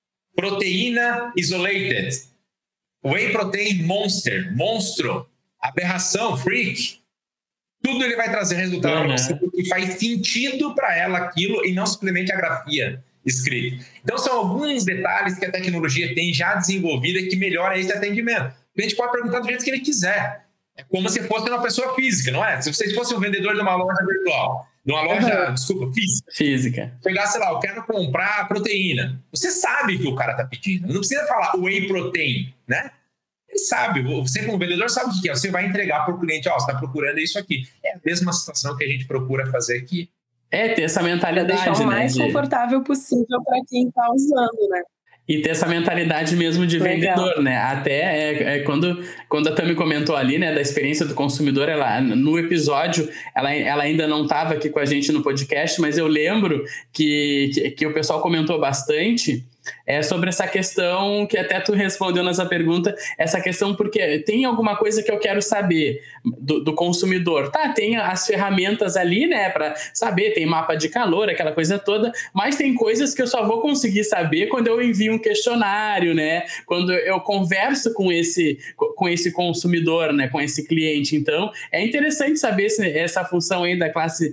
proteína isolated, whey protein monster, monstro, aberração, freak, tudo ele vai trazer resultado uhum. para você, porque faz sentido para ela aquilo e não simplesmente a grafia escrita. Então são alguns detalhes que a tecnologia tem já desenvolvida que melhora esse atendimento. A gente pode perguntar do jeito que ele quiser. É como se fosse uma pessoa física, não é? Se vocês fossem um vendedor de uma loja virtual, de uma loja, uhum. desculpa, física. Física. Pegar, sei lá, eu quero comprar proteína. Você sabe que o cara está pedindo. Não precisa falar whey protein, né? Ele sabe. Você como vendedor sabe o que é. Você vai entregar para o cliente, ó, oh, você está procurando isso aqui. É a mesma situação que a gente procura fazer aqui. É, ter essa mentalidade, pra deixar o mais né, confortável possível para quem está usando, né? E ter essa mentalidade mesmo de Legal. vendedor, né? Até é, é quando, quando a Tami comentou ali, né, da experiência do consumidor, ela, no episódio, ela, ela ainda não estava aqui com a gente no podcast, mas eu lembro que, que, que o pessoal comentou bastante é sobre essa questão que até tu respondeu nessa pergunta, essa questão porque tem alguma coisa que eu quero saber do, do consumidor. Tá, tem as ferramentas ali, né, para saber, tem mapa de calor, aquela coisa toda, mas tem coisas que eu só vou conseguir saber quando eu envio um questionário, né, quando eu converso com esse, com esse consumidor, né, com esse cliente. Então, é interessante saber se, essa função aí da classe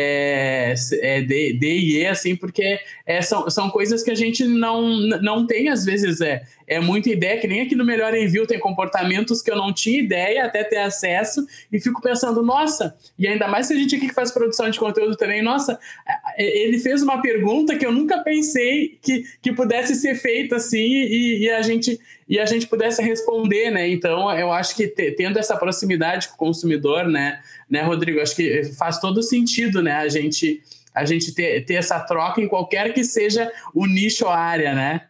é, é, D, D e E, assim, porque é, são, são coisas que a gente não Não, não tem, às vezes, é, é muita ideia, que nem aqui no Melhor Envio tem comportamentos que eu não tinha ideia até ter acesso e fico pensando, nossa, e ainda mais que a gente aqui que faz produção de conteúdo também, nossa, ele fez uma pergunta que eu nunca pensei que, que pudesse ser feita assim e, e, a gente, e a gente pudesse responder, né? Então, eu acho que te, tendo essa proximidade com o consumidor, né, né, Rodrigo, acho que faz todo sentido, né, a gente... a gente ter, ter essa troca em qualquer que seja o nicho ou a área, né?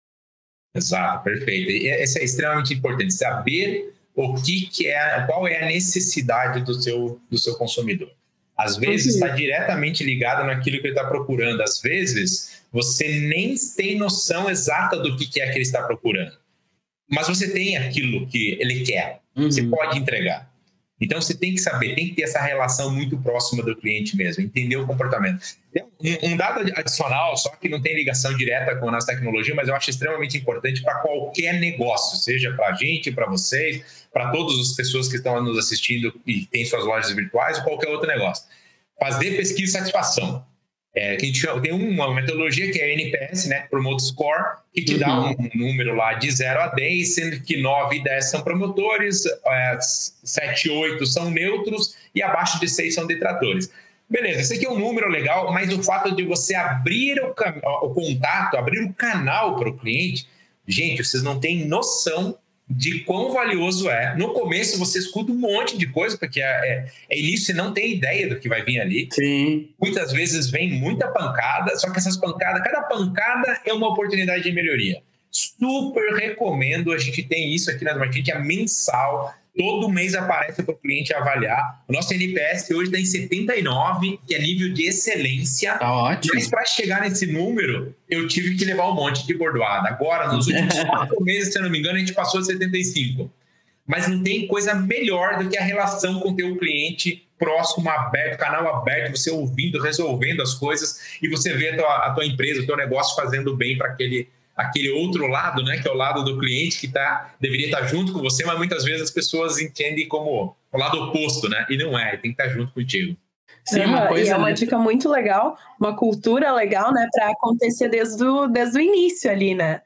Exato, perfeito. E isso é extremamente importante, saber o que, que é, qual é a necessidade do seu, do seu consumidor. Às vezes está diretamente ligado naquilo que ele está procurando. Às vezes você nem tem noção exata do que, que é que ele está procurando. Mas você tem aquilo que ele quer. Uhum. Você pode entregar. Então, você tem que saber, tem que ter essa relação muito próxima do cliente mesmo, entender o comportamento. Tem um, um dado adicional, só que não tem ligação direta com a nossa tecnologia, mas eu acho extremamente importante para qualquer negócio, seja para a gente, para vocês, para todas as pessoas que estão nos assistindo e têm suas lojas virtuais ou qualquer outro negócio. Fazer pesquisa de satisfação. É, que a gente chama, tem uma metodologia que é N P S, né, Promote Score, que te dá um, um número lá de zero a dez, sendo que nove e dez são promotores, é, sete e oito são neutros e abaixo de seis são detratores. Beleza, esse aqui é um número legal, mas o fato de você abrir o, o contato, abrir o canal para o cliente, gente, vocês não têm noção de quão valioso é. No começo você escuta um monte de coisa, porque é, é, é início, você não tem ideia do que vai vir ali. Sim. Muitas vezes vem muita pancada, só que essas pancadas, cada pancada é uma oportunidade de melhoria. Super recomendo, a gente tem isso aqui na Smart Hint, é mensal, todo mês aparece para o cliente avaliar. O nosso N P S hoje está em setenta e nove, que é nível de excelência. Tá ótimo. Mas para chegar nesse número, eu tive que levar um monte de bordoada. Agora, nos últimos quatro meses, se eu não me engano, a gente passou de setenta e cinco. Mas não tem coisa melhor do que a relação com o teu cliente próximo, aberto, canal aberto, você ouvindo, resolvendo as coisas e você vê a tua, a tua empresa, o teu negócio fazendo bem para aquele... aquele outro lado, né, que é o lado do cliente que tá, deveria estar junto com você, mas muitas vezes as pessoas entendem como o lado oposto, né? E não é, tem que estar junto contigo. Sim, uma coisa, e é uma dica muito legal, uma cultura legal, né, para acontecer desde o, desde o início ali, né?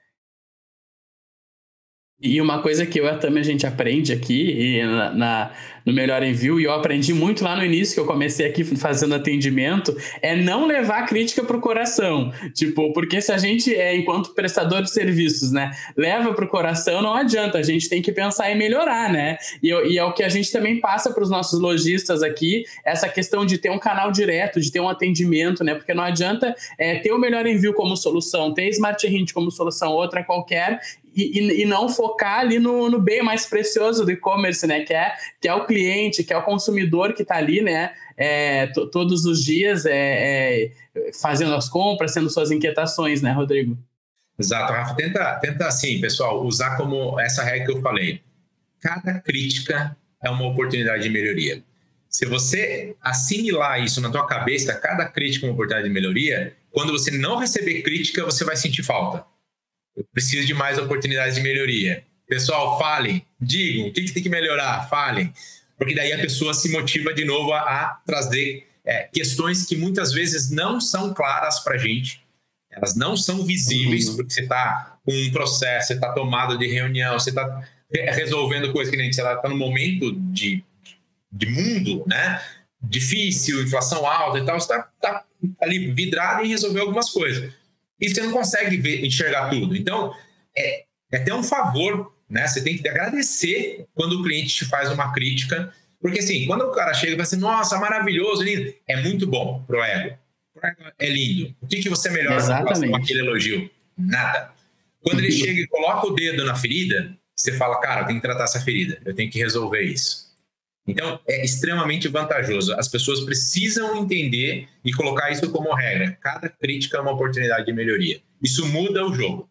E uma coisa que eu e a Tami a gente aprende aqui e na, na, no Melhor Envio, e eu aprendi muito lá no início, que eu comecei aqui fazendo atendimento, é não levar a crítica pro coração. Tipo, porque se a gente, é, enquanto prestador de serviços, né, leva pro coração, não adianta, a gente tem que pensar em melhorar, né? E, e é o que a gente também passa para os nossos lojistas aqui, essa questão de ter um canal direto, de ter um atendimento, né? Porque não adianta é, ter o Melhor Envio como solução, ter Smart Hint como solução, outra qualquer, E, e, e não focar ali no, no bem mais precioso do e-commerce, né? Que é, que é o cliente, que é o consumidor que está ali, né? É, t- todos os dias é, é, fazendo as compras, sendo suas inquietações, né, Rodrigo? Exato, Rafa. Tenta, tenta assim, pessoal, usar como essa regra que eu falei. Cada crítica é uma oportunidade de melhoria. Se você assimilar isso na tua cabeça, cada crítica é uma oportunidade de melhoria, quando você não receber crítica, você vai sentir falta. Eu preciso de mais oportunidades de melhoria. Pessoal, falem, digam, o que, que tem que melhorar? Falem. Porque daí a pessoa se motiva de novo a, a trazer é, questões que muitas vezes não são claras para a gente. Elas não são visíveis, uhum. porque você está com um processo, você está tomado de reunião, você está resolvendo coisas que nem você está no momento de, de mundo, né? Difícil, inflação alta e tal, você está tá ali vidrado em resolver algumas coisas. E você não consegue ver, enxergar tudo. Então, é, é até um favor, né? Você tem que agradecer quando o cliente te faz uma crítica. Porque, assim, quando o cara chega e fala assim, nossa, maravilhoso, lindo, é muito bom pro ego. Pro ego é lindo. O que, que você melhora com aquele elogio? Nada. Quando ele chega e coloca o dedo na ferida, você fala, cara, eu tenho que tratar essa ferida. Eu tenho que resolver isso. Então, é extremamente vantajoso. As pessoas precisam entender e colocar isso como regra. Cada crítica é uma oportunidade de melhoria. Isso muda o jogo.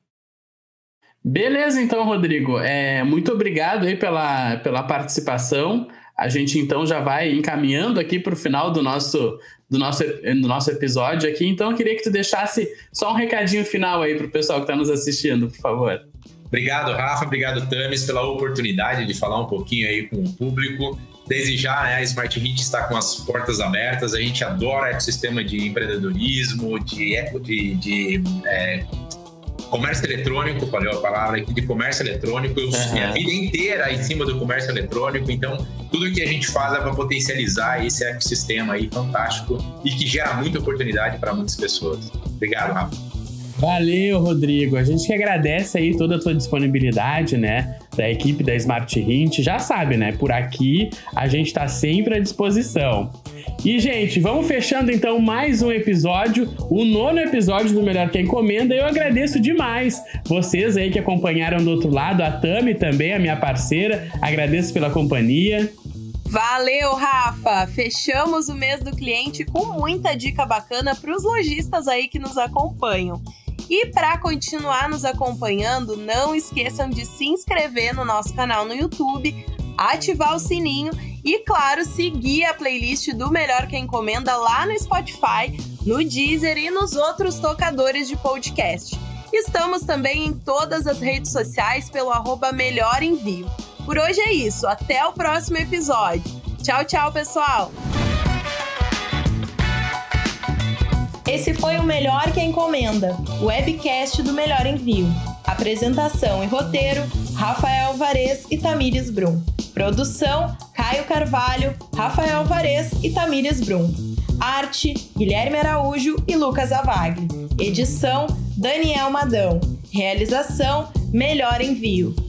Beleza, então, Rodrigo. É, muito obrigado aí pela, pela participação. A gente, então, já vai encaminhando aqui para o final do nosso, do, nosso, do nosso episódio aqui. Então, eu queria que tu deixasse só um recadinho final aí para o pessoal que está nos assistindo, por favor. Obrigado, Rafa. Obrigado, Tamis, pela oportunidade de falar um pouquinho aí com o público. Desde já, né, a Smart Hint está com as portas abertas. A gente adora o ecossistema de empreendedorismo, de, de, de é, comércio eletrônico, falei a palavra aqui, de comércio eletrônico. Eu, uhum. Minha vida inteira em cima do comércio eletrônico. Então, tudo que a gente faz é para potencializar esse ecossistema aí fantástico e que gera muita oportunidade para muitas pessoas. Obrigado, Rafa. Valeu, Rodrigo. A gente que agradece aí toda a tua disponibilidade, né, da equipe da Smart Hint. Já sabe, né, por aqui a gente tá sempre à disposição. E, gente, vamos fechando então mais um episódio, o nono episódio do Melhor Que Encomenda. Eu agradeço demais vocês aí que acompanharam do outro lado, a Tami também, a minha parceira. Agradeço pela companhia. Valeu, Rafa! Fechamos o mês do cliente com muita dica bacana para os lojistas aí que nos acompanham. E para continuar nos acompanhando, não esqueçam de se inscrever no nosso canal no YouTube, ativar o sininho E, claro, seguir a playlist do Melhor Que Encomenda lá no Spotify, no Deezer e nos outros tocadores de podcast. Estamos também em todas as redes sociais pelo arroba Melhor Envio. Por hoje é isso, até o próximo episódio. Tchau, tchau, pessoal! Esse foi o Melhor Que Encomenda, o webcast do Melhor Envio. Apresentação e roteiro, Rafael Varez e Tamires Brum. Produção, Caio Carvalho, Rafael Varez e Tamires Brum. Arte, Guilherme Araújo e Lucas Avagli. Edição, Daniel Madão. Realização, Melhor Envio.